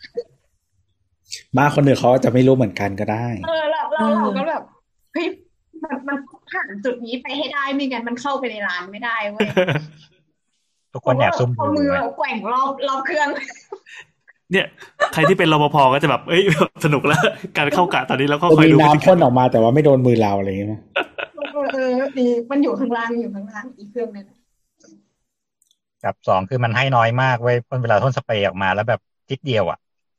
มาคนอื่นเขาจะไม่รู้เหมือนกันก็ได้เราก็แบบเฮ้ยมันผ่านจุดนี้ไปให้ได้ไม่งั้นมันเข้าไปในร้านไม่ได้เว้ยทุกคนแอบซุ่มเอามือแกว่งรอบเครื่องเนี่ยใครที่เป็นรปภก็จะแบบสนุกแล้วการเข้ากะตอนนี้แล้วก็คอยดูน้ำพ่นออกมาแต่ว่าไม่โดนมือเราอะไรอย่างเงี้ยดีมันอยู่ข้างล่างอีกเครื่องนึงกับ2คือมันให้น้อยมากเว้ยพ่นเวลาพ่นสเปรย์ออกมาแล้วแบบทิดเดียวอ่ะ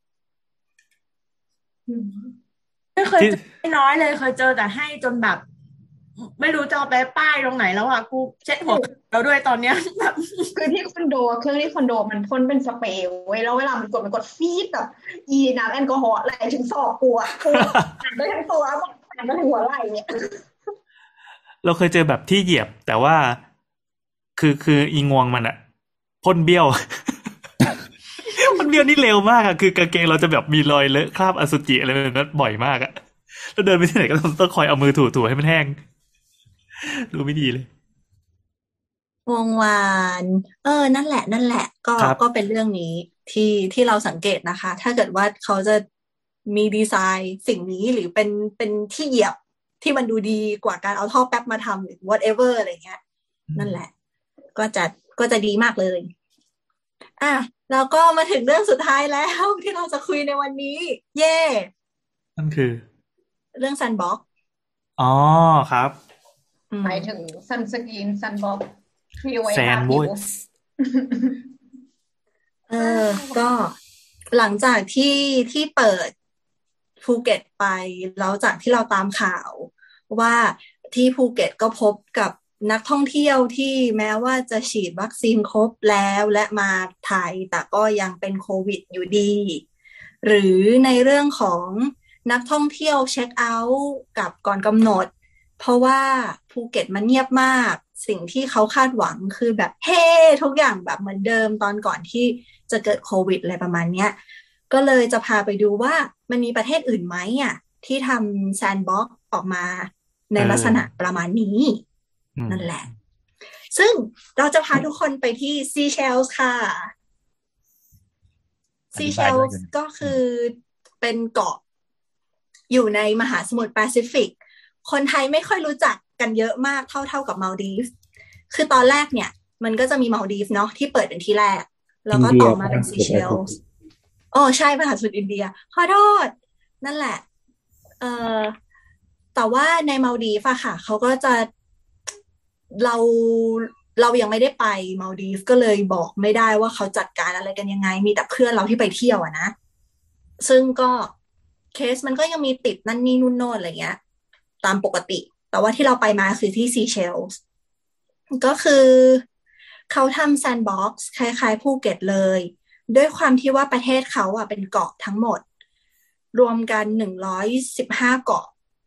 ไม่เคยเจอน้อยเลยเคยเจอแต่ให้จนแบบไม่รู้จะเอาไปป้ายตรงไหนแล้วอ่ะกูเช็ดหัวแล้วด้วยตอนเนี้ยแบบคือที่คอนโดเครื่องที่คอนโดมันพ่นเป็นสเปรย์ไว้แล้วเวลามันกดฟีดแบบน้ำแอลกอฮอล์ไหลถึงศอกกูอ่ะผ่านไปทั้งตัวผ่านไปถึงหัวไหล่เนี่ยเราเคยเจอแบบที่เหยียบแต่ว่าคืออีงวงมันอะพ่นเบี้ยวมันเบี้ยวนี่เร็วมากอะคือกางเกงเราจะแบบมีรอยเลอะคราบอสุจิอะไรแบบนั้นบ่อยมากอะแล้วเดินไปที่ไหนก็ต้องคอยเอามือถูให้มันแห้งดูไม่ดีเลยวงวานนั่นแหละก็เป็นเรื่องนี้ที่เราสังเกตนะคะถ้าเกิดว่าเขาจะมีดีไซน์สิ่งนี้หรือเป็นที่เหยียบที่มันดูดีกว่าการเอาท่อแป๊บมาทำหรือ whatever อะไรเงี้ยนั่นแหละก็จะดีมากเลยแล้วก็มาถึงเรื่องสุดท้ายแล้วที่เราจะคุยในวันนี้เย่นั่นคือเรื่อง Sandbox อ๋อครับหมายถึง Sunscreen Sandbox ที่ไว้ทาผิวก็หลังจากที่เปิดภูเก็ตไปแล้วจากที่เราตามข่าวว่าที่ภูเก็ตก็พบกับนักท่องเที่ยวที่แม้ว่าจะฉีดวัคซีนครบแล้วและมาไทยแต่ก็ยังเป็นโควิดอยู่ดีหรือในเรื่องของนักท่องเที่ยวเช็คเอาท์กับก่อนกำหนดเพราะว่าภูเก็ตมันเงียบมากสิ่งที่เขาคาดหวังคือแบบเฮ้ทุกอย่างแบบเหมือนเดิมตอนก่อนที่จะเกิดโควิดอะไรประมาณเนี้ยก็เลยจะพาไปดูว่ามันมีประเทศอื่นไหมที่ทำแซนด์บ็อกซ์ออกมาในลักษณะประมาณนี้นั่นแหละซึ่งเราจะพาทุกคนไปที่ซีเชลส์ค่ะซีเชลส์ก็คือเป็นเกาะอยู่ในมหาสมุทรแปซิฟิกคนไทยไม่ค่อยรู้จักกันเยอะมากเท่ากับมัลดีฟคือตอนแรกเนี่ยมันก็จะมีมัลดีฟเนาะที่เปิดเป็นที่แรกแล้วก็ต่อมาเป็นซีเชลส์ใช่มหาสมุทรอินเดียขอโทษนั่นแหละแต่ว่าในมัลดีฟค่ะเขาก็จะเรายังไม่ได้ไปมัลดีฟก็เลยบอกไม่ได้ว่าเขาจัดการอะไรกันยังไงมีแต่เพื่อนเราที่ไปเที่ยวนะซึ่งก็เคสมันก็ยังมีติดนั่นนี่นู่นโน่นอะไรเงี้ยตามปกติแต่ว่าที่เราไปมาคือที่ซีเชลส์ก็คือเขาทำแซนด์บ็อกซ์คล้ายๆภูเก็ตเลยด้วยความที่ว่าประเทศเขาเป็นเกาะทั้งหมดรวมกัน115เกาะ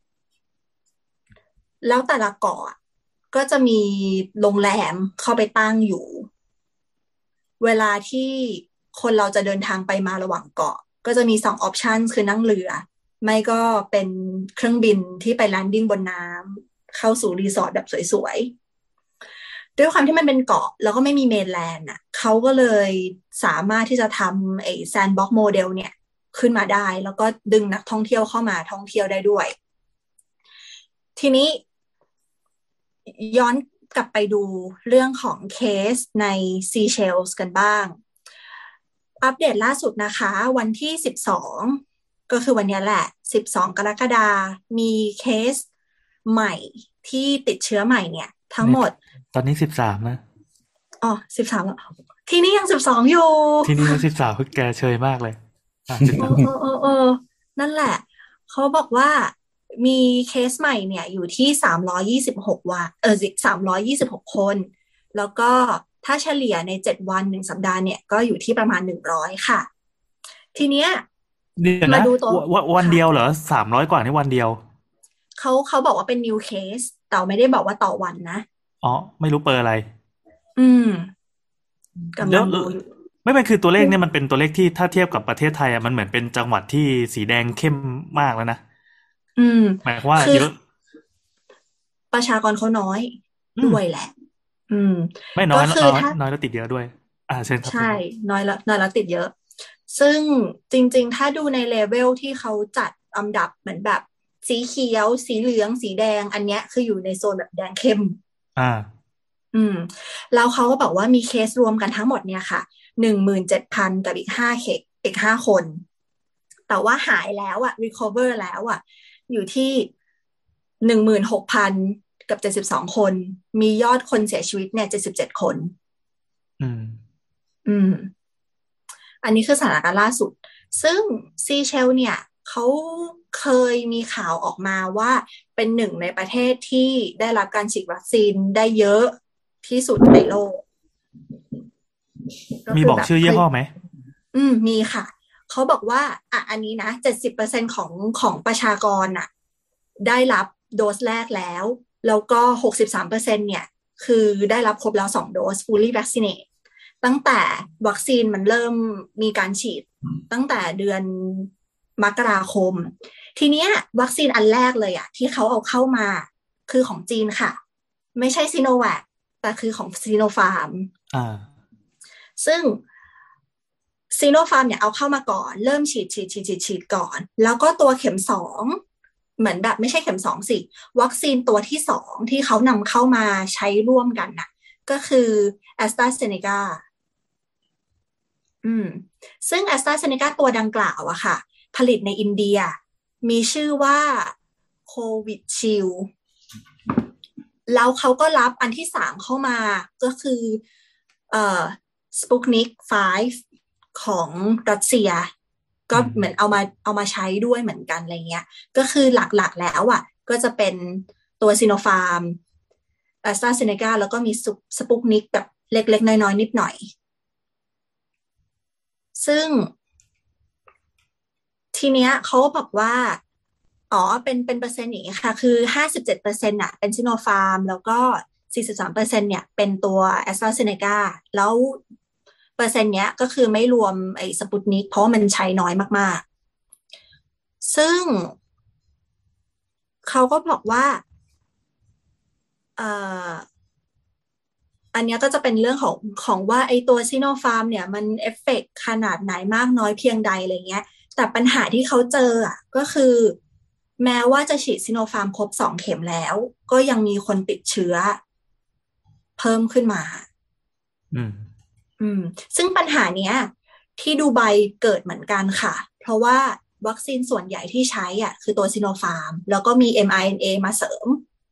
แล้วแต่ละเกาะก็จะมีโรงแรมเข้าไปตั้งอยู่เวลาที่คนเราจะเดินทางไปมาระหว่างเกาะก็จะมี2 ออปชันคือนั่งเรือไม่ก็เป็นเครื่องบินที่ไปแลนดิ้งบนน้ำเข้าสู่รีสอร์ทแบบสวยๆด้วยความที่มันเป็นเกาะแล้วก็ไม่มีเมนแลนด์เขาก็เลยสามารถที่จะทำไอ้แซนด์บ็อกซ์โมเดลเนี่ยขึ้นมาได้แล้วก็ดึงนักท่องเที่ยวเข้ามาท่องเที่ยวได้ด้วยทีนี้ย้อนกลับไปดูเรื่องของเคสในซีเชลส์กันบ้างอัปเดตล่าสุดนะคะวันที่12ก็คือวันนี้แหละ12กรกฎาคมมีเคสใหม่ที่ติดเชื้อใหม่เนี่ยทั้งหมดตอนนี้13นะ 13แล้วที่นี่ยัง12อยู่ที่นี่ยัง13คือแกเชยมากเลยนั่นแหละเขาบอกว่ามีเคสใหม่เนี่ยอยู่ที่326วัน326คนแล้วก็ถ้าเฉลี่ยใน7วัน1สัปดาห์เนี่ยก็อยู่ที่ประมาณ100ค่ะทีเนี้ยมาดูตัววันเดียวเหรอ300กว่าในวันเดียวเขาบอกว่าเป็น new case แต่ไม่ได้บอกว่าต่อวันนะอ๋อไม่รู้เปอร์อะไรกำลังดูไม่เป็นคือตัวเลขเนี่ยมันเป็นตัวเลขที่ถ้าเทียบกับประเทศไทยอ่ะมันเหมือนเป็นจังหวัดที่สีแดงเข้มมากแล้วนะหมายความว่าเยอะประชากรเขาน้อยด้วยแหละไม่น้อยแล้วติดเยอะด้วยเช่นครับใช่น้อยแล้วติดเยอะซึ่งจริงๆถ้าดูในเลเวลที่เขาจัดลำดับเหมือนแบบสีเขียวสีเหลืองสีแดงอันเนี้ยคืออยู่ในโซนแบบแดงเข้มแล้วเขาก็บอกว่ามีเคสรวมกันทั้งหมดเนี่ยค่ะ17,000กับอีก5คนแต่ว่าหายแล้วrecover แล้วอยู่ที่16,000กับ72คนมียอดคนเสียชีวิตเนี่ย77คนอันนี้คือสถานการณ์ล่าสุดซึ่งซีเชลเนี่ยเขาเคยมีข่าวออกมาว่าเป็นหนึ่งในประเทศที่ได้รับการฉีดวัคซีนได้เยอะที่สุดในโลกมีบอกชื่อยี่ห้อไหมมีค่ะเขาบอกว่าอันนี้นะ70%ของประชากรได้รับโดสแรกแล้วก็63%เนี่ยคือได้รับครบแล้ว2โดส fully vaccinate ตั้งแต่วัคซีนมันเริ่มมีการฉีดตั้งแต่เดือนมกราคมทีเนี้ยวัคซีนอันแรกเลยที่เขาเอาเข้ามาคือของจีนค่ะไม่ใช่ซิโนแวคแต่คือของซีโนฟาร์มซึ่งซีโนฟาร์มเนี่ยเอาเข้ามาก่อนเริ่มฉีดก่อนแล้วก็ตัวเข็ม2เหมือนแบบไม่ใช่เข็ม2สิวัคซีนตัวที่2ที่เขานำเข้ามาใช้ร่วมกันก็คือ AstraZeneca ซึ่ง AstraZeneca ตัวดังกล่าวค่ะผลิตในอินเดียมีชื่อว่าโควิดชิลแล้วเขาก็รับอันที่3เข้ามาก็คือSputnik 5ของรัสเซียก็เหมือนเอามาใช้ด้วยเหมือนกันอะไรเงี้ยก็คือหลักๆแล้วก็จะเป็นตัวซิโนฟาร์ม AstraZeneca แล้วก็มีSputnikแบบเล็กๆน้อยๆนิดหน่อยซึ่งทีเนี้ยเขาบอกว่าเป็นเปอร์เซ็นต์อย่างนี้ค่ะคือ 57% เป็นซิโนฟาร์มแล้วก็ 43% เนี่ยเป็นตัว AstraZeneca แล้วเปอร์เซ็นต์เนี้ยก็คือไม่รวมไอ้สปุตนิกเพราะมันใช้น้อยมากๆซึ่งเขาก็บอกว่าอันนี้ก็จะเป็นเรื่องของว่าไอ้ตัวซิโนฟาร์มเนี่ยมันเอฟเฟกต์ขนาดไหนมากน้อยเพียงใดอะไรเงี้ยแต่ปัญหาที่เขาเจอก็คือแม้ว่าจะฉีดซิโนฟาร์มครบ2เข็มแล้วก็ยังมีคนติดเชื้อเพิ่มขึ้นมาซึ่งปัญหาเนี้ยที่ดูไบเกิดเหมือนกันค่ะเพราะว่าวัคซีนส่วนใหญ่ที่ใช้คือตัวซิโนฟาร์มแล้วก็มี mRNA มาเสริม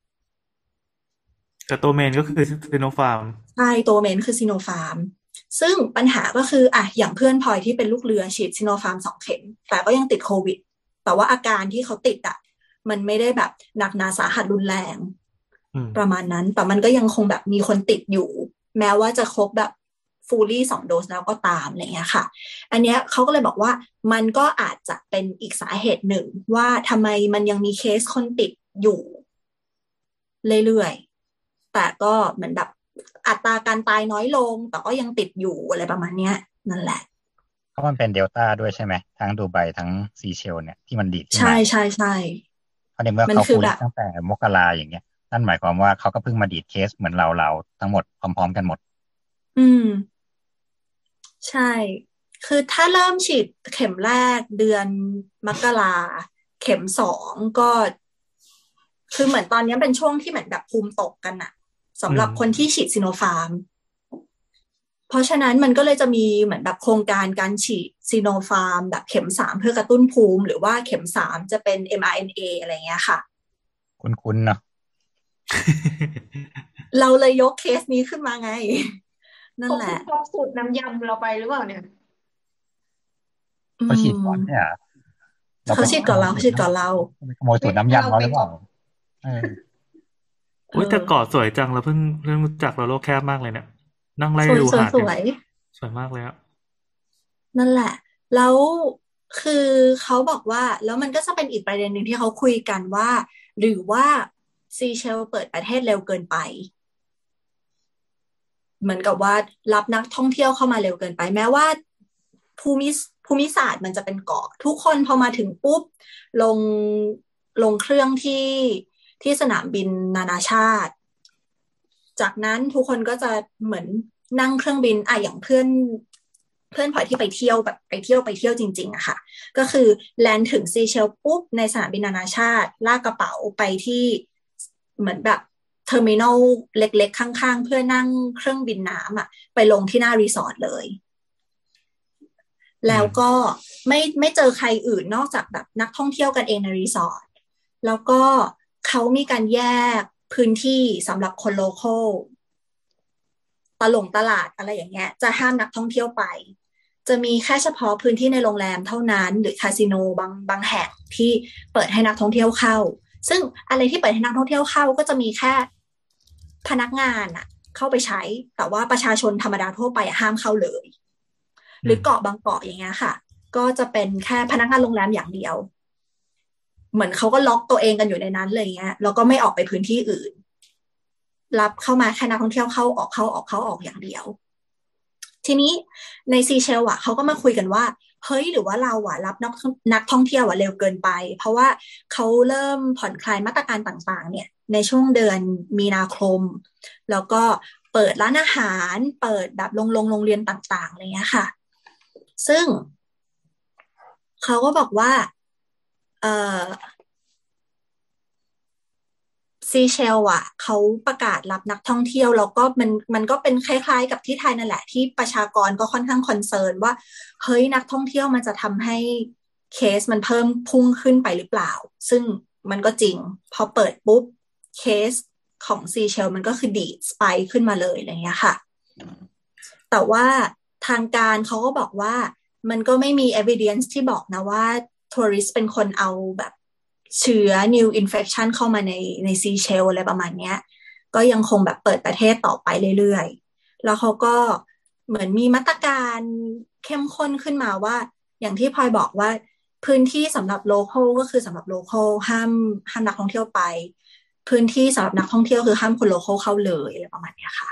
แต่ตัวเมนก็คือซิโนฟาร์มใช่ตัวเมนคือซิโนฟาร์มซึ่งปัญหาก็คืออย่างเพื่อนพลอยที่เป็นลูกเรือฉีดซิโนฟาร์ม2เข็มแต่ก็ยังติดโควิดแต่ว่าอาการที่เขาติดมันไม่ได้แบบหนักหนาสาหัสรุนแรงประมาณนั้นแต่มันก็ยังคงแบบมีคนติดอยู่แม้ว่าจะครบแบบฟูลลี่2โดสแล้วก็ตามอะไรเงี้ยค่ะอันเนี้ยเขาก็เลยบอกว่ามันก็อาจจะเป็นอีกสาเหตุหนึ่งว่าทำไมมันยังมีเคสคนติดอยู่เรื่อยๆแต่ก็เหมือนแบบอัตราการตายน้อยลงแต่ก็ยังติดอยู่อะไรประมาณเนี้ยนั่นแหละเพราะมันเป็นเดลต้าด้วยใช่ไหมทั้งดูไบทั้งซีเชลเนี่ยที่มันดีดขึ้นมาใช่เพราะในเมื่อเขาฟูลตั้งแต่มกราอย่างเงี้ยนั่นหมายความว่าเขาก็เพิ่งมาดีดเคสเหมือนเราทั้งหมดพร้อมๆกันหมดใช่คือถ้าเริ่มฉีดเข็มแรกเดือนมกราเข็ม2ก็คือเหมือนตอนนี้เป็นช่วงที่เหมือนแบบภูมิตกกันสำหรับคนที่ฉีดซิโนฟาร์มเพราะฉะนั้นมันก็เลยจะมีเหมือนแบบโครงการการฉีดซิโนฟาร์มแบบเข็ม3เพื่อกระตุ้นภูมิหรือว่าเข็ม3จะเป็น mRNA อะไรเงี้ยค่ะคุ้นๆเนาะเราเลยยกเคสนี้ขึ้นมาไงนั่นแหละครบสูตรน้ำยำเราไปหรือเปล่าเนี่ยเขาฉีดก่อนเนี่ยเขาฉีดก่อนเราเขาฉีดก่อนเราขโมยสูตรน้ำยำเขาหรือเปล่าอุ้ยแต่เกาะสวยจังเราเพิ่งรู้จักเราโลกแคบมากเลยเนี่ยนั่งไล่ดูหาดสวยมากเลยอะนั่นแหละแล้วคือเขาบอกว่าแล้วมันก็จะเป็นอีกประเด็นหนึ่งที่เขาคุยกันว่าหรือว่าซีเชลเปิดประเทศเร็วเกินไปเหมือนกับว่ารับนักท่องเที่ยวเข้ามาเร็วเกินไปแม้ว่าภูมิศาสตร์มันจะเป็นเกาะทุกคนพอมาถึงปุ๊บลงเครื่องที่สนามบินนานาชาติจากนั้นทุกคนก็จะเหมือนนั่งเครื่องบินอย่างเพื่อนพลอยที่ไปเที่ยวแบบไปเที่ยวจริงๆอะค่ะก็คือแลนด์ถึงซีเชลปุ๊บในสนามบินนานาชาติลากกระเป๋าไปที่เหมือนแบบเทอร์มินอลเล็กๆข้างๆเพื่อนั่งเครื่องบินน้ำอะไปลงที่หน้ารีสอร์ทเลยแล้วก็ไม่เจอใครอื่นนอกจากแบบนักท่องเที่ยวกันเองในรีสอร์ทแล้วก็เขามีการแยกพื้นที่สำหรับคนโลคอลตลาดอะไรอย่างเงี้ยจะห้ามนักท่องเที่ยวไปจะมีแค่เฉพาะพื้นที่ในโรงแรมเท่านั้นหรือคาสิโนบางแห่งที่เปิดให้นักท่องเที่ยวเข้าซึ่งอะไรที่เปิดให้นักท่องเที่ยวเข้าก็จะมีแค่พนักงานอะเข้าไปใช้แต่ว่าประชาชนธรรมดาทั่วไปห้ามเข้าเลยหรือเกาะบางเกาะอย่างเงี้ยค่ะก็จะเป็นแค่พนักงานโรงแรมอย่างเดียวเหมือนเขาก็ล็อกตัวเองกันอยู่ในนั้นเลยเงี้ยแล้วก็ไม่ออกไปพื้นที่อื่นรับเข้ามาแค่นักท่องเที่ยวเข้าออกอย่างเดียวทีนี้ในซีเชลเขาก็มาคุยกันว่าเฮ้ยหรือว่าเรารับนักท่องเที่ยวเร็วเกินไปเพราะว่าเขาเริ่มผ่อนคลายมาตรการต่างๆเนี่ยในช่วงเดือนมีนาคมแล้วก็เปิดร้านอาหารเปิดแบบโรงเรียนต่างๆอะไรเงี้ยค่ะซึ่งเขาก็บอกว่าซีเชลเขาประกาศรับนักท่องเที่ยวแล้วก็มันก็เป็นคล้ายๆกับที่ไทยนั่นแหละที่ประชากรก็ค่อนข้างคอนเซิร์นว่าเฮ้ยนักท่องเที่ยวมันจะทำให้เคสมันเพิ่มพุ่งขึ้นไปหรือเปล่าซึ่งมันก็จริงพอเปิดปุ๊บเคสของซีเชลมันก็คือดีดสไปค์ขึ้นมาเลยอะไรเงี้ยค่ะแต่ว่าทางการเขาก็บอกว่ามันก็ไม่มี evidence ที่บอกนะว่าทัวริสต์เป็นคนเอาแบบเชื้อ new infection เข้ามาในซีเชลอะไรประมาณเนี้ยก็ยังคงแบบเปิดประเทศต่อไปเรื่อยๆแล้วเขาก็เหมือนมีมาตรการเข้มข้นขึ้นมาว่าอย่างที่พลอยบอกว่าพื้นที่สำหรับโลคอลก็คือสำหรับโลคอลห้ามนักท่องเที่ยวไปพื้นที่สำหรับนักท่องเที่ยวคือห้ามคนโลคอลเข้าเลยอะไรประมาณนี้ค่ะ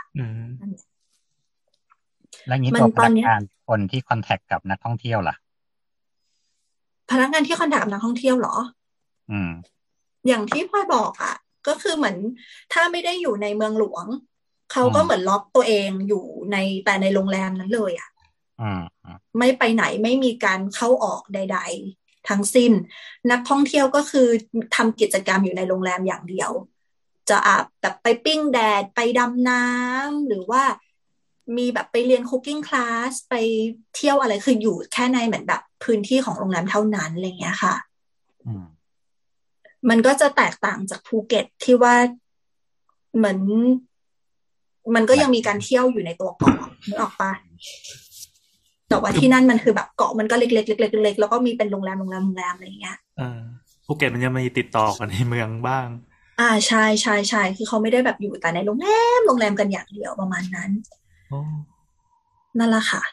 แล้วงี้ตัวพนักงานคนที่คอนแทคกับนักท่องเที่ยวล่ะพนักงานที่คอนแทคกับนักท่องเที่ยวเหรออย่างที่พลอยบอกก็คือเหมือนถ้าไม่ได้อยู่ในเมืองหลวงเขาก็เหมือนล็อกตัวเองอยู่แต่ในโรงแรมนั้นเลยไม่ไปไหนไม่มีการเข้าออกใดๆทั้งสิ้นนักท่องเที่ยวก็คือทำกิจกรรมอยู่ในโรงแรมอย่างเดียวจะแบบไปปิ้งแดดไปดำน้ำหรือว่ามีแบบไปเรียนคุกกิ้งคลาสไปเที่ยวอะไรคืออยู่แค่ในเหมือนแบบพื้นที่ของโรงแรมเท่านั้นอะไรเงี้ยค่ะมันก็จะแตกต่างจากภูเก็ตที่ว่าเหมือนมันก็ยังมีการเที่ยวอยู่ในตัวเกาะนึกออกปะแต่ว่าที่นั่นมันคือแบบเกาะมันก็เล็กๆแล้วก็มีเป็นโรงแรมอะไรอย่างเงี้ยภูเก็ตมันยังมีติดต่อกันในเมืองบ้างใช่คือเขาไม่ได้แบบอยู่แต่ในโรงแรมกันอย่างเดียวประมาณนั้นนั่นแหละค่ะ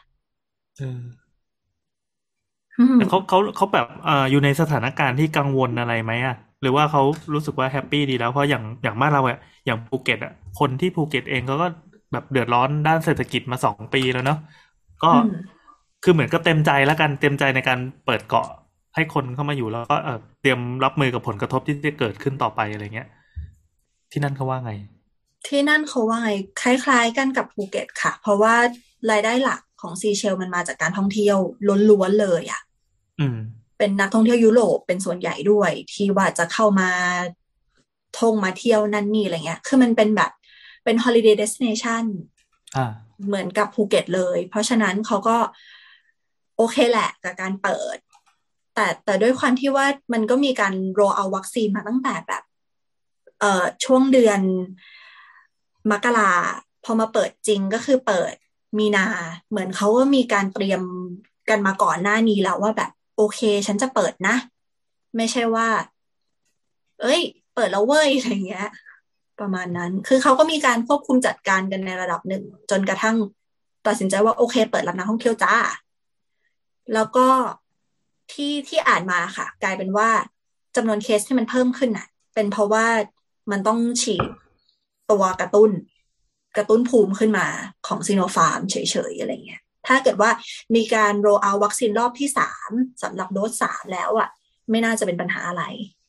แต่เขาแบบอยู่ในสถานการณ์ที่กังวลอะไรไหมหรือว่าเขารู้สึกว่าแฮปปี้ดีแล้วเพราะอย่างบ้านเราอย่างภูเก็ตคนที่ภูเก็ตเองก็แบบเดือดร้อนด้านเศรษฐกิจมา2 ปีแล้วเนาะก็คือเหมือนก็เต็มใจแล้วกันเต็มใจในการเปิดเกาะให้คนเข้ามาอยู่แล้วก็เตรียมรับมือกับผลกระทบที่จะเกิดขึ้นต่อไปอะไรเงี้ยที่นั่นเขาว่าไงที่นั่นเขาว่าไงคล้ายๆกันกับภูเก็ตค่ะเพราะว่ารายได้หลักของซีเชลมันมาจากการท่องเที่ยวล้วนๆเลยเป็นนักท่องเที่ยวยุโรปเป็นส่วนใหญ่ด้วยที่ว่าจะเข้ามามาเที่ยวนั่นนี่อะไรเงี้ยคือมันเป็นแบบเป็น holiday destination เหมือนกับภูเก็ตเลยเพราะฉะนั้นเขาก็โอเคแหละกับการเปิดแต่ด้วยความที่ว่ามันก็มีการโรลเอาวัคซีนมาตั้งแต่แบบช่วงเดือนมกราพอมาเปิดจริงก็คือเปิดมีนาเหมือนเขาก็มีการเตรียมกันมาก่อนหน้านี้แล้วว่าแบบโอเคฉันจะเปิดนะไม่ใช่ว่าเอ้ยเปิดแล้วเว้ยอะไรเงี้ยประมาณนั้นคือเขาก็มีการควบคุมจัดการกันในระดับหนึ่งจนกระทั่งตัดสินใจว่าโอเคเปิดรับนักท่องเที่ยวจ้าแล้วก็ที่อ่านมาค่ะกลายเป็นว่าจำนวนเคสที่มันเพิ่มขึ้นน่ะเป็นเพราะว่ามันต้องฉีดตัวกระตุ้นภูมิขึ้นมาของซิโนฟาร์มเฉยๆอะไรเงี้ยถ้าเกิดว่ามีการโรลเอาท์วัคซีนรอบที่3สำหรับโดส3แล้วอ่ะไม่น่าจะเป็นปัญหาอะไร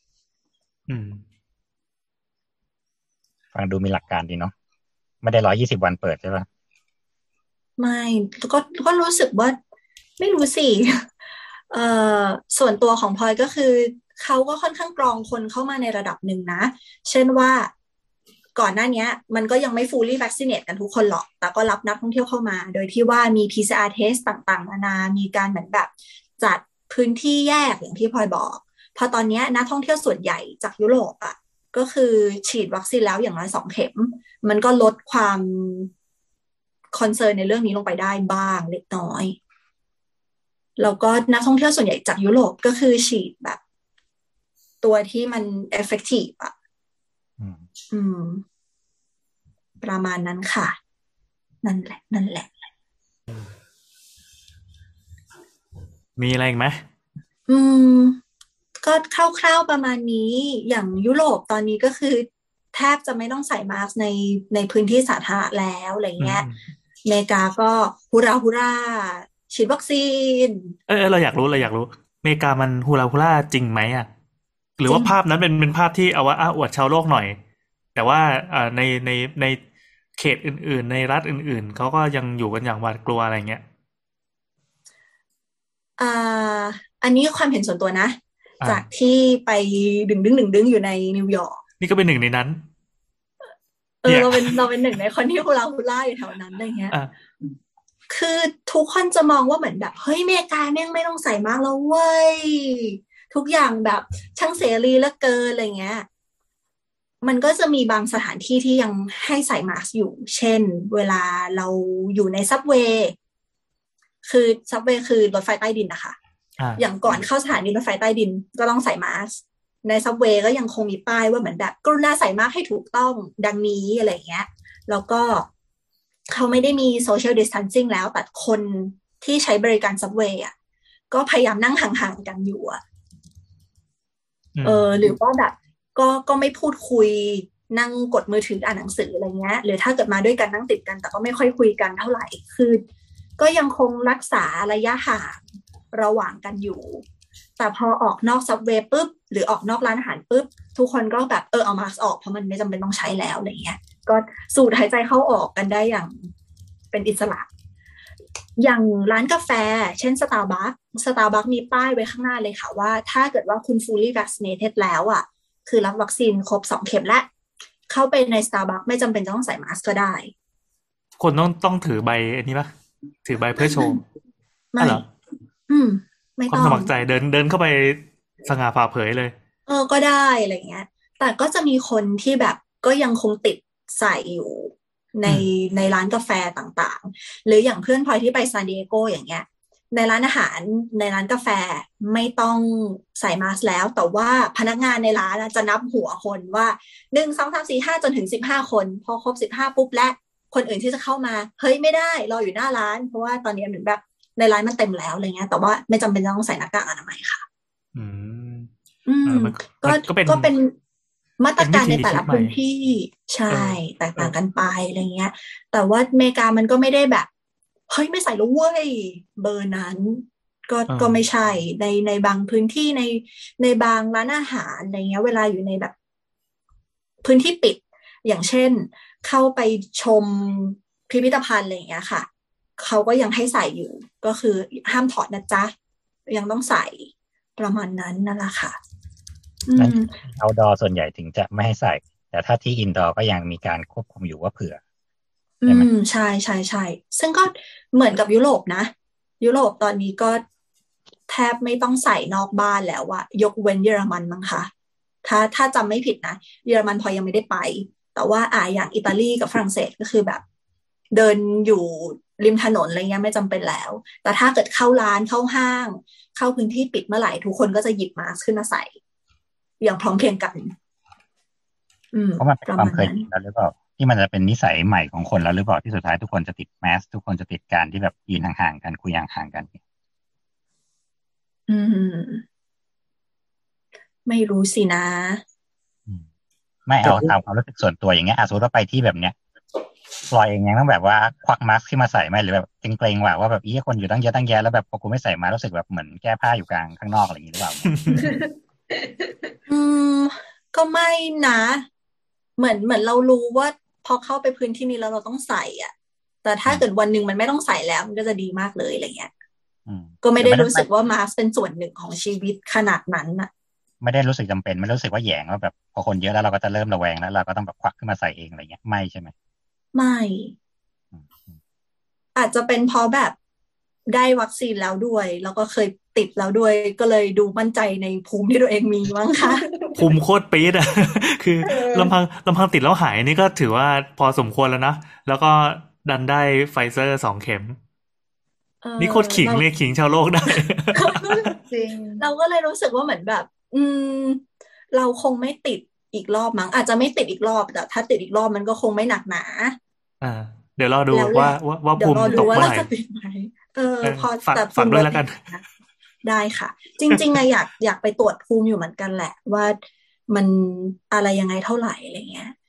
ฟังดูมีหลักการดีเนาะไม่ได้120 วันเปิดใช่ปะไม่ก็รู้สึกว่าไม่รู้สิส่วนตัวของพลอยก็คือเขาก็ค่อนข้างกรองคนเข้ามาในระดับหนึ่งนะเช่นว่าก่อนหน้านี้มันก็ยังไม่ fully vaccinate กันทุกคนหรอกแต่ก็รับนักท่องเที่ยวเข้ามาโดยที่ว่ามี PCR test ต่างๆนานามีการเหมือนแบบจัดพื้นที่แยกอย่างที่พลอยบอกพอตอนนี้นักท่องเที่ยวส่วนใหญ่จากยุโรปอ่ะก็คือฉีดวัคซีนแล้วอย่างน้อย2 เข็มมันก็ลดความคอนเซิร์นในเรื่องนี้ลงไปได้บ้างเล็กน้อยแล้วก็นักท่องเที่ยวส่วนใหญ่จากยุโรปก็คือฉีดแบบตัวที่มัน effective อ่ะประมาณนั้นค่ะนั่นแหละมีอะไรอีกไหมก็คร่าวๆประมาณนี้อย่างยุโรปตอนนี้ก็คือแทบจะไม่ต้องใส่มาสก์ในพื้นที่สาธารณะแล้วอะไรเงี้ยอเมริกาก็ฮูราฉีดวัคซีนเราอยากรู้อเมริกามันฮูราจริงไหมอ่ะหรือว่าภาพนั้นเป็นภาพที่เอาว่าอวดชาวโลกหน่อยแต่ว่าในเขตอื่นๆในรัฐอื่นๆเขาก็ยังอยู่กันอย่างหวาดกลัวอะไรเงี้ยอันนี้ความเห็นส่วนตัวนะจากที่ไปดึงอยู่ในนิวยอร์กนี่ก็เป็นหนึ่งในนั้นเราเป็นหนึ่งในคนที่ฮูราอยู่แถวนั้นอะไรเงี้ยคือทุกคนจะมองว่าเหมือนแบบเฮ้ยอเมริกาแม่งไม่ต้องใส่มากแล้วเว้ยทุกอย่างแบบช่างเสรีเหลือเกินอะไรเงี้ยมันก็จะมีบางสถานที่ที่ยังให้ใส่มาสก์อยู่เช่นเวลาเราอยู่ในซับเวย์คือซับเวย์คือรถไฟใต้ดินนะคะอย่างก่อนเข้าสถานีรถไฟใต้ดินก็ต้องใส่มาสก์ในซับเวย์ก็ยังคงมีป้ายว่าเหมือนแบบกรุณาใส่มาสก์ให้ถูกต้องดังนี้อะไรเงี้ยแล้วก็เขาไม่ได้มี social distancing แล้วแต่คนที่ใช้บริการซับเวย์อ่ะก็พยายามนั่งห่างๆกันอยู่อ่ะหรือว่าแบบก็ไม่พูดคุยนั่งกดมือถืออ่านหนังสืออะไรเงี้ยหรือถ้าเกิดมาด้วยกันนั่งติดกันแต่ก็ไม่ค่อยคุยกันเท่าไหร่คือก็ยังคงรักษาระยะห่างระหว่างกันอยู่แต่พอออกนอกซับเวย์ปุ๊บหรือออกนอกร้านอาหารปุ๊บทุกคนก็แบบเอามาสก์ออกเพราะมันไม่จำเป็นต้องใช้แล้วอะไรเงี้ยก็สูดหายใจเข้าออกกันได้อย่างเป็นอิสระอย่างร้านกาแฟเช่น Starbucks มีป้ายไว้ข้างหน้าเลยค่ะว่าถ้าเกิดว่าคุณ fully vaccinated แล้วอ่ะคือรับวัคซีนครบ2 เข็มแล้วเข้าไปใน Starbucks ไม่จำเป็นต้องใส่มาสก์ก็ได้คนต้องถือใบอันนี้ป่ะถือใบเพื่อโชว์ไม่เหรอไม่ต้องความสมัครใจเดินเข้าไปสง่าผ่าเผยเลยก็ได้อะไรเงี้ยแต่ก็จะมีคนที่แบบก็ยังคงติดใส่อยู่ในร้านกาแฟต่างๆหรืออย่างเพื่อนพลอยที่ไปซานดิเอโกอย่างเงี้ยในร้านอาหารในร้านกาแฟไม่ต้องใส่มาสก์แล้วแต่ว่าพนักงานในร้านจะนับหัวคนว่า1 2 3 4 5จนถึง15 คนพอครบ15ปุ๊บและคนอื่นที่จะเข้ามาเฮ้ยไม่ได้รออยู่หน้าร้านเพราะว่าตอนนี้เหมือนแบบในร้านมันเต็มแล้วอะไรเงี้ยแต่ว่าไม่จำเป็นต้องใส่หน้ากากอนามัยค่ะก็เป็นมาตรการในแต่ละพื้นที่ใช่แตกต่างกันไปอะไรเงี้ยแต่ว่าอเมริกามันก็ไม่ได้แบบเฮ้ยไม่ใส่แล้วเว้ยเบอร์นั้นก็ไม่ใช่ในบางพื้นที่ในบางร้านอาหารอะไรเงี้ยเวลาอยู่ในแบบพื้นที่ปิดอย่างเช่นเข้าไปชมพิพิธภัณฑ์อะไรอย่างเงี้ยค่ะเขาก็ยังให้ใส่อยู่ก็คือห้ามถอดนะจ๊ะยังต้องใส่ประมาณนั้นนั่นแหละค่ะเอาดอส่วนใหญ่ถึงจะไม่ให้ใส่แต่ถ้าที่อินดอร์ก็ยังมีการควบคุมอยู่ว่าเผื่อใช่ซึ่งก็เหมือนกับยุโรปนะยุโรปตอนนี้ก็แทบไม่ต้องใส่นอกบ้านแล้วอะยกเว้นเยอรมันมั้งคะถ้าจำไม่ผิดนะเยอรมันพอยังไม่ได้ไปแต่ว่าอย่างอิตาลีกับฝรั่งเศสก็คือแบบเดินอยู่ริมถนนอะไรเงี้ยไม่จำเป็นแล้วแต่ถ้าเกิดเข้าร้านเข้าห้างเข้าพื้นที่ปิดเมื่อไหร่ทุกคนก็จะหยิบมาสก์ขึ้นมาใส่อย่างพร้อมเพรียงกันเพราะมันเป็นความเคยชินแล้วหรือเปล่าที่มันจะเป็นนิสัยใหม่ของคนแล้วหรือเปล่าที่สุดท้ายทุกคนจะติดแมสทุกคนจะติดการที่แบบยืนห่างๆกันคุยห่างๆกันไม่รู้สินะไม่เอาตามความรู้สึกส่วนตัวอย่างเงี้ยสมมติว่าไปที่แบบเนี้ยปล่อยเองยังต้องแบบว่าควักมาสก์ขึ้นมาใส่ไหมหรือแบบเกรงๆว่าแบบคนอยู่ตั้งเยอะตั้งแยะแล้วแบบพอกูไม่ใส่มารู้สึกแบบเหมือนแก้ผ้าอยู่กลางข้างนอกอะไรอย่างงี้หรือเปล่าก็ไม่นะเหมือนเรารู้ว่าพอเข้าไปพื้นที่นี้แล้วเราต้องใส่อ่ะแต่ถ้าเกิดวันหนึ่งมันไม่ต้องใส่แล้วมันก็จะดีมากเลยอะไรเงี้ยก็ไม่ได้รู้สึกว่ามาสก์เป็นส่วนหนึ่งของชีวิตขนาดนั้นน่ะไม่ได้รู้สึกจำเป็นไม่รู้สึกว่าแหยงว่าแบบพอคนเยอะแล้วเราก็จะเริ่มระแวงแล้วเราก็ต้องแบบควักขึ้นมาใส่เองอะไรเงี้ยไม่ใช่ไหมไม่อาจจะเป็นเพราะแบบได้วัคซีนแล้วด้วยแล้วก็เคยติดแล้วด้วยก็เลยดูมั่นใจในภูมิที่ตัวเองมีมั้งคะภูมิโคตรปี๊ดอ่ะคือลำพังติดแล้วหายนี่ก็ถือว่าพอสมควรแล้วนะแล้วก็ดันได้ไฟเซอร์2 เข็มนี่โคตรขิงเลยขิงชาวโลกได้จริงเราก็เลยรู้สึกว่าเหมือนแบบเราคงไม่ติดอีกรอบมั้งอาจจะไม่ติดอีกรอบแต่ถ้าติดอีกรอบมันก็คงไม่หนักหนาเดี๋ยวรอดูว่าภูมิตกเมื่อไหร่พอแต่ฝากด้วยแล้วกันได้ค่ะจริงๆอยากไปตรวจภูมิอยู่เหมือนกันแหละว่ามันอะไรยังไงเท่าไหร่อะไรเงี้ย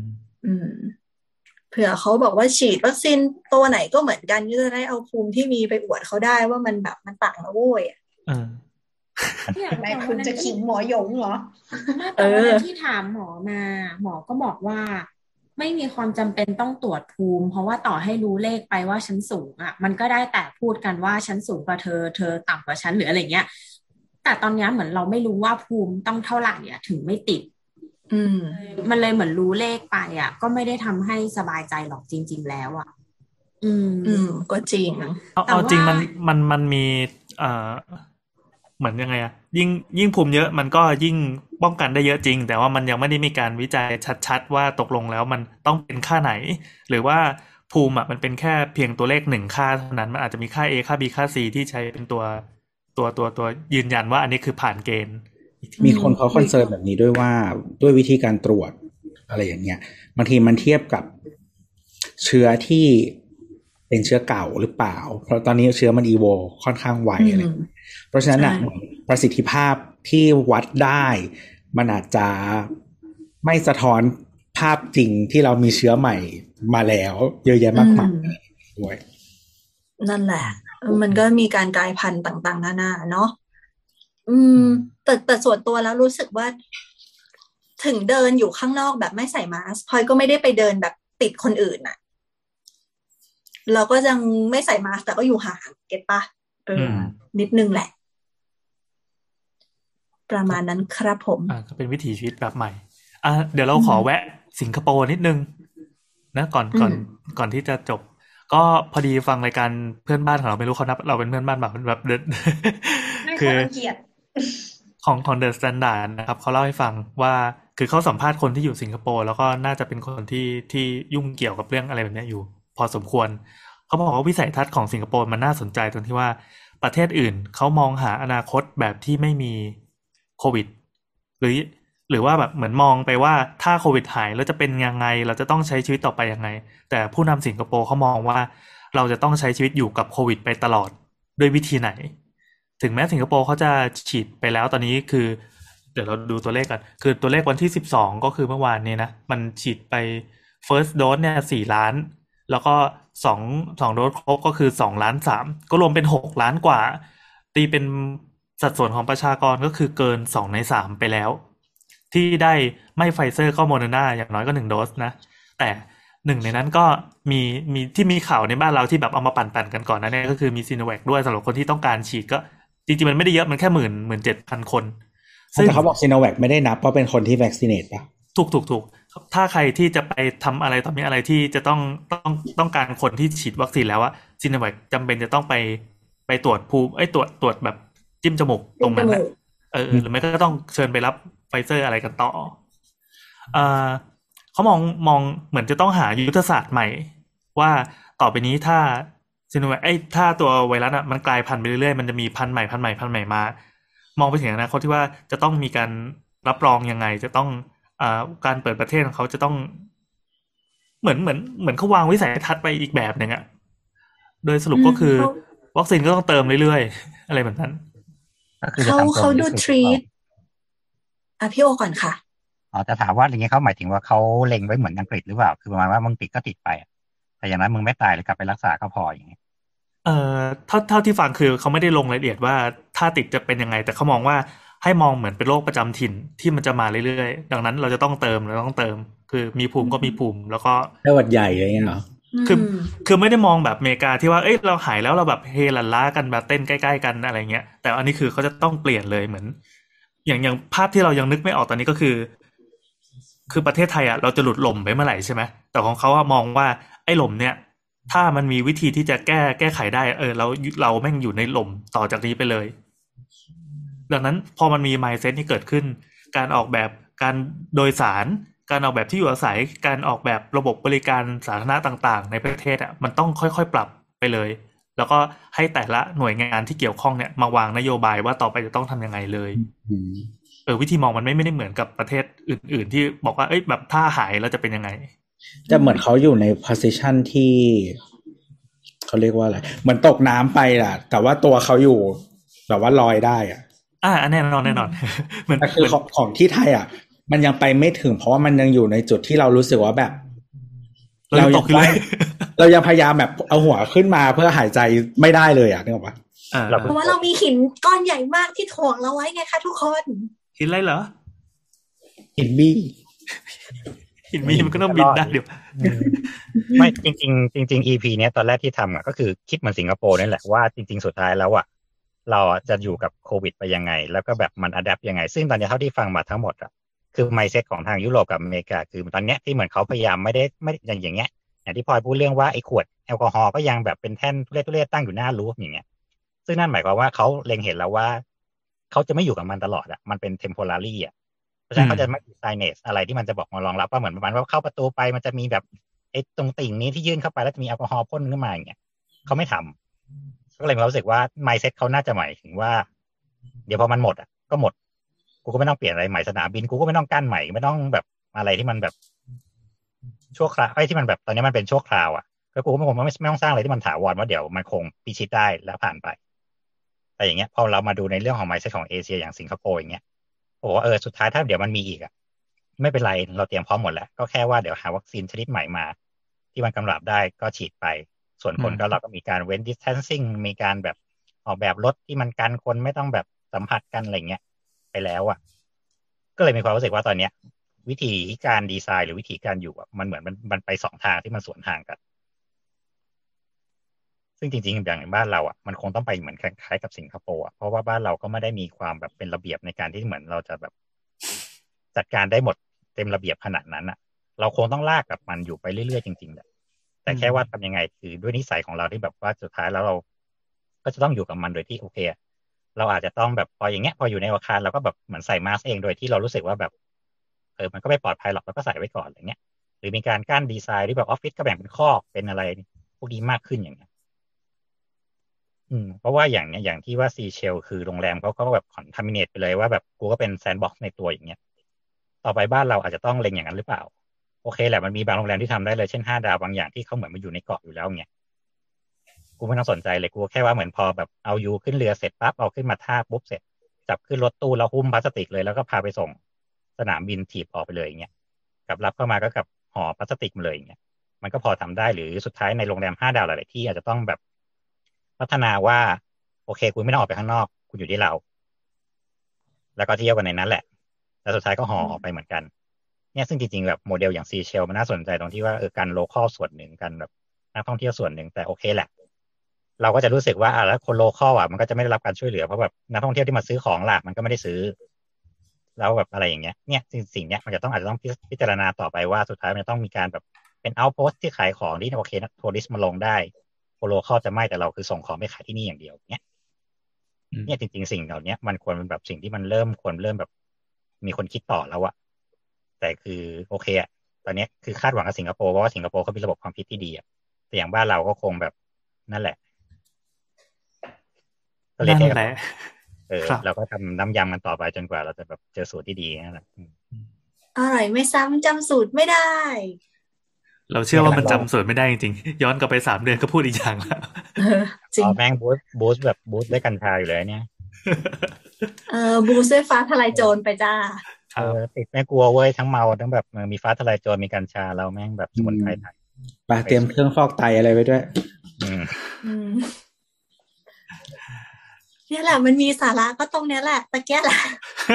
เผื่อเขาบอกว่าฉีดวัคซีนตัวไหนก็เหมือนกันก็จะได้เอาภูมิที่มีไปอวดเขาได้ว่ามันแบบมันต่างนะโว้ยแม่คุณจะขิงหมอหยงเหรอแต่วันที่ถามหมอมาหมอก็บอกว่าไม่มีความจำเป็นต้องตรวจภูมิเพราะว่าต่อให้รู้เลขไปว่าฉันสูงอ่ะมันก็ได้แต่พูดกันว่าฉันสูงกว่าเธอต่ำกว่าฉันหรืออะไรเงี้ยแต่ตอนนี้เหมือนเราไม่รู้ว่าภูมิต้องเท่าไหร่อ่ะถึงไม่ติดมันเลยเหมือนรู้เลขไปอ่ะก็ไม่ได้ทำให้สบายใจหรอกจริงๆแล้วอ่ะก็จริงเอาจริงมันมีเหมือนยังไงอะยิ่งภูมิเยอะมันก็ยิ่งป้องกันได้เยอะจริงแต่ว่ามันยังไม่ได้มีการวิจัยชัดๆว่าตกลงแล้วมันต้องเป็นค่าไหนหรือว่าภูมิมันเป็นแค่เพียงตัวเลข1ค่าเท่านั้นมันอาจจะมีค่า A ค่า B ค่า C ที่ใช้เป็นตัวยืนยันว่าอันนี้คือผ่านเกณฑ์มีคนเขาคอนเซิร์นแบบนี้ด้วยว่าด้วยวิธีการตรวจอะไรอย่างเงี้ยบางทีมันเทียบกับเชื้อที่เป็นเชื้อเก่าหรือเปล่าเพราะตอนนี้เชื้อมันอีโวค่อนข้างไวอะไรเพราะฉะนั้นประสิทธิภาพที่วัดได้มันอาจจะไม่สะท้อนภาพจริงที่เรามีเชื้อใหม่มาแล้วเยอะแยะมากมายด้วยนั่นแหละมันก็มีการกลายพันธุ์ต่างๆนานาเนาะแต่ส่วนตัวแล้วรู้สึกว่าถึงเดินอยู่ข้างนอกแบบไม่ใส่มาสก์พลอยก็ไม่ได้ไปเดินแบบติดคนอื่นน่ะเราก็ยังไม่ใส่มาสก์แต่ก็อยู่ห่างเก็ตปะนิดนึงแหละประมาณนั้นครับผมก็เป็นวิถีชีวิตแบบใหม่เดี๋ยวเราขอแวะสิงคโปร์นิดนึงนะก่อนที่จะจบก็พอดีฟังรายการเพื่อนบ้านของเราไม่รู้เขานับเราเป็นเพื่อนบ้านแบบเดินคือของ The Standard นะครับเขาเล่าให้ฟังว่าคือเขาสัมภาษณ์คนที่อยู่สิงคโปร์แล้วก็น่าจะเป็นคนที่ยุ่งเกี่ยวกับเรื่องอะไรแบบนี้อยู่พอสมควรเขาบอกว่าวิสัยทัศน์ของสิงคโปร์มันน่าสนใจตรงที่ว่าประเทศอื่นเขามองหาอนาคตแบบที่ไม่มีโควิดหรือว่าแบบเหมือนมองไปว่าถ้าโควิดหายแล้วจะเป็นยังไงเราจะต้องใช้ชีวิตต่อไปยังไงแต่ผู้นำสิงคโปร์เขามองว่าเราจะต้องใช้ชีวิตอยู่กับโควิดไปตลอดด้วยวิธีไหนถึงแม้สิงคโปร์เขาจะฉีดไปแล้วตอนนี้คือเดี๋ยวเราดูตัวเลขกันคือตัวเลขวันที่12ก็คือเมื่อวานนี้นะมันฉีดไป first dose เนี่ย4ล้านแล้วก็2โดสครบก็คือ2ล้าน3ก็รวมเป็น6ล้านกว่าตีเป็นสัดส่วนของประชากรก็คือเกิน2ใน3ไปแล้วที่ได้ไม่ไฟเซอร์ก็โมเดอร์นาอย่างน้อยก็1โดสนะแต่หนึ่งในนั้นก็มีที่มีข่าวในบ้านเราที่แบบเอามาปั่นกันก่อนนะเนี่ยก็คือมีซีโนแวคด้วยสำหรับคนที่ต้องการฉีดก็จริงๆมันไม่ได้เยอะมันแค่17,000 คนแต่เขาบอกซีโนแวคไม่ได้นับเพราะเป็นคนที่วัคซีเนตป่ะถูกถ้าใครที่จะไปทำอะไรต่อมีอะไรที่จะต้องการคนที่ฉีดวัคซีนแล้วอะซีโนแวคจำเป็นจะต้องไปตรวจภูมิตรวจแบบจิ้มจมูกตรงนั้นนะหรือไม่ก็ต้องเชิญไปรับไฟเซอร์อะไรกันต่อเขามองเหมือนจะต้องหายุทธศาสตร์ใหม่ว่าต่อไปนี้ถ้าซีโนแวคถ้าตัวไวรัสอ่ะมันกลายพันธุ์ไปเรื่อยๆมันจะมีพันธุ์ใหม่มามองไปถึงอนาคตที่ว่าจะต้องมีการรับรองยังไงจะต้องการเปิดประเทศของเขาจะต้องเหมือนเขาวางวิสัยทัศน์ไปอีกแบบหนึ่งอ่ะโดยสรุปก็คือวัคซีนก็ต้องเติมเรื่อยๆอะไรแบบนั้นเขาดูทรีตพี่โอก่อนค่ะจะถามว่าอย่างเงี้ยเขาหมายถึงว่าเขาเล็งไว้เหมือนอังกฤษหรือเปล่าคือประมาณว่ามึงติดก็ติดไปแต่อย่างนั้นมึงไม่ตายหรือกลับไปรักษาก็พออย่างเงี้ยเท่าที่ฟังคือเขาไม่ได้ลงรายละเอียดว่าถ้าติดจะเป็นยังไงแต่เขามองว่าให้มองเหมือนเป็นโรคประจำถิ่นที่มันจะมาเรื่อยๆดังนั้นเราจะต้องเติมคือมีภูมิก็มีภูมิแล้วก็ไข้หวัดใหญ่อะไรเงี้ยเหรอคือไม่ได้มองแบบอเมริกาที่ว่าเราหายแล้วเราแบบเฮลันล้ากันแบบเต้นใกล้ๆกันอะไรเงี้ยแต่อันนี้คือเขาจะต้องเปลี่ยนเลยเหมือนอย่างภาพที่เรายังนึกไม่ออกตอนนี้ก็คือประเทศไทยอ่ะเราจะหลุดหล่มไปเมื่อไหร่ใช่ไหมแต่ของเขามองว่าไอ้หล่มเนี่ยถ้ามันมีวิธีที่จะแก้ไขได้เราแม่งอยู่ในหล่มต่อจากนี้ไปเลยดังนั้นพอมันมี mindset ที่เกิดขึ้นการออกแบบการโดยสารการออกแบบที่อยู่อาศัยการออกแบบระบบบริการสาธารณะต่างๆในประเทศอ่ะมันต้องค่อยๆปรับไปเลยแล้วก็ให้แต่ละหน่วยงานที่เกี่ยวข้องเนี่ยมาวางนโยบายว่าต่อไปจะต้องทำยังไงเลยวิธีมองมันไม่ได้เหมือนกับประเทศอื่นๆที่บอกว่าแบบถ้าหายแล้วจะเป็นยังไงแต่เหมือนเขาอยู่ใน position ที่เขาเรียกว่าอะไรเหมือนตกน้ำไปล่ะแต่ว่าตัวเขาอยู่แบบว่าลอยได้แน่นอนเหมือนคือของที่ไทยมันยังไปไม่ถึงเพราะว่ามันยังอยู่ในจุดที่เรารู้สึกว่าแบบเรายังพยายามแบบเอาหัวขึ้นมาเพื่อหายใจไม่ได้เลยนึกออกปะเพราะว่าเรามีหินก้อนใหญ่มากที่ถ่วงเราไว้ไงคะทุกคนหินอะไรเหรอหินบี้มันก็ต้องบินได้เดี๋ยวไม่จริง EP เนี้ยตอนแรกที่ทำก็คือคิดเหมือนสิงคโปร์นี่แหละว่าจริงๆสุดท้ายแล้วเราจะอยู่กับโควิดไปยังไงแล้วก็แบบมันอะแดปยังไงซึ่งตอนนี้เท่าที่ฟังมาทั้งหมดคือ mindset ของทางยุโรปกับอเมริกาคือตอนเนี้ยที่เหมือนเขาพยายามไม่อย่างเงี้ยอย่างที่พลอยพูดเรื่องว่าไอ้ขวดแอลกอฮอล์ก็ยังแบบเป็นแท่นทุเรศตั้งอยู่หน้ารูฟอย่างเงี้ยซึ่งนั่นหมายความว่าเขาเล็งเห็นแล้วว่าเขาจะไม่อยู่กับมันตลอดมันเป็น temporary เพราะฉะนั้นเขาจะไม่มี signage อะไรที่มันจะบอกมารองรับว่าเหมือนประมาณว่าเข้าประตูไปมันจะมีแบบไอ้ตรงติ่งนี้ที่ยื่นเข้าไปแล้วจะมีแอลกอฮอล์พ่นขึ้นมาอย่างเงี้ยเขาไม่ทำก็เลยรู้สึกว่า mindset เขาน่าจะหมายถึงว่าเดี๋ยวพอมันหมดก็หมดกูก็ไม่ต้องเปลี่ยนอะไรใหม่สนามบินกูก็ไม่ต้องกั้นใหม่ไม่ต้องแบบอะไรที่มันแบบชั่วคราวที่มันแบบตอนนี้มันเป็นชั่วคราวก็กูก็ไม่ต้องสร้างอะไรที่มันถาวรว่าเดี๋ยวมันคงพิชิตได้แล้วผ่านไปแต่อย่างเงี้ยพอเรามาดูในเรื่องของ mindset ของเอเชียอย่างสิงคโปร์อย่างเงี้ยโอ้สุดท้ายถ้าเดี๋ยวมันมีอีกไม่เป็นไรเราเตรียมพร้อมหมดแล้วก็แค่ว่าเดี๋ยวหาวัคซีนชนิดใหม่มาที่มันกำราบได้ก็ฉีดไปส่วนคนก็เราก็มีการเว้น distancing มีการแบบออกแบบรถที่มันกันคนไม่ต้องแบบสัมผัสกันอะไรเงี้ยไปแล้วก็เลยมีความรู้สึกว่าตอนเนี้ยวิธีการดีไซน์หรือวิธีการอยู่มันเหมือนมันไปสองทางที่มันสวนทางกันซึ่งจริงๆอย่างบ้านเรามันคงต้องไปเหมือนคล้ายๆกับสิงคโปร์เพราะว่าบ้านเราก็ไม่ได้มีความแบบเป็นระเบียบในการที่เหมือนเราจะแบบจัดการได้หมดเต็มระเบียบขนาดนั้นเราคงต้องลากกับมันอยู่ไปเรื่อยๆจริงๆแหละแต่แค่ว่าทำยังไงคือด้วยนิสัยของเราที่แบบว่าสุดท้ายแล้วเราก็จะต้องอยู่กับมันโดยที่โอเคเราอาจจะต้องแบบพออย่างเงี้ยพออยู่ในอาคารเราก็แบบเหมือนใส่มาสก์เองโดยที่เรารู้สึกว่าแบบมันก็ไม่ปลอดภัยหรอกเราก็ใส่ไว้ก่อนอะไรเงี้ยหรือมีการกั้นดีไซน์ที่แบบออฟฟิศก็แบ่งเป็นคอกเป็นอะไรพวกนี้มากขึ้นอย่างเงี้ยเพราะว่าอย่างเนี้ยอย่างที่ว่าซีเชลคือโรงแรมเขาก็แบบคอนทามิเนตไปเลยว่าแบบกูก็เป็นแซนด์บ็อกซ์ในตัวอย่างเงี้ยต่อไปบ้านเราอาจจะต้องเล็งอย่างนั้นหรือเปล่าโอเคแหละมันมีบางโรงแรมที่ทำได้เลยเช่น5 ดาวบางอย่างที่เขาเหมือนมาอยู่ในเกาะอยู่แล้วเงี้ยกูไม่ต้องสนใจเลยกูแค่ว่าเหมือนพอแบบเอายูขึ้นเรือเสร็จปั๊บเอาขึ้นมาท่าปุ๊บเสร็จจับขึ้นรถตู้แล้วหุ้มพลาสติกเลยแล้วก็พาไปส่งสนามบินถีบออกไปเลยอย่างเงี้ยกับรับเข้ามาก็กับห่อพลาสติกมาเลยอย่างเงี้ยมันก็พอทำได้หรือสุดท้ายในโรงแรม5 ดาวหลายๆที่อาจจะต้องแบบพัฒนาว่าโอเคคุณไม่ต้องออกไปข้างนอกคุณอยู่ที่เราแล้วก็เที่ยวกันในนั้นแหละแล้วสุดท้ายก็ห่อออกไปเหมือนกันเนี่ยซึ่งจริงๆแบบโมเดลอย่างซีเชลมันน่าสนใจตรงที่ว่าการโลคอลส่วนหนึ่งกันแบบนักท่องเที่ยวส่วนหนึ่งแต่โอเคแหละเราก็จะรู้สึกว่าแล้วคนโลคอลมันก็จะไม่ได้รับการช่วยเหลือเพราะแบบนักท่องเที่ยวที่มาซื้อของหลักมันก็ไม่ได้ซื้อแล้วแบบอะไรอย่างเงี้ยเนี่ยสิ่งเนี้ยมันจะต้องอาจจะต้องพิจารณาต่อไปว่าสุดท้ายมันจะต้องมีการแบบเป็นเอาท์โพสต์ที่ขายของที่โอเคนักทัวริสต์มาลงได้โลคอลจะไม่แต่เราคือส่งของไปขายที่นี่อย่างเดียวเนี่ยจริงๆสิ่งเหล่านี้มันควรเป็นแบบสิ่งที่มันควรเริ่มแบบมีคนคิดต่อแล้วแต่คือโอเคตอนนี้คือคาดหวังกับสิงคโปร์เพราะว่าสิงคโปร์เขามีระบบความคิดที่ดีแต่อย่างบ้านเราก็คงแบบนั่นแหละก็เลยนั่นแหละเราก็ทำน้ำยำกันต่อไปจนกว่าเราจะแบบเจอสูตรที่ดีนั่นแหละอร่อยไม่ซ้ำจำสูตรไม่ได้เราเชื่อว่ามันจำสูตรไม่ได้จริงๆย้อนกลับไป3 เดือนก็พูดอีกอย่างแล้วจริงแม่งบูสแบบบูสด้วยกัญชาอยู่เลยเนี่ยบูสด้วยฟ้าทลายโจรไปจ้าติดไม่กลัวเว้ยทั้งเมาทั้งแบบมีฟ้าทลายโจรมีกัญชาแล้วแม่งแบบสมุนไพรไทยไปเตรียมเครื่องฟอกไตอะไรไว้ด้วยเนี่ยแหละมันมีสาระก็ตรงเนี้ยแหละตะแก้แหละ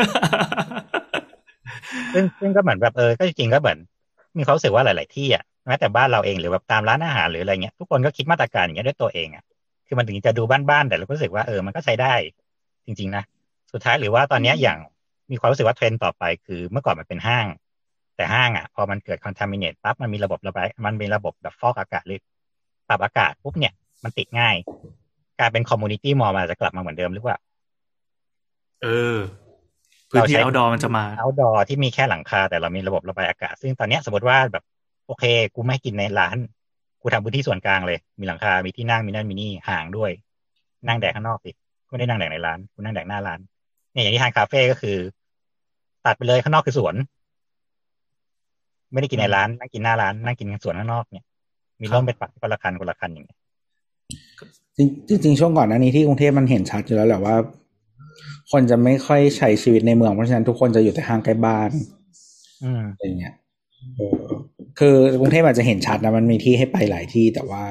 ซึ่งก็เหมือนแบบก็จริงๆก็เหมือนมีความรู้สึกว่าหลายๆที่อ่ะแม้แต่บ้านเราเองหรือแบบตามร้านอาหารหรืออะไรเงี้ยทุกคนก็คิดมาตรการอย่างเงี้ยด้วยตัวเองอ่ะคือมันถึงจะดูบ้านๆแต่เราก็รู้สึกว่ามันก็ใช้ได้จริงๆนะสุดท้ายหรือว่าตอนนี้อย่างมีความรู้สึกว่าเทรนด์ต่อไปคือเมื่อก่อนมันเป็นห้างแต่ห้างอ่ะพอมันเกิดคอนทามิเนตปั๊บมันมีระบบระบายมันมีระบบแบบฟอกอากาศหรือปรับอากาศปุ๊บเนี่ยมันติดง่ายกลายเป็นคอมมูนิตี้มอลล์มันจะกลับมาเหมือนเดิมหรือเปล่าพื้นที่ outdoor มันจะมา outdoor ที่มีแค่หลังคาแต่เรามีระบบระบายอากาศซึ่งตอนนี้สมมติว่าแบบโอเคกูไม่กินในร้านกูทำพื้นที่ส่วนกลางเลยมีหลังคามีที่นั่งมีนั่นมีนี่ห่างด้วยนั่งแดกข้างนอกสิไม่ได้นั่งแดกในร้านกูนั่งแดกหน้าร้านเนี่ยอย่างที่ทานคาเฟ่ก็คือตัดไปเลยข้างนอกคือสวนไม่ได้กินในร้านนั่งกินหน้าร้านนั่งกินสวนข้างนอกเนี่ยมีร่มเป็นปักคนละคันอย่างเงี้ยจริงช่วงก่อนหน้านี้ที่กรุงเทพมันเห็นชัดอยู่แล้วแหละว่าคนจะไม่ค่อยใช้ชีวิตในเมืองเพราะฉะนั้นทุกคนจะอยู่แต่ห้างใกล้บ้านอะไรเงี้ยคือกรุงเทพอาจจะเห็นชัดนะมันมีที่ให้ไปหลายที่แต่ว่า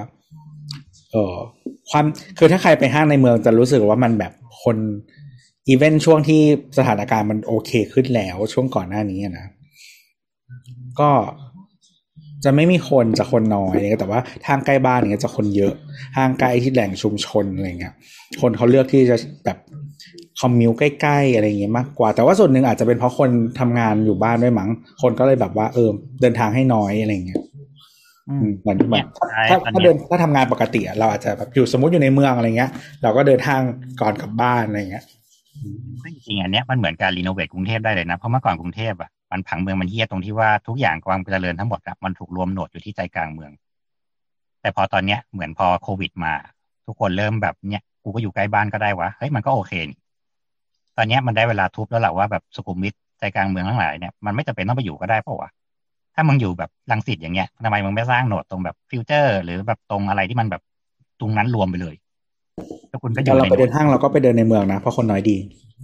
ความคือถ้าใครไปห้างในเมืองจะรู้สึกว่ามันแบบคนอีเวนต์ช่วงที่สถานการณ์มันโอเคขึ้นแล้วช่วงก่อนหน้านี้นะก็จะไม่มีคนจะคนน้อยแต่ว่าทางใกล้บ้านเนี่ยจะคนเยอะห้างใกล้ที่แหล่งชุมชนอะไรเงี้ยคนเขาเลือกที่จะแบบคอมมิวใกล้ๆอะไรเงี้ยมากกว่าแต่ว่าส่วนหนึ่งอาจจะเป็นเพราะคนทำงานอยู่บ้านด้วยมั้งคนก็เลยแบบว่าเดินทางให้น้อยอะไรเงี้ยเหมือนถ้าทำงานปกติเราอาจจะแบบอยู่สมมติอยู่ในเมืองอะไรเงี้ยเราก็เดินทางก่อนกลับบ้านอะไรเงี้ยจริงๆอันเนี้ยมันเหมือนการรีโนเวทกรุงเทพได้เลยนะเพราะเมื่อก่อนกรุงเทพอ่ะมันผังเมืองมันเหี้ยตรงที่ว่าทุกอย่างความเจริญทั้งหมดอ่ะมันถูกรวมโหนดอยู่ที่ใจกลางเมืองแต่พอตอนเนี้ยเหมือนพอโควิดมาทุกคนเริ่มแบบเนี้ยกูก็อยู่ใกล้บ้านก็ได้วะเฮ้ยมันก็โอเคนี่ตอนนี้มันได้เวลาทุบแล้วแหละว่าแบบสุขุมวิทใจกลางเมืองทั้งหลายเนี่ยมันไม่จำเป็นต้องไปอยู่ก็ได้เพราะว่าถ้ามึงอยู่แบบรังสิตอย่างเงี้ยทำไมมึงไม่สร้างโหนดตรงแบบฟิวเจอร์หรือแบบตรงอะไรที่มันแบบตรงนั้นรวมไปเลยแล้วคุณก็อยู่เราไปเดินห้างเราก็ไปเดินในเมืองนะเพราะคนน้อยดี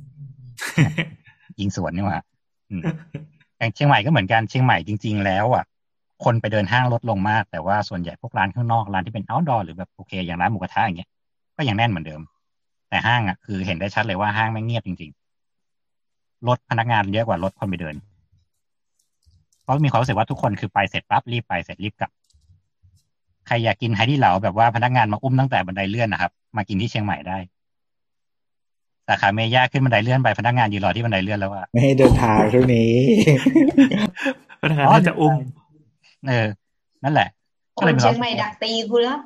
ยิงสวนนี่หว่าอย่างเชียงใหม่ก็เหมือนกันเชียงใหม่จริงๆแล้วอ่ะคนไปเดินห้างลดลงมากแต่ว่าส่วนใหญ่พวกร้านข้างนอกร้านที่เป็น outdoor หรือแบบโอเคอย่างร้านหมูกระทะอย่างเงี้ยก็ยังแน่นเหมือนเดิมแต่ห้างอ่ะคือเห็นได้ชัดเลยว่าห้างไม่เงียบจริงๆรถพนักงานเยอะกว่ารถคนไปเดินเพราะมีความรู้สึกว่าทุกคนคือไปเสร็จปั๊บรีบไปเสร็จรีบกลับใครอยากกินไฮดี้เหลาแบบว่าพนักงานมาอุ้มตั้งแต่บันไดเลื่อนนะครับมากินที่เชียงใหม่ได้สาขาเมย่าขึ้นบันไดเลื่อนไปพนักงานยืนรอที่บันไดเลื่อนแล้วว่าไม่ให้เดินทางช่วงนี้พนักงานจะอุ้มนั่นแหละก็เลยเชียงใหม่ดักตีกูแล้ว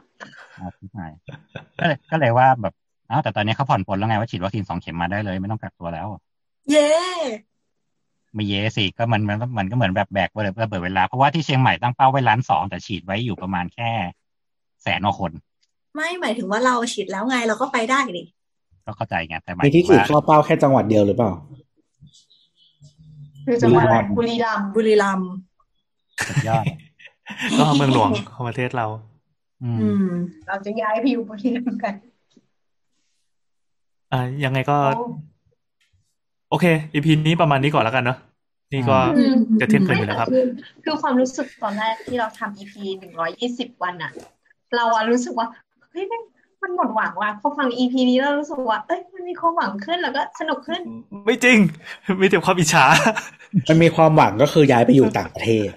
ก็เลยว่าแบบแต่ตอนนี้เขาผ่อนปลนแล้วไงว่าฉีดวัคซีน2 เข็มมาได้เลยไม่ต้องกักตัวแล้วเย้ไม่เย้สิก็มันก็เหมือนแบบแบกระเบิดเวลาเพราะว่าที่เชียงใหม่ตั้งเป้าไว้1,200,000แต่ฉีดไว้อยู่ประมาณแค่100,000 กว่าคนไม่หมายถึงว่าเราฉีดแล้วไงเราก็ไปได้ดิก็เข้าใจไงแต่มีที่ฉีดเข้าเป้าแค่จังหวัดเดียวหรือเปล่าคือจังหวัดบุรีรัมย์สุดยอดก็เมืองหลวงของประเทศเราเราจะย้ายไปอยู่บุรีรัมย์กันยังไงก็โอเค EP นี้ประมาณนี้ก่อนแล้วกันเนาะนี่ก็จะเที่ยงคืนอยู่แล้วครับคือความรู้สึกตอนแรกที่เราทำ EP 120 วันอะเรารู้สึกว่าเฮ้ยมันหมดหวังว่ะพอฟัง EP นี้เรารู้สึกว่ามันมีความหวังขึ้นแล้วก็สนุกขึ้นไม่จริงมีแต่ความอิจฉามันมีความหวังก็คือย้ายไปอยู่ต่างประเทศ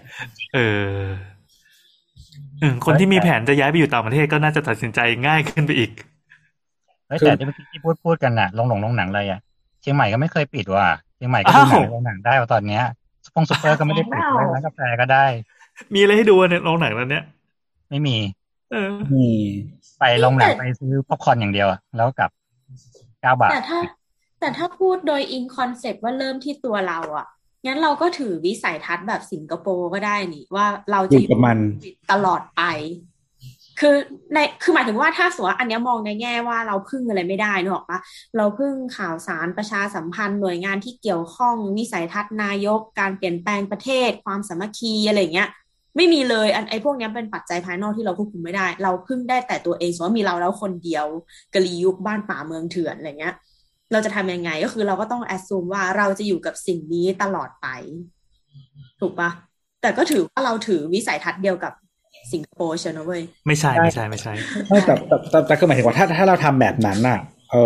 คนที่มีแผนจะย้ายไปอยู่ต่างประเทศก็น่าจะตัดสินใจง่ายขึ้นไปอีกแต่ที่พูดกันน่ะลงหนังอะไรอ่ะเชียงใหม่ก็ไม่เคยปิดว่ะเชียงใหม่ก็ดูหนังได้ตอนเนี้ยซุปเปอร์ก็ไม่ได้ปิดร้านกาแฟก็ได้มีอะไรให้ดูในโรงหนังตอนเนี้ยไม่มีไปโรงหนังไปซื้อป๊อปคอร์นอย่างเดียวแล้วกับ9 บาทแต่ถ้าพูดโดยอิงคอนเซ็ปต์ว่าเริ่มที่ตัวเราอ่ะงั้นเราก็ถือวิสัยทัศน์แบบสิงคโปร์ก็ได้นี่ว่าเราจะอยู่ตลอดไปคือหมายถึงว่าถ้าสมมติว่าอันนี้มองในแง่ว่าเราพึ่งอะไรไม่ได้นึกออกปะเราพึ่งข่าวสารประชาสัมพันธ์หน่วยงานที่เกี่ยวข้องวิสัยทัศน์นายกการเปลี่ยนแปลงประเทศความสามัคคีอะไรเงี้ยไม่มีเลยไอ้พวกนี้เป็นปัจจัยภายนอกที่เราควบคุมไม่ได้เราพึ่งได้แต่ตัวเองสมมติว่ามีเราแล้วคนเดียวกะลียุคบ้านป่าเมืองเถื่อนอะไรเงี้ยเราจะทำยังไงก็คือเราก็ต้องแอสซูมว่าเราจะอยู่กับสิ่งนี้ตลอดไปถูกปะแต่ก็ถือว่าเราถือวิสัยทัศน์เดียวกับสิงคโปร์ใช่ไหมเว้ยไม่ใช่ไม่แต่คือหมายถึงว่าถ้าเราทำแบบนั้นอ่ะ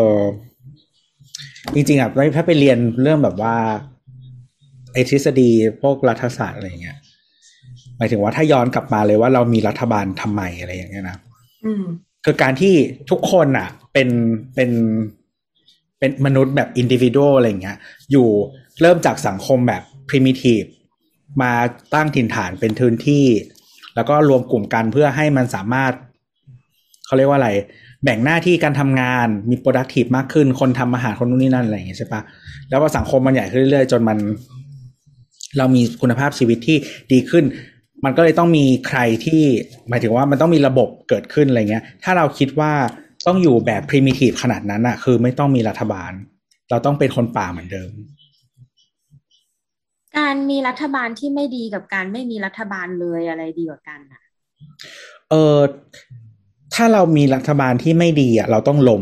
จริงๆอ่ะถ้าไปเรียนเรื่องแบบว่าไอ้ทฤษฎีพวกรัฐศาสตร์อะไรเงี้ยหมายถึงว่าถ้าย้อนกลับมาเลยว่าเรามีรัฐบาลทำไมอะไรอย่างเงี้ยนะคือการที่ทุกคนอ่ะเป็นมนุษย์แบบอินดิวิวดัลอะไรเงี้ยอยู่เริ่มจากสังคมแบบ primitive มาตั้งถิ่นฐานเป็นพื้นที่แล้วก็รวมกลุ่มกันเพื่อให้มันสามารถเขาเรียกว่าอะไรแบ่งหน้าที่การทำงานมี productive มากขึ้นคนทำอาหารคนนู้นนี่นั่นอะไรอย่างเงี้ยใช่ปะแล้วพอสังคมมันใหญ่ขึ้นเรื่อยๆจนมันเรามีคุณภาพชีวิตที่ดีขึ้นมันก็เลยต้องมีใครที่หมายถึงว่ามันต้องมีระบบเกิดขึ้นอะไรเงี้ยถ้าเราคิดว่าต้องอยู่แบบ primitive ขนาดนั้นอะคือไม่ต้องมีรัฐบาลเราต้องเป็นคนป่าเหมือนเดิมการมีรัฐบาลที่ไม่ดีกับการไม่มีรัฐบาลเลยอะไรดีกว่ากันอ่ะถ้าเรามีรัฐบาลที่ไม่ดีอ่ะเราต้องล้ม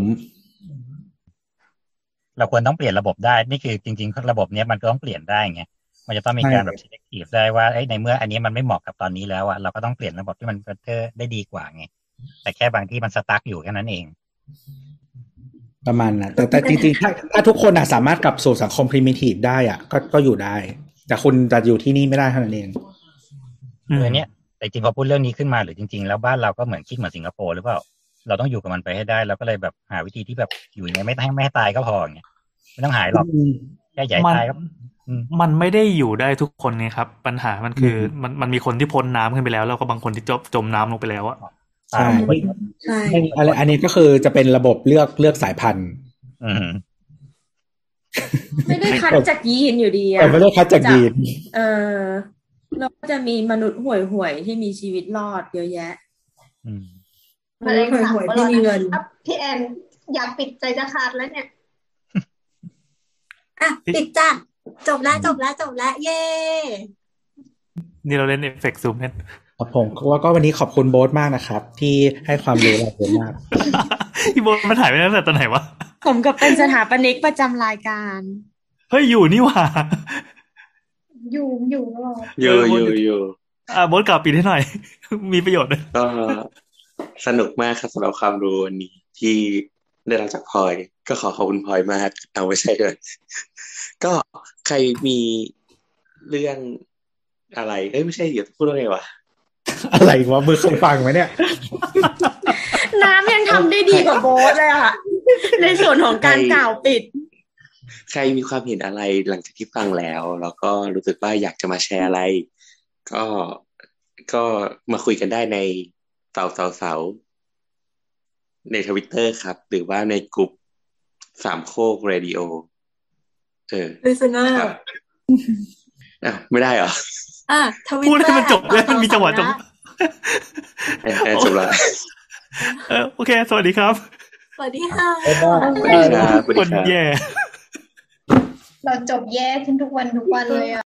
เราควรต้องเปลี่ยนระบบได้นี่คือจริงๆระบบนี้มันก็ต้องเปลี่ยนได้ไงมันจะต้องมีการแบบ selective ได้ว่าในเมื่ออันนี้มันไม่เหมาะกับตอนนี้แล้วอ่ะเราก็ต้องเปลี่ยนระบบที่มันได้ดีกว่าไงแต่แค่บางที่มันสตั๊กอยู่แค่นั้นเองประมาณนะแต่จริงๆถ้าทุกคนสามารถกลับสู่สังคม primitive ได้อ่ะก็อยู่ได้แต่คุณจะอยู่ที่นี่ไม่ได้เท่านั้นเองเนี่ยแต่จริงพอพูดเรื่องนี้ขึ้นมาหรือจริงๆแล้วบ้านเราก็เหมือนคิดเหมือนสิงคโปร์หรือเปล่าเราต้องอยู่กับมันไปให้ได้เราก็เลยแบบหาวิธีที่แบบอยู่ยังไงไม่ให้ตายก็พออย่างเงี้ยไม่ต้องหายหรอกแค่ใหญ่ตายก็มันไม่ได้อยู่ได้ทุกคนไงครับปัญหามันคือมันมีคนที่พ้นน้ำขึ้นไปแล้วแล้วก็บางคนที่จมน้ำลงไปแล้วอะใช่อันนี้ก็คือจะเป็นระบบเลือกสายพันธุ์ไม่ได้คัดจากยีนอยู่ดีไม่ได้คัดจากยีนเราก็จะมีมนุษย์ห่วยๆที่มีชีวิตรอดเยอะแยะมนุษย์ห่วยๆที่มีเงินพี่แอนอยากปิดใจจะขาดแล้วเนี่ยอ่ะปิดจ้ะจบแล้วเย้นี่เราเล่นเอฟเฟกต์ซูมเล่นครับผมแล้วก็วันนี้ขอบคุณโบ๊ทมากนะครับที่ให้ความรู้เราเยอะมากพี่โบ๊ทมาถ่ายไปตั้งแต่ตอนไหนวะผมก็เป็นสถาปนิกประจำรายการเฮ้ยอยู่นี่หว่าอยู่ตลอดอยู่โบ๊ทกลับปิดให้หน่อยมีประโยชน์ก็สนุกมากครับสำหรับความรู้วันนี้ที่ได้รับจากพลอยก็ขอบคุณพลอยมากเอาไว้ใช้เลยก็ใครมีเรื่องอะไรไม่ใช่เดี๋ยวพูดว่าไงวะอะไรวะมือเคยฟังไหมเนี่ยน้ำยังทำได้ดีกว่าโบ๊ทเลยอ่ะในส่วนของการกล่าวปิดใครมีความเห็นอะไรหลังจากที่ฟังแล้วก็รู้สึกว่าอยากจะมาแชร์อะไรก็มาคุยกันได้ในเสาใน Twitter ครับหรือว่าในกลุ่มสามโคกเรดิโอ listener ไม่ได้เหรอพูดให้มันจบเลยมีจังหวะจบจบแล้วโอเคสวัสดีครับสวัสดีค่ะคนแย่เราจบแย่ขึ้นทุกวันเลยอ่ะ